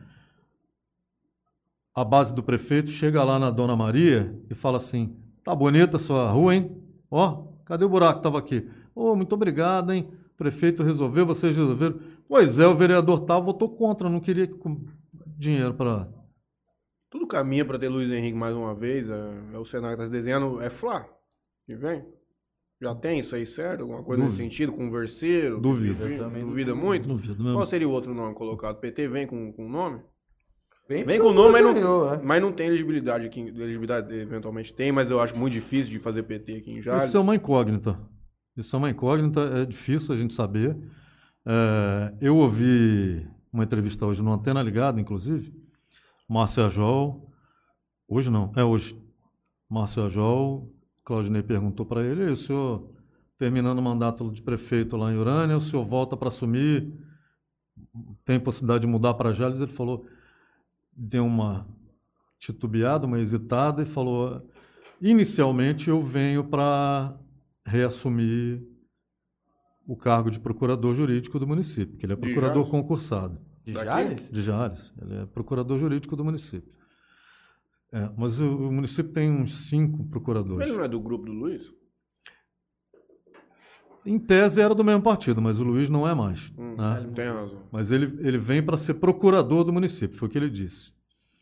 a base do prefeito chega lá na Dona Maria e fala assim, tá bonita a sua rua, hein? Ó, cadê o buraco que estava aqui? Ô, muito obrigado, hein? O prefeito resolveu, vocês resolveram. Pois é, o vereador votou contra, não queria dinheiro para... Tudo caminha para ter Luiz Henrique mais uma vez, é o cenário que está se desenhando, é Flá, que vem. Já tem isso aí certo? Alguma coisa nesse sentido, converseiro? Duvido. Duvida muito? Duvido mesmo. Qual seria o outro nome colocado? PT vem com o nome? Vem com o nome, ganhou, mas não tem elegibilidade aqui. Elegibilidade eventualmente tem, mas eu acho muito difícil de fazer PT aqui em Jales. Isso é uma incógnita. Isso é uma incógnita, é difícil a gente saber. Eu ouvi uma entrevista hoje no Antena Ligada, inclusive, Márcio Ajol, hoje não, é hoje, Márcio Ajol, Claudinei perguntou para ele, o senhor, terminando o mandato de prefeito lá em Urânia, o senhor volta para assumir, tem possibilidade de mudar para Jales? Ele falou, deu uma titubeada, uma hesitada e falou, inicialmente eu venho para reassumir o cargo de procurador jurídico do município, que ele é procurador concursado. De Jales? De Jales. Ele é procurador jurídico do município. Mas o município tem uns 5 procuradores. Ele não é do grupo do Luiz? Em tese era do mesmo partido, mas o Luiz não é mais. Né? Tem razão. Mas ele vem para ser procurador do município, foi o que ele disse.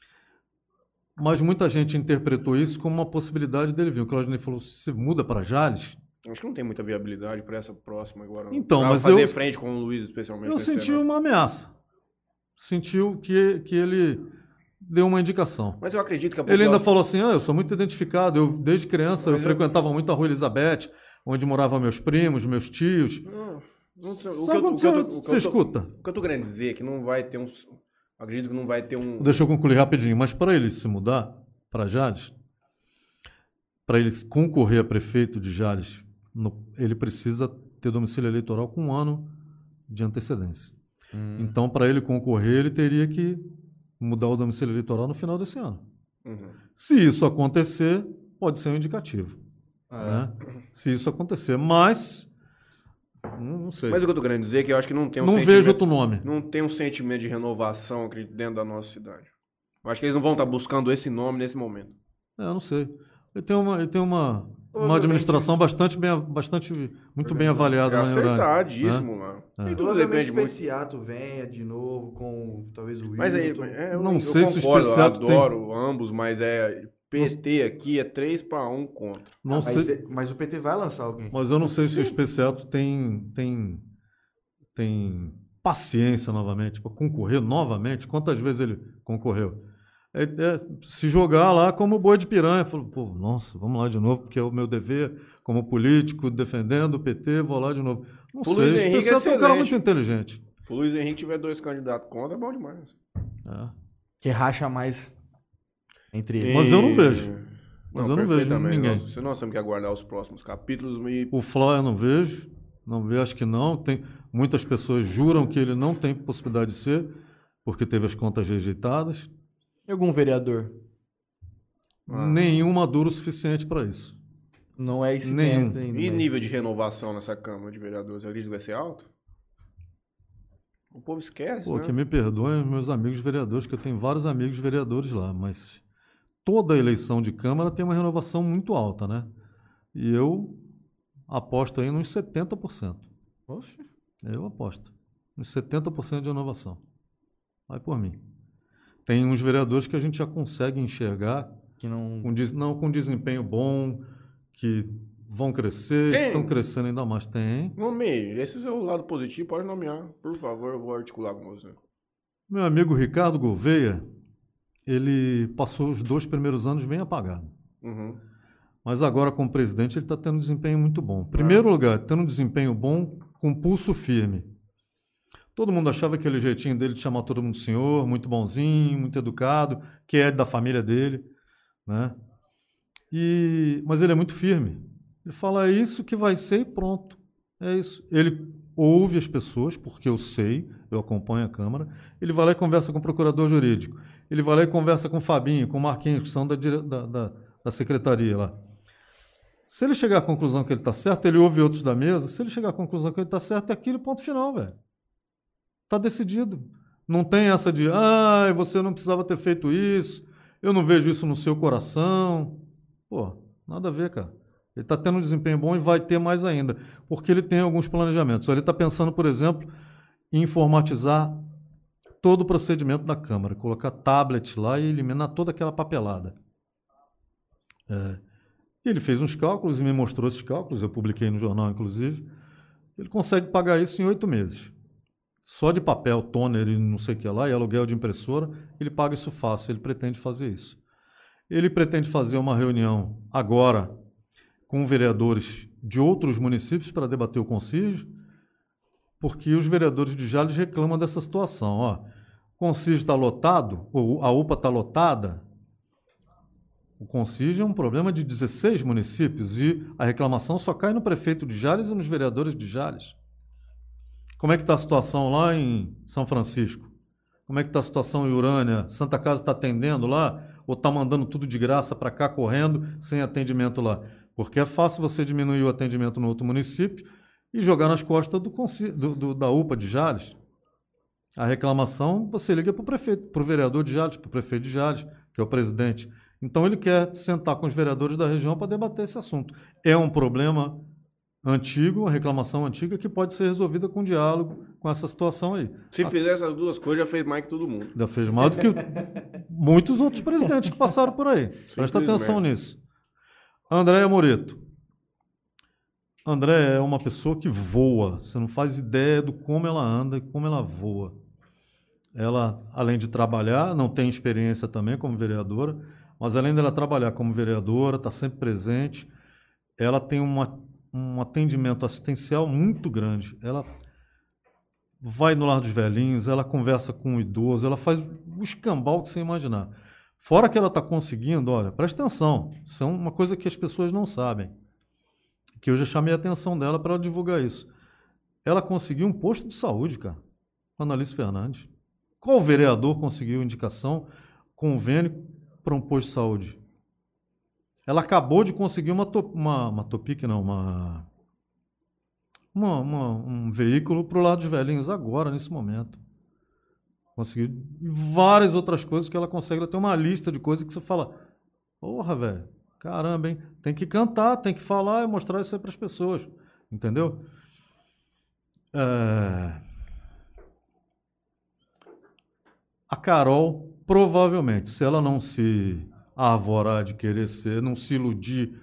Mas muita gente interpretou isso como uma possibilidade dele vir. O Claudinei falou, se muda para Jales... Acho que não tem muita viabilidade para essa próxima agora. Então, pra mas fazer frente com o Luiz, especialmente. Eu senti uma ameaça. Sentiu que ele deu uma indicação. Mas eu acredito que Ele ainda falou assim, eu sou muito identificado, desde criança eu frequentava muito a Rua Elizabeth, onde moravam meus primos, meus tios. Sabe quando você escuta? O que eu tô querendo dizer é que não vai ter acredito que não vai ter um... Deixa eu concluir rapidinho, mas para ele se mudar para Jales, para ele concorrer a prefeito de Jales, ele precisa ter domicílio eleitoral com 1 ano de antecedência. Então, para ele concorrer, ele teria que mudar o domicílio eleitoral no final desse ano. Se isso acontecer, pode ser um indicativo. Né? Se isso acontecer, mas... Não sei. Mas o que eu estou querendo dizer é que eu acho que não tem Não vejo outro nome. Não tem um sentimento de renovação, acredito, dentro da nossa cidade. Eu acho que eles não vão estar buscando esse nome nesse momento. Eu não sei. Ele tem uma administração muito bem avaliada na Urânia. Acertadíssimo lá. E tudo depende muito. Se o Especiato venha de novo com talvez o Wilton. Mas aí, eu não sei se o Especiato adoro ambos, mas PT aqui é 3-1 contra. Não sei. Mas o PT vai lançar alguém. Mas eu não sei se o Especiato tem paciência novamente para concorrer novamente. Quantas vezes ele concorreu? Se jogar lá como boi de piranha. Falou, nossa, vamos lá de novo, porque é o meu dever como político, defendendo o PT, vou lá de novo. Não sei, o Especiato é um cara muito inteligente. Se o Luiz Henrique tiver 2 candidatos contra, é bom demais. Que racha mais entre eles. Mas eu não vejo. Mas eu não vejo ninguém. Nós temos que aguardar os próximos capítulos. O Flá eu não vejo. Não vejo, acho que não. Muitas pessoas juram que ele não tem possibilidade de ser, porque teve as contas rejeitadas. E algum vereador? Nenhum maduro o suficiente para isso. Não é esse nenhum. Ainda, e nível de renovação nessa Câmara de Vereadores, eu acredito que vai ser alto? O povo esquece, né? Que me perdoem meus amigos vereadores, que eu tenho vários amigos vereadores lá, mas toda eleição de Câmara tem uma renovação muito alta, né? E eu aposto aí nos 70%. Poxa. Eu aposto. Uns 70% de renovação. Vai por mim. Tem uns vereadores que a gente já consegue enxergar Que não... Com desempenho bom, que vão crescer, que estão crescendo ainda mais. Tem. Nomeie. Esse é o lado positivo, pode nomear. Por favor, eu vou articular com você. Meu amigo Ricardo Gouveia, ele passou os 2 primeiros anos bem apagado. Uhum. Mas agora, como presidente, ele está tendo um desempenho muito bom. Primeiro lugar, tendo um desempenho bom, com pulso firme. Todo mundo achava aquele jeitinho dele de chamar todo mundo de senhor, muito bonzinho, muito educado, que é da família dele, né? Mas ele é muito firme. Ele fala, é isso que vai ser e pronto. É isso. Ele ouve as pessoas, porque eu sei, eu acompanho a Câmara. Ele vai lá e conversa com o procurador jurídico. Ele vai lá e conversa com o Fabinho, com o Marquinhos, que são da secretaria lá. Se ele chegar à conclusão que ele está certo, ele ouve outros da mesa. Se ele chegar à conclusão que ele está certo, é aquele ponto final, velho. Está decidido. Não tem essa de, você não precisava ter feito isso, eu não vejo isso no seu coração. Pô, nada a ver, cara. Ele está tendo um desempenho bom e vai ter mais ainda, porque ele tem alguns planejamentos. Ele está pensando, por exemplo, em informatizar todo o procedimento da Câmara, colocar tablet lá e eliminar toda aquela papelada. Ele fez uns cálculos e me mostrou esses cálculos, eu publiquei no jornal, inclusive. Ele consegue pagar isso em 8 meses. Só de papel, toner e não sei o que lá, e aluguel de impressora, ele paga isso fácil, ele pretende fazer isso. Ele pretende fazer uma reunião agora com vereadores de outros municípios para debater o Concígio, porque os vereadores de Jales reclamam dessa situação. O Concígio está lotado, ou a UPA está lotada. O Concígio é um problema de 16 municípios e a reclamação só cai no prefeito de Jales e nos vereadores de Jales. Como é que está a situação lá em São Francisco? Como é que está a situação em Urânia? Santa Casa está atendendo lá ou está mandando tudo de graça para cá, correndo, sem atendimento lá? Porque é fácil você diminuir o atendimento no outro município e jogar nas costas da UPA de Jales. A reclamação, você liga para o prefeito, para o vereador de Jales, para o prefeito de Jales, que é o presidente. Então ele quer sentar com os vereadores da região para debater esse assunto. É um problema antigo, uma reclamação antiga que pode ser resolvida com diálogo com essa situação aí. Se fizer essas duas coisas, já fez mais que todo mundo. Já fez mais do que muitos outros presidentes que passaram por aí. Presta atenção nisso. Andréa Moreto. Andréa é uma pessoa que voa. Você não faz ideia do como ela anda e como ela voa. Ela, além de trabalhar, não tem experiência também como vereadora, mas além dela trabalhar como vereadora, está sempre presente, ela tem um atendimento assistencial muito grande. Ela vai no lar dos velhinhos, ela conversa com o idoso, ela faz o escambau que você imaginar. Fora que ela está conseguindo, olha, presta atenção, isso é uma coisa que as pessoas não sabem, que eu já chamei a atenção dela para ela divulgar isso. Ela conseguiu um posto de saúde, cara, com a Analice Fernandes. Qual vereador conseguiu indicação, convênio para um posto de saúde? Ela acabou de conseguir um veículo para o lado dos velhinhos agora, nesse momento. Conseguiu várias outras coisas que ela consegue. Ela tem uma lista de coisas que você fala, porra, velho, caramba, hein? Tem que cantar, tem que falar e mostrar isso aí para as pessoas. Entendeu? A Carol, provavelmente, se ela não se arvorar de querer ser, não se iludir,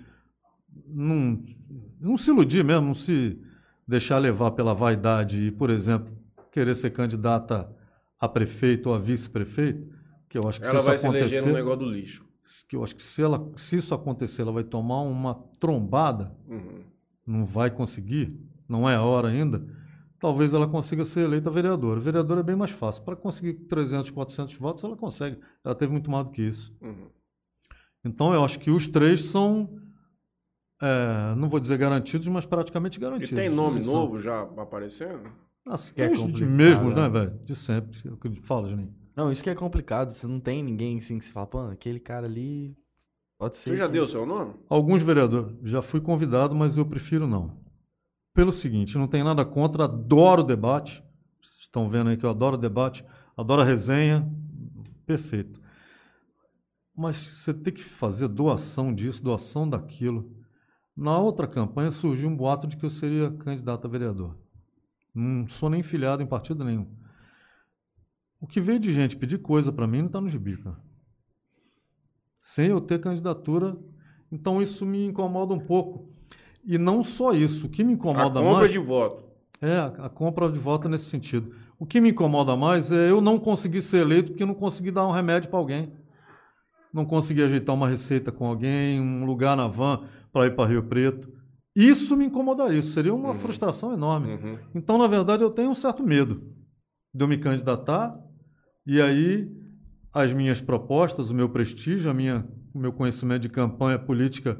não se iludir mesmo, não se deixar levar pela vaidade e, por exemplo, querer ser candidata a prefeito ou a vice-prefeito, que eu acho que ela se vai isso se eleger acontecer, no negócio do lixo. que eu acho que se isso acontecer, ela vai tomar uma trombada, não vai conseguir, não é a hora ainda. Talvez ela consiga ser eleita vereadora. Vereadora é bem mais fácil. Para conseguir 300, 400 votos, ela consegue. Ela teve muito mais do que isso. Então, eu acho que os três são, não vou dizer garantidos, mas praticamente garantidos. E tem nome novo já aparecendo? Os mesmos, né, velho? De sempre. Fala, Juninho. Não, isso que é complicado. Você não tem ninguém assim que se fala, pô, aquele cara ali pode ser. Você já deu o seu nome? Alguns vereadores. Já fui convidado, mas eu prefiro não. Pelo seguinte, não tem nada contra, adoro o debate. Vocês estão vendo aí que eu adoro o debate, adoro a resenha. Perfeito. Mas você tem que fazer doação disso, doação daquilo. Na outra campanha surgiu um boato de que eu seria candidato a vereador. Não sou nem filiado em partido nenhum. O que veio de gente pedir coisa para mim não está no gibi, cara. sem eu ter candidatura. Então isso me incomoda um pouco. E não só isso, o que me incomoda mais... A compra de voto. A compra de voto nesse sentido. O que me incomoda mais é eu não conseguir ser eleito porque não consegui dar um remédio para alguém. Não consegui ajeitar uma receita com alguém, um lugar na van para ir para Rio Preto. Isso me incomodaria, isso seria uma frustração enorme. Então, na verdade, eu tenho um certo medo de eu me candidatar e aí as minhas propostas, o meu prestígio, o meu conhecimento de campanha política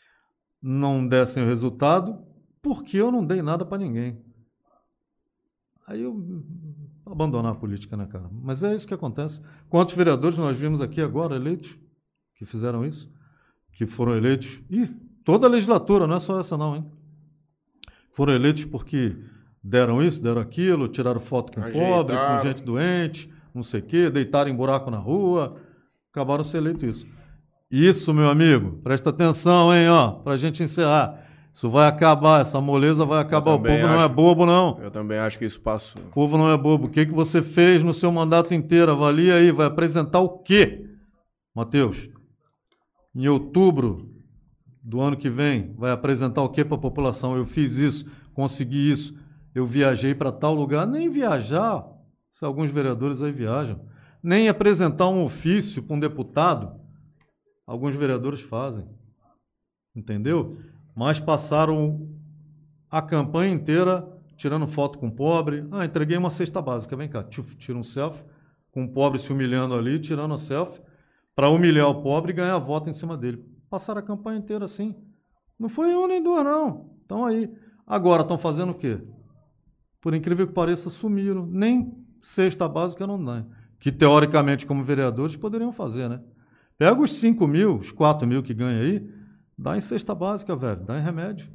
não dessem o resultado porque eu não dei nada para ninguém. Aí eu abandonar a política, né, cara? Mas é isso que acontece. Quantos vereadores nós vimos aqui agora eleitos que fizeram isso? Que foram eleitos... E toda a legislatura, não é só essa não, hein? Foram eleitos porque deram isso, deram aquilo, tiraram foto com pobre, com gente doente, não sei o quê, deitaram em buraco na rua, acabaram sendo eleitos isso. Isso, meu amigo, presta atenção, hein, ó, pra gente encerrar. Isso vai acabar, essa moleza vai acabar. O povo não é bobo, não. Eu também acho que isso passou. O povo não é bobo. O que você fez no seu mandato inteiro? Avalia aí, vai apresentar o quê? Matheus, em outubro do ano que vem, vai apresentar o quê para a população? Eu fiz isso, consegui isso, eu viajei para tal lugar. Nem viajar, se alguns vereadores aí viajam, nem apresentar um ofício para um deputado, alguns vereadores fazem. Entendeu? Mas passaram a campanha inteira tirando foto com pobre. Entreguei uma cesta básica, vem cá, tira um selfie, com o pobre se humilhando ali, tirando a selfie, para humilhar o pobre e ganhar voto em cima dele. Passaram a campanha inteira assim. Não foi um nem dois, não. Estão aí. Agora estão fazendo o quê? Por incrível que pareça, sumiram. Nem cesta básica não dá. Que teoricamente, como vereadores, poderiam fazer, né? Pega os 5 mil, os 4 mil que ganha aí, dá em cesta básica, velho. Dá em remédio.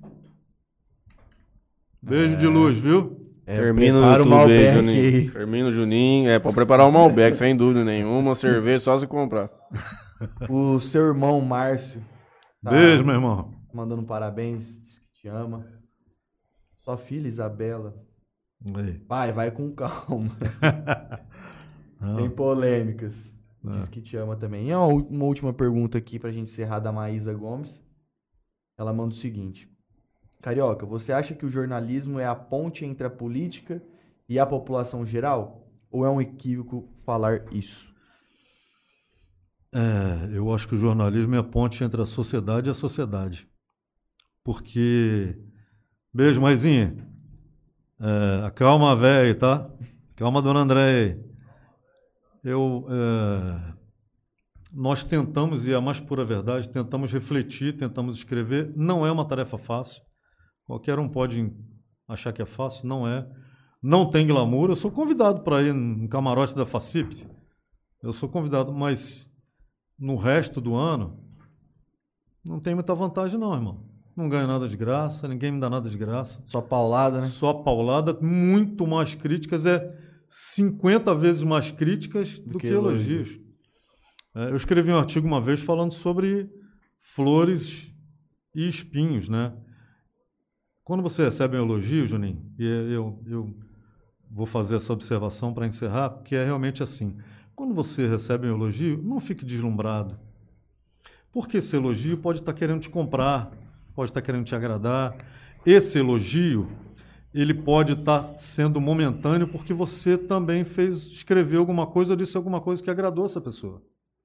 Beijo de luz, viu? Termina o YouTube, Juninho. Termina o Juninho. É pra preparar o Malbec, sem dúvida nenhuma. Cerveja só se comprar. O seu irmão Márcio. Beijo, meu irmão. Mandando parabéns, diz que te ama. Sua filha, Isabela. Pai, vai com calma. Sem polêmicas. Diz que te ama também. E uma última pergunta aqui pra gente encerrar da Maísa Gomes. Ela manda o seguinte. Carioca, você acha que o jornalismo é a ponte entre a política e a população geral? Ou é um equívoco falar isso? Eu acho que o jornalismo é a ponte entre a sociedade e a sociedade. Porque... Beijo, Maisinha. Calma, velho, tá? Calma, dona Andréia. Nós tentamos, e é a mais pura verdade, tentamos refletir, tentamos escrever. Não é uma tarefa fácil. Qualquer um pode achar que é fácil, não é. Não tem glamour. Eu sou convidado para ir no camarote da FACIP. Eu sou convidado, mas no resto do ano não tem muita vantagem não, irmão. Não ganho nada de graça, ninguém me dá nada de graça. Só paulada, né? Só paulada, muito mais críticas, 50 vezes mais críticas do que elogios. Eu escrevi um artigo uma vez falando sobre flores e espinhos, né? Quando você recebe um elogio, Juninho, e eu vou fazer essa observação para encerrar, porque é realmente assim. Quando você recebe um elogio, não fique deslumbrado. Porque esse elogio pode estar querendo te comprar, pode estar querendo te agradar. Esse elogio, ele pode estar sendo momentâneo porque você também escreveu alguma coisa ou disse alguma coisa que agradou essa pessoa.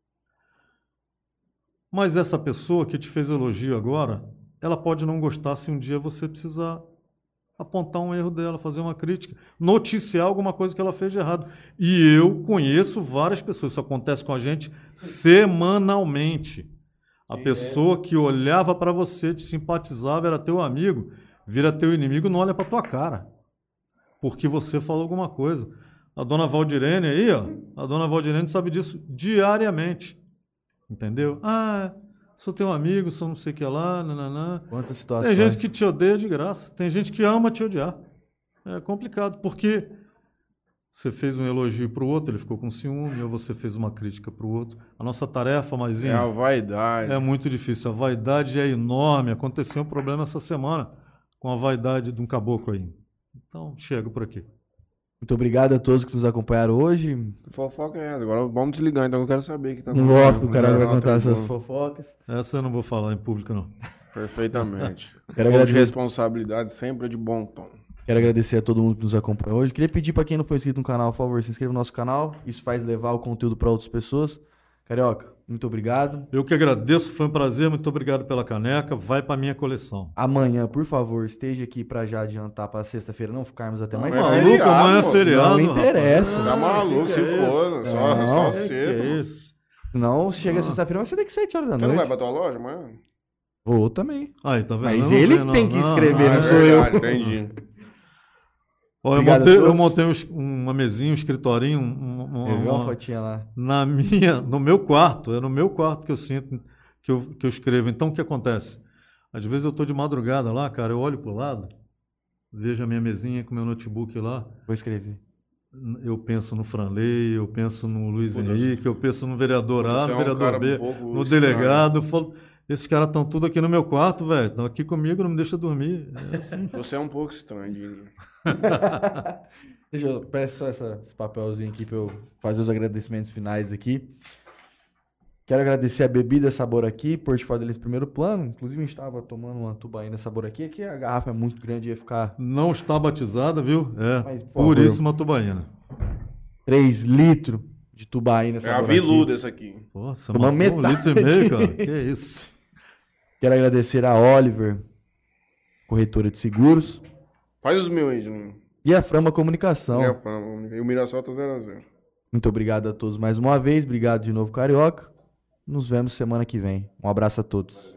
Mas essa pessoa que te fez elogio agora, ela pode não gostar se um dia você precisar apontar um erro dela, fazer uma crítica, noticiar alguma coisa que ela fez de errado. E eu conheço várias pessoas, isso acontece com a gente semanalmente. A pessoa que olhava para você, te simpatizava, era teu amigo, vira teu inimigo, não olha para tua cara, porque você falou alguma coisa. A dona Valdirene aí, ó, a dona Valdirene sabe disso diariamente, entendeu? Sou teu amigo, sou não sei o que lá, nananã. Quantas situações. Tem gente que te odeia de graça, tem gente que ama te odiar. É complicado, porque você fez um elogio para o outro, ele ficou com ciúme, ou você fez uma crítica para o outro. A nossa tarefa, Maisinha... É a vaidade. É muito difícil, a vaidade é enorme. Aconteceu um problema essa semana com a vaidade de um caboclo aí. Então, chego por aqui. Muito obrigado a todos que nos acompanharam hoje. Fofoca é essa. Agora vamos desligar, então eu quero saber o que tá No off, o cara vai contar essas fofocas. Essa eu não vou falar em público, não. Perfeitamente. Quero De agradecer, responsabilidade sempre é de bom tom. quero agradecer a todo mundo que nos acompanhou hoje. Queria pedir pra quem não foi inscrito no canal, por favor, se inscreva no nosso canal. Isso faz levar o conteúdo pra outras pessoas. Carioca, muito obrigado. Eu que agradeço, foi um prazer, muito obrigado pela caneca, vai para minha coleção. Amanhã, por favor, esteja aqui pra já adiantar pra sexta-feira, não ficarmos até mais Não, tarde. Maluco, amanhã é pô. feriado. Não interessa. Tá maluco, se for. Só Que sexta. é isso? Não, chega sexta-feira, vai ser daqui 7 horas da Você não vai noite. pra tua loja amanhã? Vou também. Aí, tá vendo? Mas Não ele vê, não, tem que não. escrever, Ah, não sou eu. entendi. Olha, Obrigado a eu todos. montei uma mesinha, um escritorinho, Eu vi uma fotinha lá. no meu quarto, é no meu quarto que eu sinto que eu escrevo. Então, o que acontece? Às vezes eu estou de madrugada lá, cara, eu olho pro lado, vejo a minha mesinha com meu notebook lá, Vou escrever. eu penso no Franley, eu penso no Luiz Pô, Henrique, eu penso no vereador A, Você é no um vereador cara B, um pouco no estranho. delegado. Eu falo, esses caras estão tudo aqui no meu quarto, velho. Estão aqui comigo, não me deixa dormir. É assim. Você é um pouco estranho, Dini. Deixa eu peço só esse papelzinho aqui pra eu fazer os agradecimentos finais aqui. Quero agradecer a Bebida Sabor aqui, Portfólio deles primeiro plano. Inclusive, a gente estava tomando uma tubaína Sabor aqui, que a garrafa é muito grande, ia ficar Não está batizada, viu? É, Mas, por favor. puríssima tubaína. 3 litros de tubaína É a Sabor veluda aqui. essa aqui. Nossa, Toma matou metade. 1,5 litro, cara. Que isso? Quero agradecer a Oliver, corretora de seguros, Faz os meus aí, Juninho. e a Frama Comunicação. E o Mirassol tá 0x0. Muito obrigado a todos mais uma vez. Obrigado de novo, Carioca. Nos vemos semana que vem. Um abraço a todos.